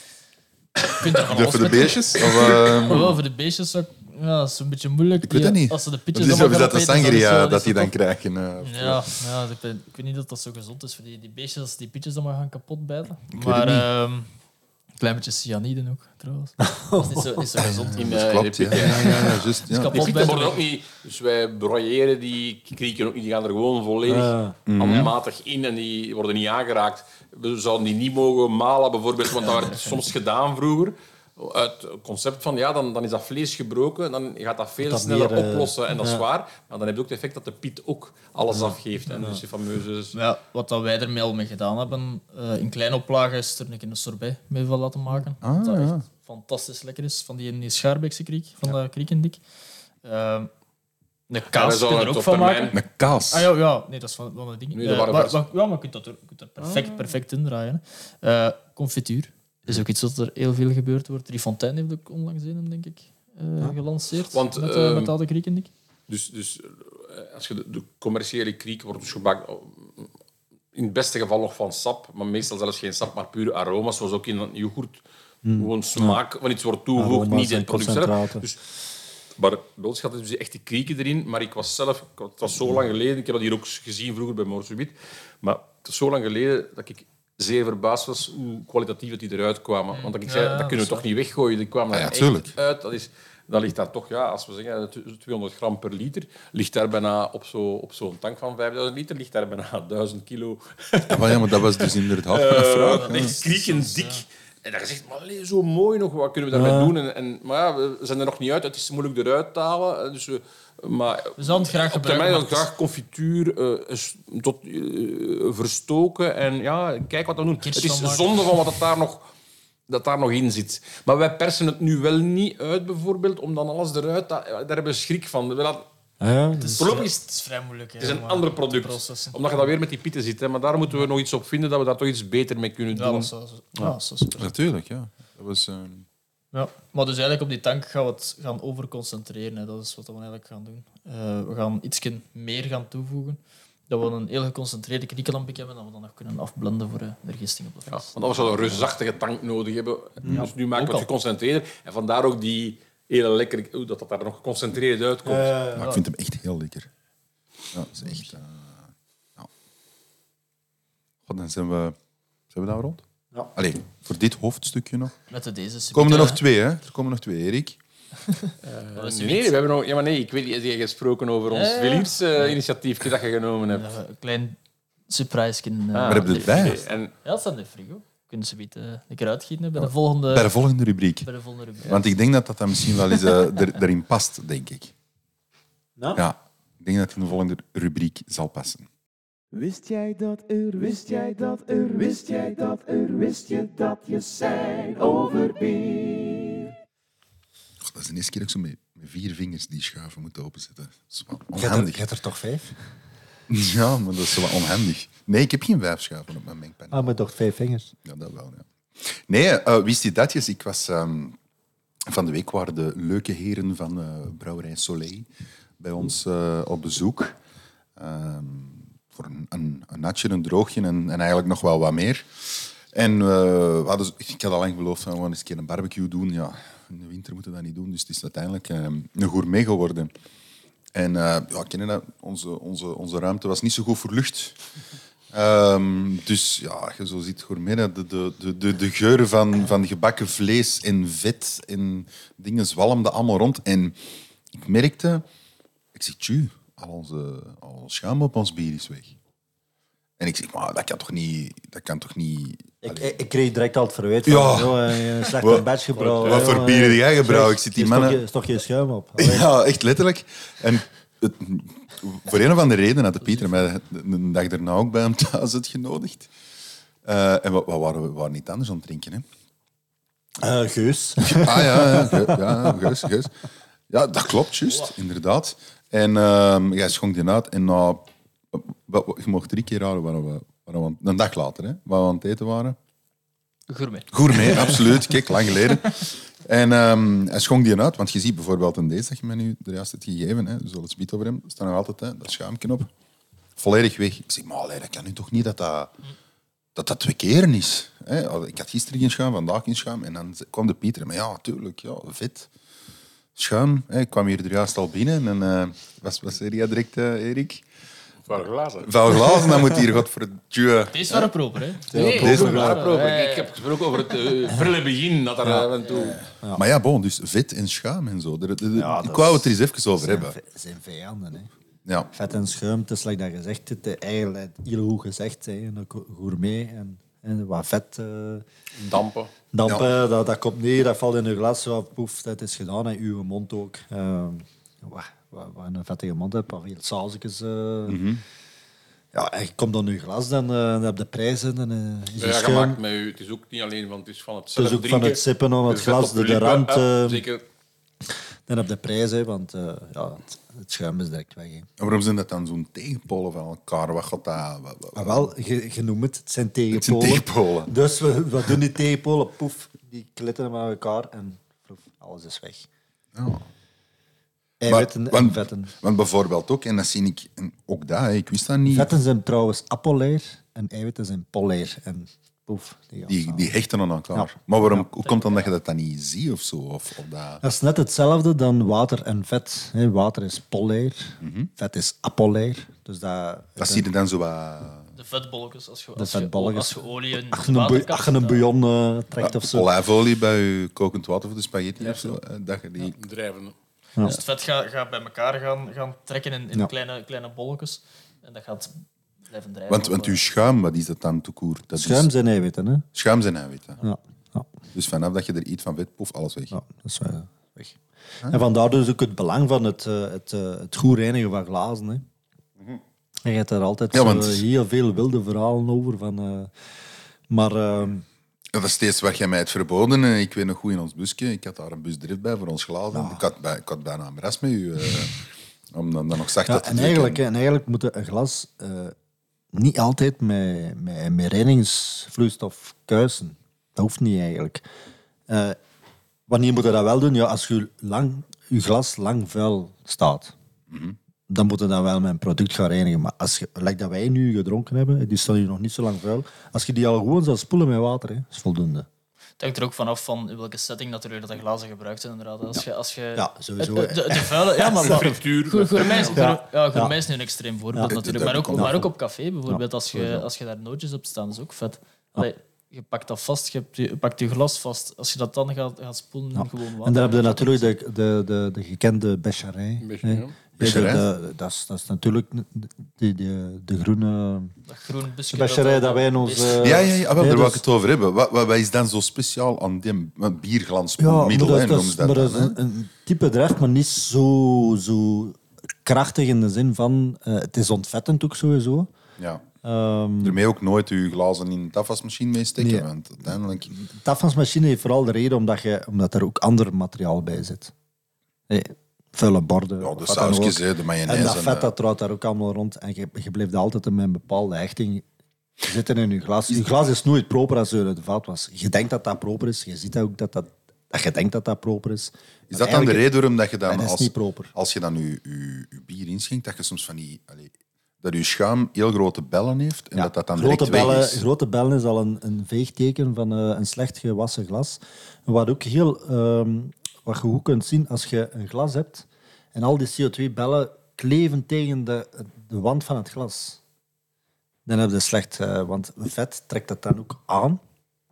Je kunt er van Is dat alles voor de mee- beestjes? Of, uh... Maar wel, voor de beestjes zou ik- ja, dat is een beetje moeilijk. Ik weet dat niet. Als ze de Het pitjes is allemaal of is gaan dat de opeten, dan is sangria wel- dat is die dan toch- krijgen? Uh, Ja, ja ik, weet, ik weet niet dat dat zo gezond is voor die, die beestjes, als die pitjes dan maar gaan kapot bijten. weet Maar het niet. ehm, een klein beetje cyanide ook, trouwens. Dat is niet zo, niet zo gezond. In, dat eh, klopt, in ja. de Ja, ja, ja, juist, ja. kapot. Die frieten bijten worden weg. ook niet... Dus wij broyeren die krieken ook niet. Die gaan er gewoon volledig Ah. handmatig in en die worden niet aangeraakt. We zouden die niet mogen malen, bijvoorbeeld, want dat werd soms gedaan vroeger. Uit het concept van, ja, dan, dan is dat vlees gebroken, dan gaat dat veel Dat sneller meer, eh, oplossen en dat is ja. waar. Maar dan heb je ook het effect dat de piet ook alles afgeeft. En dus die fameuze... Ja, wat dat wij ermee al mee gedaan hebben, eh, in kleine oplagen is er een keer een sorbet mee van laten maken. Ah, wat dat ja. echt fantastisch lekker is, van die in die Schaarbeekse kriek, van de Kriekendik. Ehm de wij kaas kun je zouden er het ook op van termijn- maken. Een kaas. Ah ja, ja, nee, dat is van, van de dingen. Nee, dat Eh, waren maar, vers. maar- ja, maar je kunt dat er, je kunt dat perfect, perfect indraaien. hè. Eh, confituur is ook iets wat er heel veel gebeurd wordt. Rifontaine heeft ook onlangs een, denk ik, eh, gelanceerd. Want, met, eh, ehm, met al de Kriekendik. Dus, dus eh, als je de, de commerciële kriek wordt dus gebakt, in het beste geval nog van sap, maar meestal zelfs geen sap, maar pure aroma's, zoals ook in een yoghurt. Gewoon smaak van iets wordt toegevoegd, Aroma's niet in en het product zelf. concentraten. Dus, maar bij ons gaat het dus echt die krieken erin, maar ik was zelf, ik- het was zo lang geleden, ik heb dat hier ook gezien vroeger bij Moorsubiet, maar het is zo lang geleden dat ik zeer verbaasd was hoe kwalitatief dat die eruit kwamen. Want ik zei, Ja, dat dat kunnen we is toch niet weggooien, die kwamen Ah, ja, er echt tuurlijk. uit. Dat is, dan ligt dat toch, ja, als we zeggen tweehonderd gram per liter, ligt daar bijna op zo'n op zo'n tank van vijfduizend liter, ligt daar bijna duizend kilo. Ja, maar, ja, maar dat was dus inderdaad mijn vraag. Uh, echt kriekend En dan gezegd, maar allee, zo mooi nog, wat kunnen we daarmee Ja. doen? En, en, maar ja, we zijn er nog niet uit, het is moeilijk eruit te halen. Dus we, maar We zouden het graag op termijn gebruiken. dan maar het is- graag confituur eh, is tot, eh, verstoken en ja, kijk wat we doen. Kirs Het is van maken. zonde van wat dat daar nog dat daar nog in zit. Maar wij persen het nu wel niet uit, bijvoorbeeld, om dan alles eruit... Dat, daar hebben we schrik van. We laten, Ah, ja, Het is, Voorlopig vrij- is het- het is vrij moeilijk. het is een ander product. Processen. Omdat je dat weer met die pieten zit. Hè. Maar daar moeten we nog iets op vinden, dat we daar toch iets beter mee kunnen Ja, doen. dat is, wel- ja, dat is wel super. Natuurlijk, ja. Dat was... eh, Ja, maar dus eigenlijk op die tank gaan we het gaan overconcentreren. Hè. Dat is wat we eigenlijk gaan doen. Eh, we gaan iets meer gaan toevoegen. dat we een heel geconcentreerde knikkelampiek hebben, dat we dan nog kunnen afblenden voor de vergisting op de Ja, fles. want anders zouden we een reusachtige tank nodig hebben. Dus nu maken we Ook het geconcentreerder. En vandaar ook die hele lekkere... oeh, dat dat daar nog geconcentreerd uitkomt. Maar ik vind hem echt heel lekker. Ja, dat is echt... eh, ja. God, dan zijn we... Zijn we daar rond? Ja. Allee, voor dit hoofdstukje nog. Met de deze Er komen er nog subiete- twee, hè? Er komen nog twee, Erik. dat is Nee, nee, we hebben nog... Ja, maar nee, ik weet niet, heb je gesproken over ons Ja, ja. Veliers-initiatief dat je genomen hebt? Eh, Een klein surprise. Uh, Maar heb je het bij? nee, En Ja, dat staat in de frigo. Kunnen ze het een keer uitgieten bij de volgende, Bij de volgende rubriek. bij de volgende rubriek. Want ik denk dat dat dan misschien wel eens eh, er, erin past, denk ik. Ja? Ja, ik denk dat het in de volgende rubriek zal passen. Wist jij dat er, wist jij dat er, wist jij dat er, wist je dat je zijn over bier? God, dat is de eerste keer dat ik zo met, met vier vingers die schuiven moet openzetten. Dat is wel Je hebt er, onhandig. je hebt er toch vijf? Ja, maar dat is wel onhandig. Nee, ik heb geen vijf schuiven op mijn mengpaneel. Ah, maar toch vijf vingers. Ja, dat wel, ja. Nee, eh, wist je datjes? Ik was... ehm, van de week waren de leuke heren van eh, Brouwerij Soleil bij ons eh, op bezoek. Ehm, voor een, een, een natje, een droogje en, en eigenlijk nog wel wat meer. En eh, we hadden, ik had al lang beloofd van we gaan eens een keer een barbecue doen. Ja, in de winter moeten we dat niet doen, dus het is uiteindelijk eh, een gourmet geworden. En uh, ja, ken je dat? Onze, onze, onze ruimte was niet zo goed verlucht. Um, dus ja, je zo ziet gourmet, de, de, de, de, de geuren van, van gebakken vlees en vet en dingen zwalmden allemaal rond. En ik merkte, ik zeg, tju, al onze al ons schuim op ons bier is weg. En ik zeg, maar dat kan toch niet... Dat kan toch niet... Ik, ik, ik kreeg direct al het verwijt van Ja. joh, een slechte Wat- batch gebrouwen. wat voor joh, bieren eh, jij gebrouwen? zeg, Ik zit die is toch mannen- geen- is toch geen schuim op? Allee. Ja, echt letterlijk. En het, voor een of andere reden had de Pieter mij een dag daarna ook bij hem thuis uitgenodigd. Uh, en wat, wat waren we we waren niet anders aan het drinken, hè? Eh, Geus. Ah ja, ja, ge- ja geus, geus. Ja, dat klopt, juist, inderdaad. En uh, jij schonk die uit en na... wat- wat- je mocht drie keer raden waar we, waar we aan- een dag later, hè, waar we aan het eten waren. Gourmet. Gourmet, absoluut. Kijk, lang geleden. En um, hij schonk die uit, want je ziet bijvoorbeeld in deze dat je me nu de juist hebt gegeven, hè, we zullen het spiet over hem, er staat nog altijd hè, dat schuimje op. Volledig weg. Ik zeg, maar allee, dat kan nu toch niet dat dat, dat, dat twee keren is. Hè? Ik had gisteren geen schuim, vandaag geen schuim. En dan kwam de Pieter, maar ja, tuurlijk, ja, vet. Schuim. Hè? Ik kwam hier er juist al binnen en uh, was, was er jij direct, uh, Erik? Vuil glazen. Vuil glazen, dan moet hier godverdomme... Deze waren proper, hè? Nee, deze deze waren proper. Ik heb gesproken over het uh, prille begin dat er af en toe... Ja. Maar ja, bon, dus vet en schuim en zo. De, de, de, Ja, ik dat wou is- het er eens even over zijn, hebben. vi- zijn vijanden. Hè. Ja. Vet en schuim, het is like dat gezegd, het is eigenlijk heel goed gezegd. Hè. Een go- gourmet en, en wat vet. eh Dampen. dampen, dat, dat komt neer, dat valt in je glas. Zo, poef, dat is gedaan. En uw mond ook. Uh, wat, wat, wat een vettige mond hebt, wat veel sausjes. Uh, Ja, en je komt dan in je glas, dan, uh, dan heb je de prijzen. En, uh, is Ja, je ja, schuim. gemaakt met u. Het is ook niet alleen, want het is van het Het zelf is ook drinken. van het sippen aan het Dus vet glas, op de, je de lippen, rand. ja, eh, zeker. dan heb je de prijzen, want uh, ja, het, het schuim is direct weg. Hè. En waarom zijn dat dan zo'n tegenpolen van elkaar? Wat gaat dat... Wat, wat- Maar wel, je, je noemt het, het zijn het zijn tegenpolen. tegenpolen. Dus we, we doen die tegenpolen, poef, die klitten met elkaar en ploef, alles is weg. Ja. Eiwitten Maar- en want- vetten. Want bijvoorbeeld ook, en dat zie ik en ook dat, hè, ik wist dat niet, Vetten zijn trouwens apolair en eiwitten zijn polair. En poef, die gaan die, samen. die hechten aan elkaar. Ja. Maar waarom, hoe komt dan dat je dat dan niet ziet of zo? Of, of dat... Dat is net hetzelfde dan water en vet. hè. Water is polair, vet is apolair. Dus dat, Dat zie je dan zo wat... De vetbolletjes. Als je, als je, vetbolletjes. als je olie in Als je een, bou- water als je een bouillon eh, trekt of zo. Olijfolie bij je kokend water voor de spaghetti of zo. hè, Dat je die... Drijven. Dus het vet gaat, gaat bij elkaar gaan, gaan trekken in, in Ja. kleine, kleine bolletjes. En dat gaat blijven drijven. Want, want op, uw eh, schuim, wat is dat dan te koer? Dat Schuim is, zijn eiwitten, hè? schuim zijn eiwitten. Ja. Ja. Dus vanaf dat je er iets van weet, poef, alles weg. Ja, dat is wel weg. En vandaar dus ook het belang van het, eh, het, eh, het goed reinigen van glazen. Hè. En je hebt daar altijd Ja, want- zo heel veel wilde verhalen over. Van, eh, maar ehm, Dat is steeds waar jij mij het verboden. Eh, Ik weet nog goed in ons busje. Ik had daar een busdrift bij voor ons glazen. Ik, had bij, ik had bijna een bras met u. eh, om dan, dan nog zacht ja, dat te en, drukken. eigenlijk, hè, en eigenlijk moet een glas eh, niet altijd met, met, met reinigingsvloeistof kuisen. Dat hoeft niet eigenlijk. Eh, wanneer moet je dat wel doen? Ja, als je, lang, je glas lang vuil staat. dan moeten we dat wel met een product gaan reinigen. Maar als je, like dat wij nu gedronken hebben, die staan hier nog niet zo lang vuil. Als je die al gewoon zou spoelen met water, hè, is voldoende. Het hangt er ook vanaf van in welke setting natuurlijk dat de glazen gebruikt zijn. Inderdaad. Als je, als je, Ja, sowieso. De, de, de vuile, ja, maar, maar Frituur. Goe- Gourmet is, Ja. gour- ja, gourmet Ja. is nu een extreem voorbeeld Ja. natuurlijk. Maar Dat- ook, dat- maar ook op café bijvoorbeeld, Ja, als, je, sowieso. als je daar nootjes op staan, is ook vet. Allee, je pakt dat vast, je, hebt je je pakt je glas vast. Als je dat dan gaat, gaat spoelen, Ja. gewoon water. En dan heb je natuurlijk de, de, de, de gekende Becherij. Becherij, hè. ja. Becherij? De- de- Dat is, dat is natuurlijk de, de, de groene Dat groen busje. Becherij dat wij in ons... eh, Ja, ja, ja wel, hè, daar wou dus- ik het over hebben. Wat, wat, wat is dan zo speciaal aan die bierglans? Ja, middel, maar hè, dat, noemen is, ze dat maar dat dan, is hè? een, een type drijf, maar niet zo, zo krachtig in de zin van... eh, het is ontvettend ook sowieso. Ja. Ehm Ermee ook nooit uw glazen in de afwasmachine mee steken, Nee. want uiteindelijk... de afwasmachine heeft vooral de reden omdat, je, omdat er ook ander materiaal bij zit. Hey, vuile borden. Ja, of de wat dan ook. sausjes, hè, de mayonaise. En dat en, vet eh, dat trouwt daar ook allemaal rond. En je, je blijft altijd met een bepaalde hechting zitten in je glas. Je glas is nooit proper als je uit de vaat was. Je denkt dat dat proper is. Je ziet ook dat, dat, dat je denkt dat dat proper is. Is dat dan de reden waarom dat je dan, Nee, dat is als, niet proper. als je dan je, je, je bier inschenkt, dat je soms van die... Allee, dat je schuim heel grote bellen heeft en dat dat dan grote direct weg bellen, is? grote bellen is al een, een veegteken van eh, een slecht gewassen glas. Wat ook heel... ehm, wat je goed kunt zien als je een glas hebt en al die C O twee bellen kleven tegen de, de wand van het glas. Dan heb je slecht, eh, want vet trekt dat dan ook aan.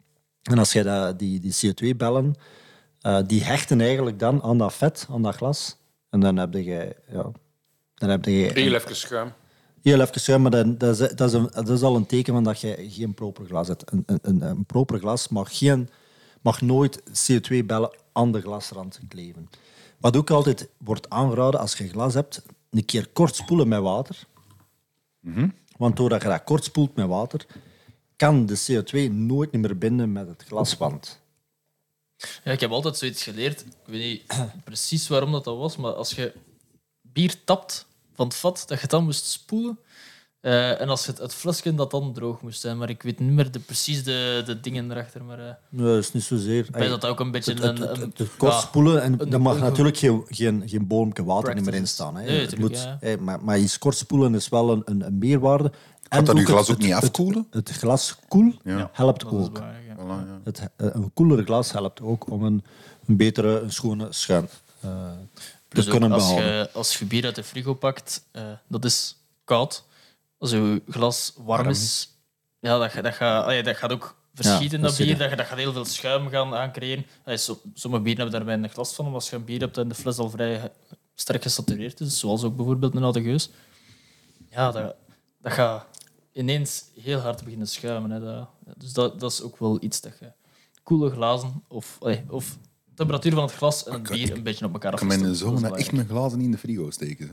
En als je dat, die, die C O twee bellen, eh, die hechten eigenlijk dan aan dat vet, aan dat glas. En dan heb je... Ja, dan heb je Heel even schuim. Heel even schuim, maar dat, dat, is, dat, is een, dat is al een teken van dat je geen proper glas hebt. Een, een, een, een proper glas mag, geen, mag nooit C O twee bellen aan de glasrand kleven. Wat ook altijd wordt aangeraden als je glas hebt, een keer kort spoelen met water. Want doordat je dat kort spoelt met water, kan de C O twee nooit meer binden met het glaswand. Ja, ik heb altijd zoiets geleerd. Ik weet niet precies waarom dat, dat was, maar als je bier tapt van het vat, dat je het dan moest spoelen. Eh, en als je het, het flesje dat dan droog moest zijn. Maar ik weet niet meer de, precies de, de dingen erachter. Maar eh, Nee, dat is niet zozeer. ik weet dat dat ook een beetje Het, het, een... het, een- het, het kort ja, spoelen, en een- er mag een- natuurlijk geen, geen, geen boomke water niet meer in practice. staan. Hè. Nee, het tuurlijk, moet, ja. hè, maar, maar iets kort spoelen is wel een, een, een meerwaarde. En dat uw het- glas ook het- niet het- afkoelen? Het, glas koel Ja. helpt dat is ook. belangrijk, ja. Voilà, ja. Het, eh, een koeler glas helpt ook om een, een betere, een schone schuim eh, te Dus ook kunnen als behouden. je, als je bier uit de frigo pakt, eh, dat is koud. Als je glas warm Warm is, ja, dat, ga- dat, gaat, allee, dat gaat ook verschieten in dat dat zie je. bier. Dat, je- dat gaat heel veel schuim gaan aancreëren. Allee, so- sommige bieren hebben daarbij een glas van, maar als je een bier hebt en de fles al vrij sterk gesatureerd is, zoals ook bijvoorbeeld een Oude Geus, ja, dat, dat gaat ineens heel hard beginnen schuimen. Hè. Dat, dus dat, dat is ook wel iets dat je koele glazen of, allee, of temperatuur van het glas en het kan- bier een beetje op elkaar Ik kan mijn afstemmen. zoon Dat is echt belangrijk. mijn glazen in de frigo steken. Hè.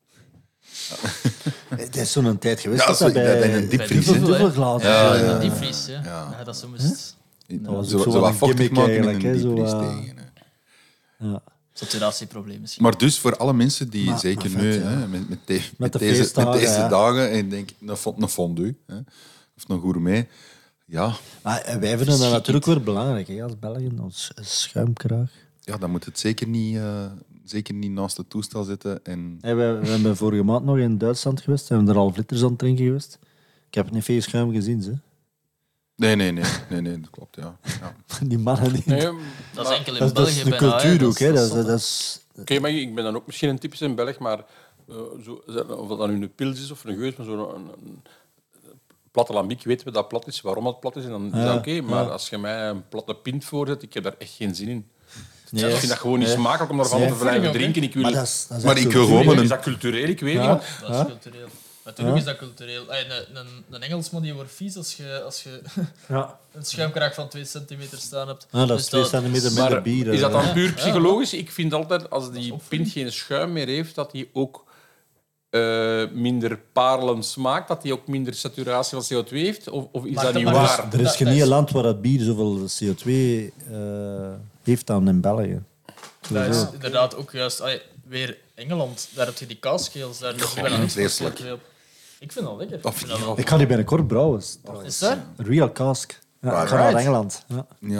Het is zo'n tijd geweest Ja, dat zo- dat bij dat in een diepvries, duvel- hè? duvelglazen. Ja, eh, ja, In die diepvries, ja. Ja. Ja, dat zo moest was Zo, ook zo zo wel wat een vochtig gimmick maken in een eigenlijk, hè, zo, diepvries eh. tegen. Hè. ja. saturatieprobleem misschien. Maar dus voor alle mensen die, Maar- zeker maar nu, vet, ja. hè, met, met, de- met de deze, feestdagen, met deze ja. dagen, en denk ik, een, fon- een fondue hè, of een gourmet, ja, Maar eh, wij vinden dat natuurlijk weer belangrijk hè, als Belgen, als schuimkraag. ja, dan moet het zeker niet, eh, zeker niet naast het toestel zitten. En, Hey, we, we hebben vorige maand nog in Duitsland geweest. Zijn we er half liters aan het drinken geweest. Ik heb niet veel schuim gezien. Ze. nee, nee, nee, nee, nee, dat klopt, ja. ja. Die mannen die... Nee, Dat is enkel in dat, is- dat België is de bijna, hè. cultuur Dat ook. is- Hè. dat Dat is is, zot, dat is, Oké, maar ik ben dan ook misschien een typisch in Belg, maar uh, zo, of dat dan nu een pils is of een geus, maar zo'n een, een platte lambiek, weten we dat plat is, waarom dat plat is, en dan is dat Ja, oké. Maar ja. als je mij een platte pint voorzet, ik heb daar echt geen zin in. nee, Ik vind dat gewoon niet nee. smakelijk om daarvan Nee. te blijven Vind ik ook, drinken. Ik wil, Maar, dat is, dat is Maar echt ik zo wil gewoon cultuur. een- is dat cultureel? Ik weet Ja. niet. Dat is Ja. cultureel. Natuurlijk Ja. is dat cultureel. Ay, een, een, een Engelsman die wordt vies als je, als je Ja. een schuimkraag van twee centimeter staan hebt. Ah, dat Dus is twee centimeter Maar minder bier. is dat eh. dan puur Ja. psychologisch? Ik vind altijd, als die opvoeding. pint geen schuim meer heeft, dat die ook eh, minder parelen smaakt, dat die ook minder saturatie van C O twee heeft? Of, of is Maar dat dat niet mag- waar? Er is Dat- geen dat is- één land waar dat bier zoveel C O twee eh, heeft dan in België. Dat is Sowieso. inderdaad ook juist... Ay, weer Engeland, daar heb je die kaaskeels. Daar Goh, ik ben aan niks vreselijk. van C O twee op. Ik vind dat lekker. Dat Ik vind vind ik dat ook. Ik ga die binnenkort brouwen. trouwens. Is dat? Real cask. Ja, ik ga Alright. naar Engeland. Ja. Ja.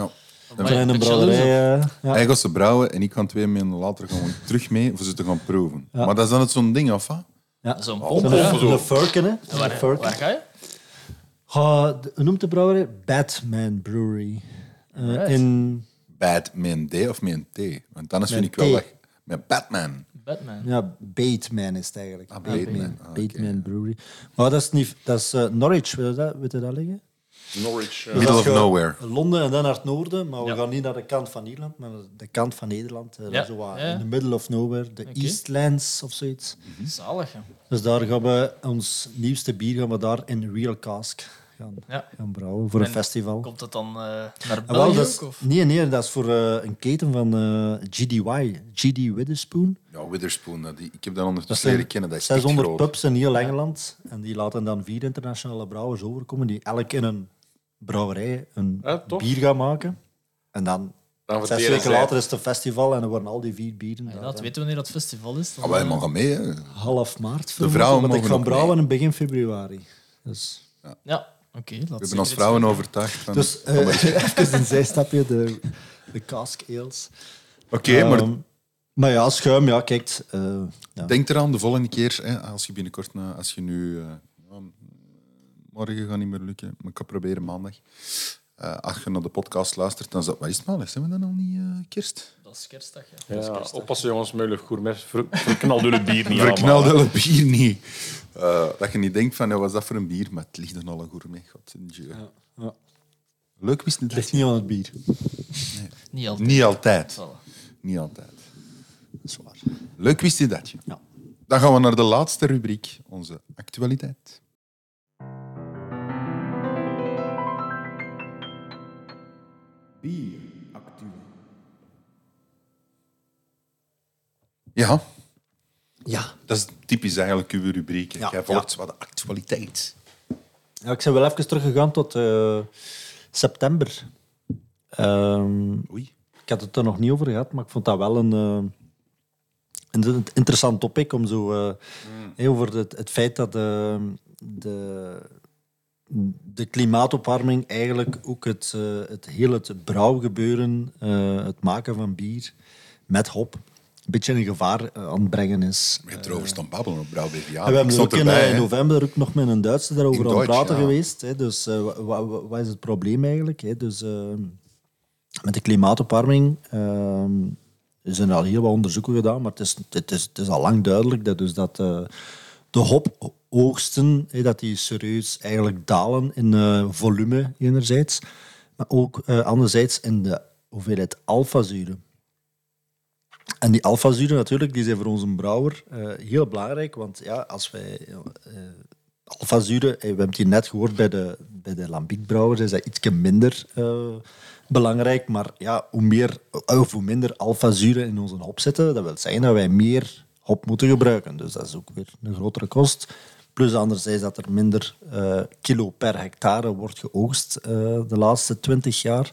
Van in een beetje brouwerij. eh, ja. Hij gaat ze brouwen en ik kan twee maanden later gewoon terug mee voor ze te gaan proeven. Ja. Maar dat is dan het zo'n ding, of wat? Ja. Zo'n Zo'n pomp. een, zo. een Firkin, hè. Zo'n Waar, Firkin. waar ga je? Ga- de- hoe noemt de brouwerij? Batman Brewery. Eh, Right. in Bad met een D of met een T? Want anders Met vind ik wel T. weg. Met Batman. Batman. ja, Bateman is het eigenlijk. Ah, Bateman. Ah, oké. Bateman Brewery. Maar dat is, niet, dat is eh, Norwich, weet je dat, weet je dat liggen? Norwich. eh, Middle als of je nowhere. Londen en dan naar het noorden, maar we Ja. gaan niet naar de kant van Ierland, maar naar de kant van Nederland. eh, Ja. Zo wat Ja, ja. in the middle of nowhere, de Oké. Eastlands of zoiets. Zalig, hè. Dus daar gaan we ons nieuwste bier gaan we daar in Real Cask gaan, Ja. gaan brouwen voor een En festival. Komt het dan eh, naar Ah, wel, België dat is- ook? Of? nee, nee, dat is voor eh, een keten van eh, G D Y, G D Witherspoon. Ja, Witherspoon. dat die- Ik heb dat Dat ondertussen zijn leren kennen. Dat is echt zeshonderd groot. pubs in heel Engeland. En die laten dan vier internationale brouwers overkomen die elk in een brouwerij een Ja, tof. bier gaan maken. En dan, Dan zes verteren weken zij. later is het een festival en dan worden al die vier bieren Ja, daar, dat eh, weten we wanneer dat festival is. Dan, Ah, wij eh, mogen mee, hè. half maart. vrouwen Want ik mogen ga ook brouwen mee. in begin februari. Dus, Ja, oké. We hebben ons vrouwen overtuigd. Van... dus eh, even een zijstapje, de, de cask ales. Oké, maar Ehm, maar ja, schuim, ja, kijk. eh, ja. denk eraan de volgende keer, hè, als je binnenkort, na- als je nu... eh, ja, morgen gaat niet meer lukken, maar ik ga proberen maandag. Eh, als je naar de podcast luistert, dan is dat... Wat is het maandag? Zijn we dan al niet eh, kerst? Dat is kerstdag, ja. Ja, oppassen jongens, Meulen Gourmet. Ver- Verknal jullie bier niet allemaal. Verknalde het bier niet. Eh, dat je niet denkt van, ja, wat is dat voor een bier? Maar het ligt er al een gourmet. God, in je- ja. Leuk wist niet Het dat ligt niet aan het bier. Niet altijd. Niet altijd. Voilà. Niet altijd. Dat is waar. Leuk wist je dat. je. Ja. Dan gaan we naar de laatste rubriek, onze actualiteit. Bier actueel. Ja, Ja. dat is typisch eigenlijk uw rubriek. hè. Ja, Jij volgt wat de actualiteit. Ja, ik ben wel even teruggegaan tot eh, september. Ehm, Oei. ik had het er nog niet over gehad, maar ik vond dat wel een, eh, een interessant topic om zo eh, hey, over het, het feit dat de, de, de klimaatopwarming eigenlijk ook het, eh, het hele het brouwgebeuren, eh, het maken van bier met hop, een beetje in gevaar eh, aan het brengen is. Je hebt erover staan babbelen op Brouw B V A. En we hebben Ik er stond ook in, erbij, eh, in hè. november ook nog met een Duitser daarover In aan het Duits, praten ja. geweest. Hè. Dus eh, wa- wa- wa- wat is het probleem eigenlijk? Hè? Dus, eh, met de klimaatopwarming eh, zijn er al heel wat onderzoeken gedaan, maar het is, het is, het is al lang duidelijk dat, dus dat eh, de hopoogsten hè, dat die serieus eigenlijk dalen in eh, volume enerzijds, maar ook eh, anderzijds in de hoeveelheid alfazuren. En die alfazuren natuurlijk, die zijn voor onze brouwer eh, heel belangrijk, want ja, als wij eh, alfazuren, eh, we hebben het hier net gehoord bij de, bij de lambiekbrouwers, is dat iets minder eh, belangrijk, maar ja, hoe meer of hoe minder alfazuren in onze hop zitten, dat wil zeggen dat wij meer hop moeten gebruiken. Dus dat is ook weer een grotere kost. Plus anderzijds dat er minder eh, kilo per hectare wordt geoogst eh, de laatste twintig jaar.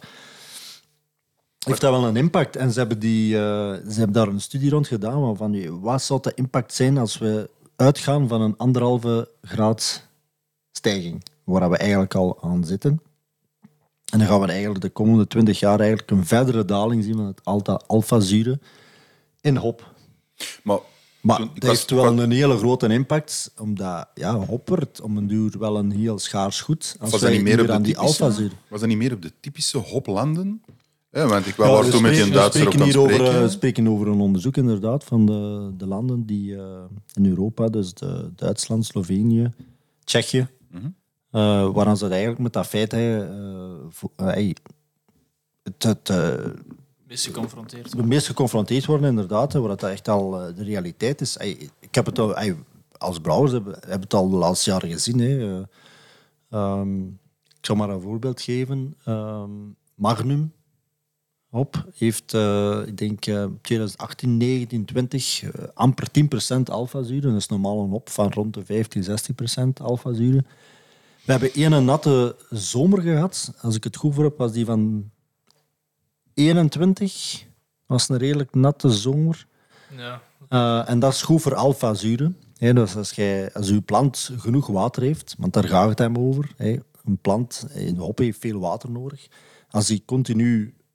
Heeft dat wel een impact? En ze hebben, die, eh, ze hebben daar een studie rond gedaan. Maar van, eh, wat zou de impact zijn als we uitgaan van een anderhalve graad stijging, waar we eigenlijk al aan zitten? En dan gaan we eigenlijk de komende twintig jaar eigenlijk een verdere daling zien van het alta- alfazuren in hop. Maar, Maar toen- ik dat was- heeft wel ik was- een hele grote impact, omdat ja, hop wordt om een duur wel een heel schaars goed. Als was dat wij niet meer op aan de die typische, alfazuren. was dat niet meer op de typische hoplanden? Ja, want ik was Ja, waar we toen met die spreken- Duitser we ook aan spreken het hier over, spreken. eh, we spreken over een onderzoek inderdaad van de, de landen die eh, in Europa, dus de Duitsland, Slovenië, Tsjechië, Mhm. eh, waaraan ze het eigenlijk met dat feit hè, eh, vo- eh, hey, het, het, eh, Is geconfronteerd. het meest geconfronteerd worden inderdaad, hè, waar dat echt al eh, de realiteit is. Hey, ik heb het al, hey, als brouwers hebben hebben het al de laatste jaren gezien. Hè. Eh, ehm, ik zal maar een voorbeeld geven. Ehm, Magnum Hop heeft, eh, ik denk, eh, twintig achttien, negentien, twintig eh, amper tien procent alfazuren. Dat is normaal een hop van rond de vijftien, zestien procent alfazuren. We hebben één natte zomer gehad. Als ik het goed voor heb, was die van eenentwintig. Dat was een redelijk natte zomer. Ja. Uh, en dat is goed voor alfazuren. Hè, dus als, jij, als uw plant genoeg water heeft, want daar gaat het hem over. Hè, een plant, een hop heeft veel water nodig. Als die continu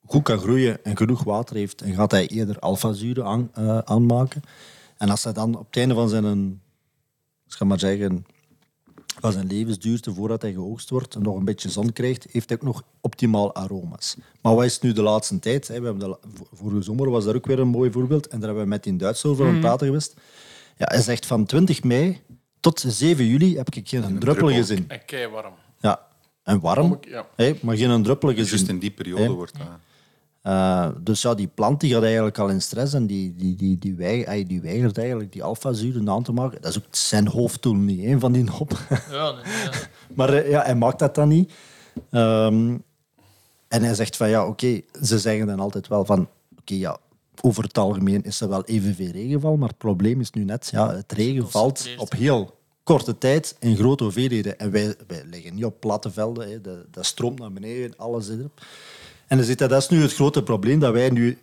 goed kan groeien en genoeg water heeft, dan gaat hij eerder alfazuren aan, uh, aanmaken. En als hij dan op het einde van zijn, ik ga maar zeggen, van zijn levensduurte, voordat hij geoogst wordt en nog een beetje zon krijgt, heeft hij ook nog optimaal aroma's. Maar wat is het nu de laatste tijd? Hè? We hebben de, vorige zomer was daar ook weer een mooi voorbeeld. En daar hebben we met die Duits over aan het praten geweest. Ja, hij zegt van twintig mei tot zeven juli heb ik geen een druppel druppel. gezien. En kei warm. Ja, en warm, Ja. hè, maar geen een druppel Juist gezien. in die periode Ja. wordt dat... Uh, dus ja, die plant die gaat eigenlijk al in stress en die, die, die, die, weig, die weigert eigenlijk die alfazuren aan te maken. Dat is ook zijn hoofddoel niet, hè, van die hop. Ja, nee, nee, ja. Maar uh, ja, hij maakt dat dan niet. Um, en hij zegt van ja, oké, okay, ze zeggen dan altijd wel van oké, okay, ja, over het algemeen is er wel evenveel regenval, maar het probleem is nu net, ja, het regen valt op heel korte tijd in grote hoeveelheden. En wij, wij liggen niet op platte velden, hè. Dat, dat stroomt naar beneden, alles erop. En dan zit dat, dat is nu het grote probleem dat wij nu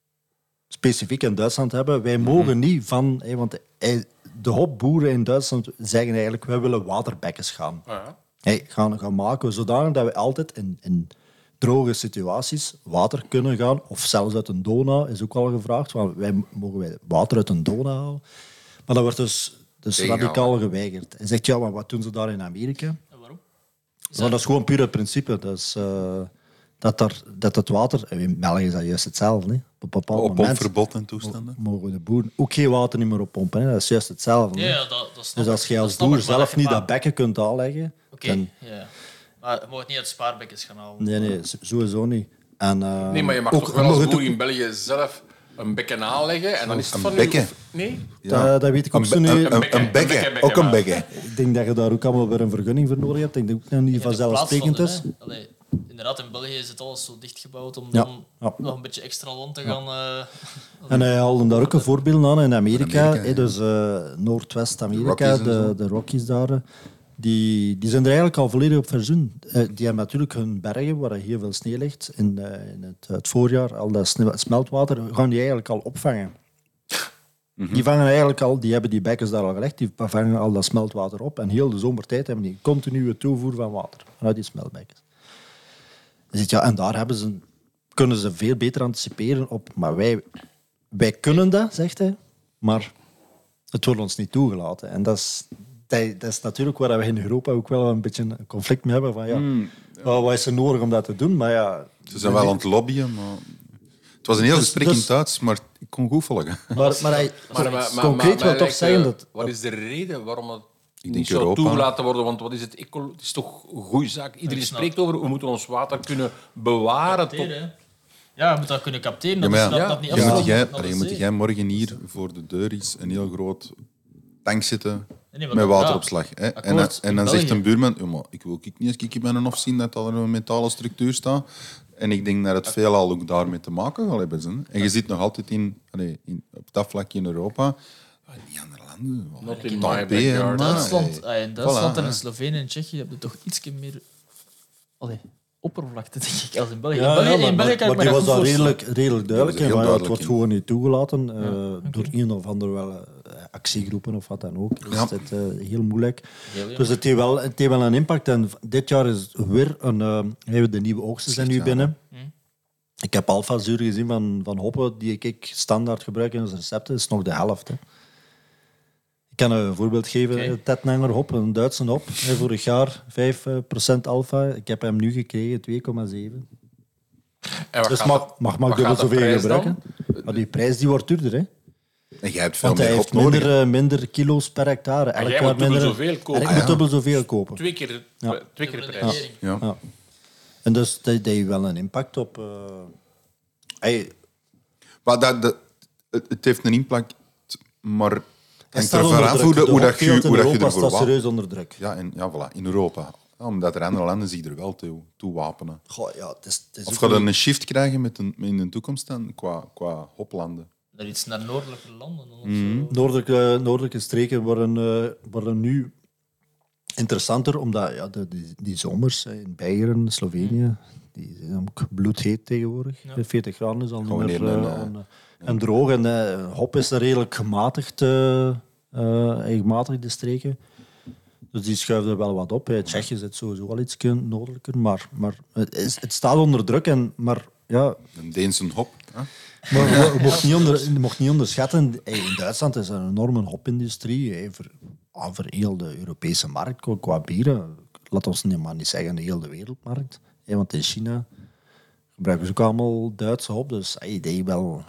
specifiek in Duitsland hebben. Wij mogen niet van... Hè, want de hopboeren in Duitsland zeggen eigenlijk wij willen waterbekkens gaan, Ah, ja. hè, gaan, gaan maken, zodanig dat we altijd in, in droge situaties water kunnen gaan. Of zelfs uit een donau, is ook al gevraagd. Want wij mogen wij water uit een donau halen. Maar dat wordt dus, dus Tegenhouden. radicaal geweigerd. Hij zegt, ja, maar wat doen ze daar in Amerika? En waarom? Nou, dat is gewoon puur het principe. Dat, is, uh, dat, er, dat het water... In België is dat juist hetzelfde. Hè. Op een bepaald Op moment pompverbod en toestanden. mogen de boeren ook geen water niet meer oppompen. Hè. Dat is juist hetzelfde. Ja, hè. ja, dat, dat snap Dus ik. als je Dat als snap boer ik, maar zelf je niet maar- dat bekken kunt aanleggen... Oké, dan... ja. Maar je mag het niet uit spaarbekkens gaan halen. Nee, nee, s- sowieso niet. En, uh, Nee, maar je mag ook, toch wel mag als het boer ook- in België zelf een bekken aanleggen en dan is het Een van bekken? u. Of, nee? Dat, dat weet ik ook Een, zo be- niet. een, een, bekken, een bekken, bekken, ook een bekken, bekken. Ik denk dat je daar ook allemaal weer een vergunning voor nodig hebt. Ik denk ook nog niet Je hebt ook vanzelfsprekend is. plaatsvonden, hè. Allee, inderdaad, in België is het alles zo dichtgebouwd om Ja, dan ja. nog een beetje extra land te gaan... eh, En hij haalde daar ook een voorbeeld aan in Amerika. Amerika, hè, ja. dus uh, Noordwest-Amerika, Rockies en de, zo. de Rockies daar. eh, Die, die zijn er eigenlijk al volledig op verzoend. Uh, die hebben natuurlijk hun bergen, waar heel veel sneeuw ligt. In, uh, in het, het voorjaar, al dat sneeuw, smeltwater, gaan die eigenlijk al opvangen. Mhm. Die vangen eigenlijk al, die hebben die bekkens daar al gelegd, die vangen al dat smeltwater op. En heel de zomertijd hebben die continue toevoer van water vanuit die smeltbekkens. Dus ja, en daar hebben ze, kunnen ze veel beter anticiperen op. Maar wij, wij kunnen dat, zegt hij, maar het wordt ons niet toegelaten. En dat is, dat, dat is natuurlijk waar we in Europa ook wel een beetje een conflict mee hebben. Van, ja, wel, wat is er nodig om dat te doen? Maar ja, Ze zijn wel aan het lobbyen, maar... Het was een heel Dus- gesprek in dus- het Duits, maar ik kon goed volgen. maar, maar hij Maar, maar, maar, concreet maar- wil maar toch lijkt, zeggen eh, dat... Wat is de reden waarom het denk niet zou Europa. toegelaten worden? Want wat is het? Ecolo- het is toch een goede zaak. Iedereen Ik snap spreekt over, we moeten ons water kunnen bewaren. Tot... capteren, hè. Ja, je moet dat kunnen capteren. Ja, Dat, maar is, ja, dat, ja, dat niet Je moet, afstroomt jij, naar de allee, moet zee. jij morgen hier voor de deur is een heel groot tank zitten Nee, maar met dat- wateropslag. Hè? En, akkoord, en in dan zegt België. een buurman, ja, maar ik wil ik niet als ik in mijn hof zien dat er een metalen structuur staat. En ik denk dat het veelal ook daarmee te maken zal hebben. Hè. En je zit nog altijd in, allee, in, op dat vlak in Europa. Ah, die andere landen... oh, Not ik in kan my B, hè, backyard. maar, Duitsland, hey. ah, in Duitsland Voilà, en hè. in Slovenië en Tsjechië heb je toch iets meer allee, oppervlakte, denk ik, als in België. Ja, in België, ja, maar, in België maar, kan ik maar me die dat was goed daar voorstellen. redelijk, redelijk duidelijk Ja, in. dat is Van, heel ja, het wordt duidelijk gewoon niet toegelaten uh, oké. door een of andere wel, uh, actiegroepen of wat dan ook. Dus Ja. dat is uh, heel moeilijk. Heel jammer. Dus het heeft, wel, het heeft wel een impact. En dit jaar is weer een... Uh, we hebben de nieuwe oogsten zijn nu Ja. binnen. Hm. Ik heb alfazuur gezien van, van hoppen die ik, ik standaard gebruik in onze recepten. Dat is nog de helft. Hè. Ik kan een voorbeeld geven. Oké. Okay. Tetnanger hop, een Duitse hop. Hè, vorig jaar vijf procent alfa. Ik heb hem nu gekregen, twee komma zeven. En wat Dus gaat mag, de- mag, mag wat dubbel gaat de zoveel prijs gebruiken. dan? Maar die prijs die wordt duurder. Hè? En jij hebt veel Want hij meer heeft hop nodig. minder, uh, minder kilo's per hectare. Elk jij jaar moet dubbel minder. zoveel kopen. En ik Ah, moet ja. dubbel zoveel kopen. Twee keer, Ja. twee keer de Dubbele prijs. negering. Ja. Ja. En dus dat, dat heeft wel een impact op... Uh, hey, Maar dat, dat, het, het heeft een impact, maar hij hangt staat er onder vanaf druk. hoe, De dat- hoe, dat hopteelt je, in hoe dat je Europa ervoor staat wapent. serieus onder druk. Ja, en, ja, voilà, in Europa. Ja, omdat er andere landen zich er wel toe, toe wapenen. Goh, ja, het is, het is Of ook gaat er niet- een shift krijgen met een, in de toekomst dan, qua, qua hoplanden? Naar iets naar noordelijke landen. Of Mm. zo. Noordelijke, noordelijke streken worden, uh, worden nu interessanter, omdat ja, de, die, die zomers hè, in Beieren, Slovenië, die zijn ook bloedheet tegenwoordig. Ja. veertig graden is al niet Gewoon meer in een, uh, uh, on- en droog. En uh, hop is er redelijk gematigd, uh, uh, gematigde streken. Dus die schuiven er wel wat op. Hè. Tsjechië zit sowieso wel iets noordelijker, maar, maar het, is, het staat onder druk. En, maar ja, Een Deense hop. Hè? maar je, je mocht niet onder, je mocht niet onderschatten, hey, in Duitsland is er een enorme hopindustrie, hey, voor, ah, voor heel de Europese markt qua, qua bieren. Laat ons niet, maar niet zeggen de hele wereldmarkt. Hey, want in China gebruiken ze ook allemaal Duitse hop, dus hey, die wel...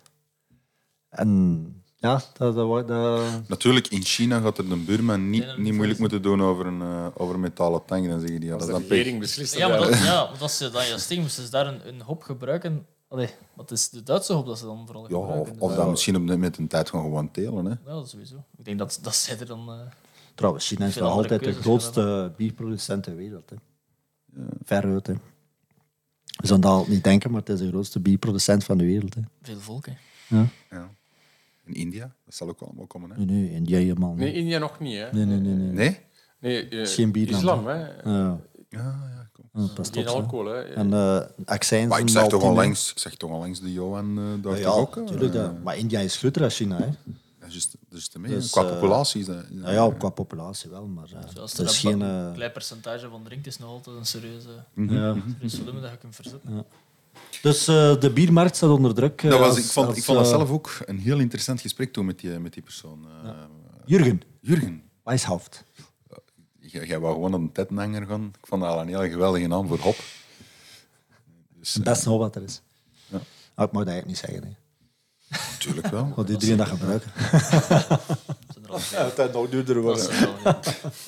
En ja, dat... dat, dat Natuurlijk, in China gaat er een buurman niet, Nee, niet moeilijk moeten doen over een, uh, over een metalen tank. Dan zeggen die, ja, dat Als is de dan pech. regering beslist. Ja, maar, dat- dat, ja, want als ze dan juist tegen moesten ze daar een, een hop gebruiken. Allee, wat is de Duitse hop dat ze dan vooral Ja, gebruiken? of, of dan misschien op, met een tijd gewoon gewoon telen. Hè. Ja, dat sowieso. Ik denk dat, dat zij er dan... Uh, Trouwens, China is Veel nog andere altijd de keuzes grootste bierproducent ter wereld. Hè. Veruit. Hè. We zouden dat niet denken, maar het is de grootste bierproducent van de wereld. Hè. veel volk, hè. Ja. Ja. In India, dat zal ook wel allemaal komen. Hè. Nee, nee, India helemaal Nee, niet. India nog niet, hè. Nee, nee, nee. nee. Nee? Nee, eh, is geen bierland, Islam, hè. Ja, Ja, ja, kom. ja, pas Geen op, hè. alcohol, hè. En uh, accijns... Maar ik en zeg toch al Maltine. langs, ik zeg toch al langs de Johan uh, daar Ja, toch ja, ook. hè? natuurlijk. Eh, dat. Maar India is groter dan China. Hè. Dat is juist- dat is te mee. Dus, Qua eh, populatie is dat... Ja, ja, qua populatie wel, maar uh, Als het er is een geen... ba- eh, klein percentage van drinkt, is nog altijd een serieuze, ja. serieus volume dat je kunt verzetten. Dus uh, de biermarkt staat onder druk. uh, Dat was, als- ik, vond, als, ik vond dat uh, zelf ook een heel interessant gesprek toen met die, met die persoon. Uh, Jurgen Jurgen, Weishaupt. jij, jij wou gewoon op een tettenhanger gaan. Ik vond dat al een heel geweldige naam voor hop. Dus, Het uh, beste hop wat er is. Ja. Nou, ik mag dat eigenlijk niet zeggen. Hè. natuurlijk wel. Want iedereen dat gebruiken. Zijn er al veel. Ja, het is nog duurder Dat is er wel, ja.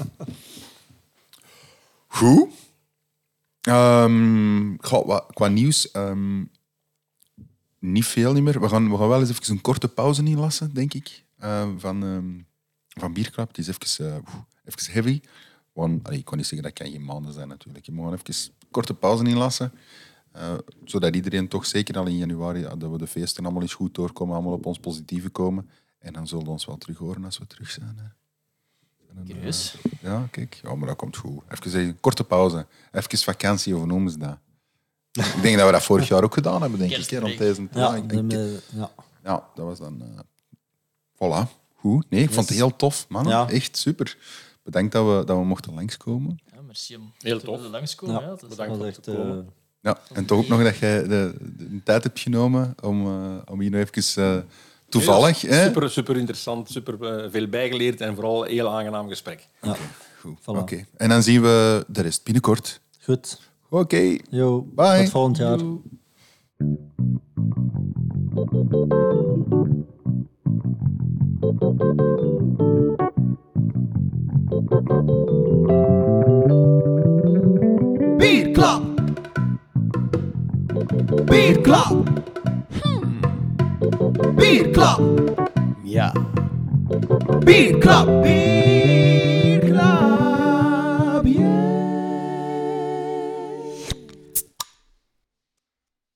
Goed. Ehm, goh, wat- qua nieuws, ehm, niet veel niet meer. We gaan, we gaan wel eens even een korte pauze inlassen, denk ik, eh, van, ehm van Bierklap. Het is even, eh, oeh, even heavy. Gewoon, allee, ik kan niet zeggen dat kan geen maanden zijn natuurlijk. Je moet gewoon even een korte pauze inlassen. Uh, zodat iedereen toch zeker al in januari, ja, dat we de feesten allemaal eens goed doorkomen, allemaal op ons positieve komen. En dan zullen we ons wel terug horen als we terug zijn. Hè. En dan, Curieus. eh, ja, kijk. Ja, maar dat komt goed. Even een korte pauze. Even vakantie, of hoe noemen ze dat? Ik denk dat we dat vorig jaar ook gedaan hebben, denk ik. Hè, rond deze tijd. Ja, ik denk, de- ja. ja, dat was dan... uh, voilà. Goed. Nee, ik vond het heel tof, man. Ja. Echt super. Bedankt dat we, dat we mochten langskomen. Ja, merci om Heel te tof. willen langskomen. Ja, Ja, het is- bedankt. Dat was om echt... te komen. uh, Ja, en toch ook nog dat jij de, de, de tijd hebt genomen om, uh, om hier nog even... Uh, toevallig, Heel hè? Super, super interessant, super uh, veel bijgeleerd en vooral een heel aangenaam gesprek. ja. Goed. Voilà. Oké. En dan zien we de rest binnenkort. Goed. Oké. Yo, Bye. tot volgend jaar. Bierklap. Bierklap. Bierklap. Ja. Bierklap. Bierklap.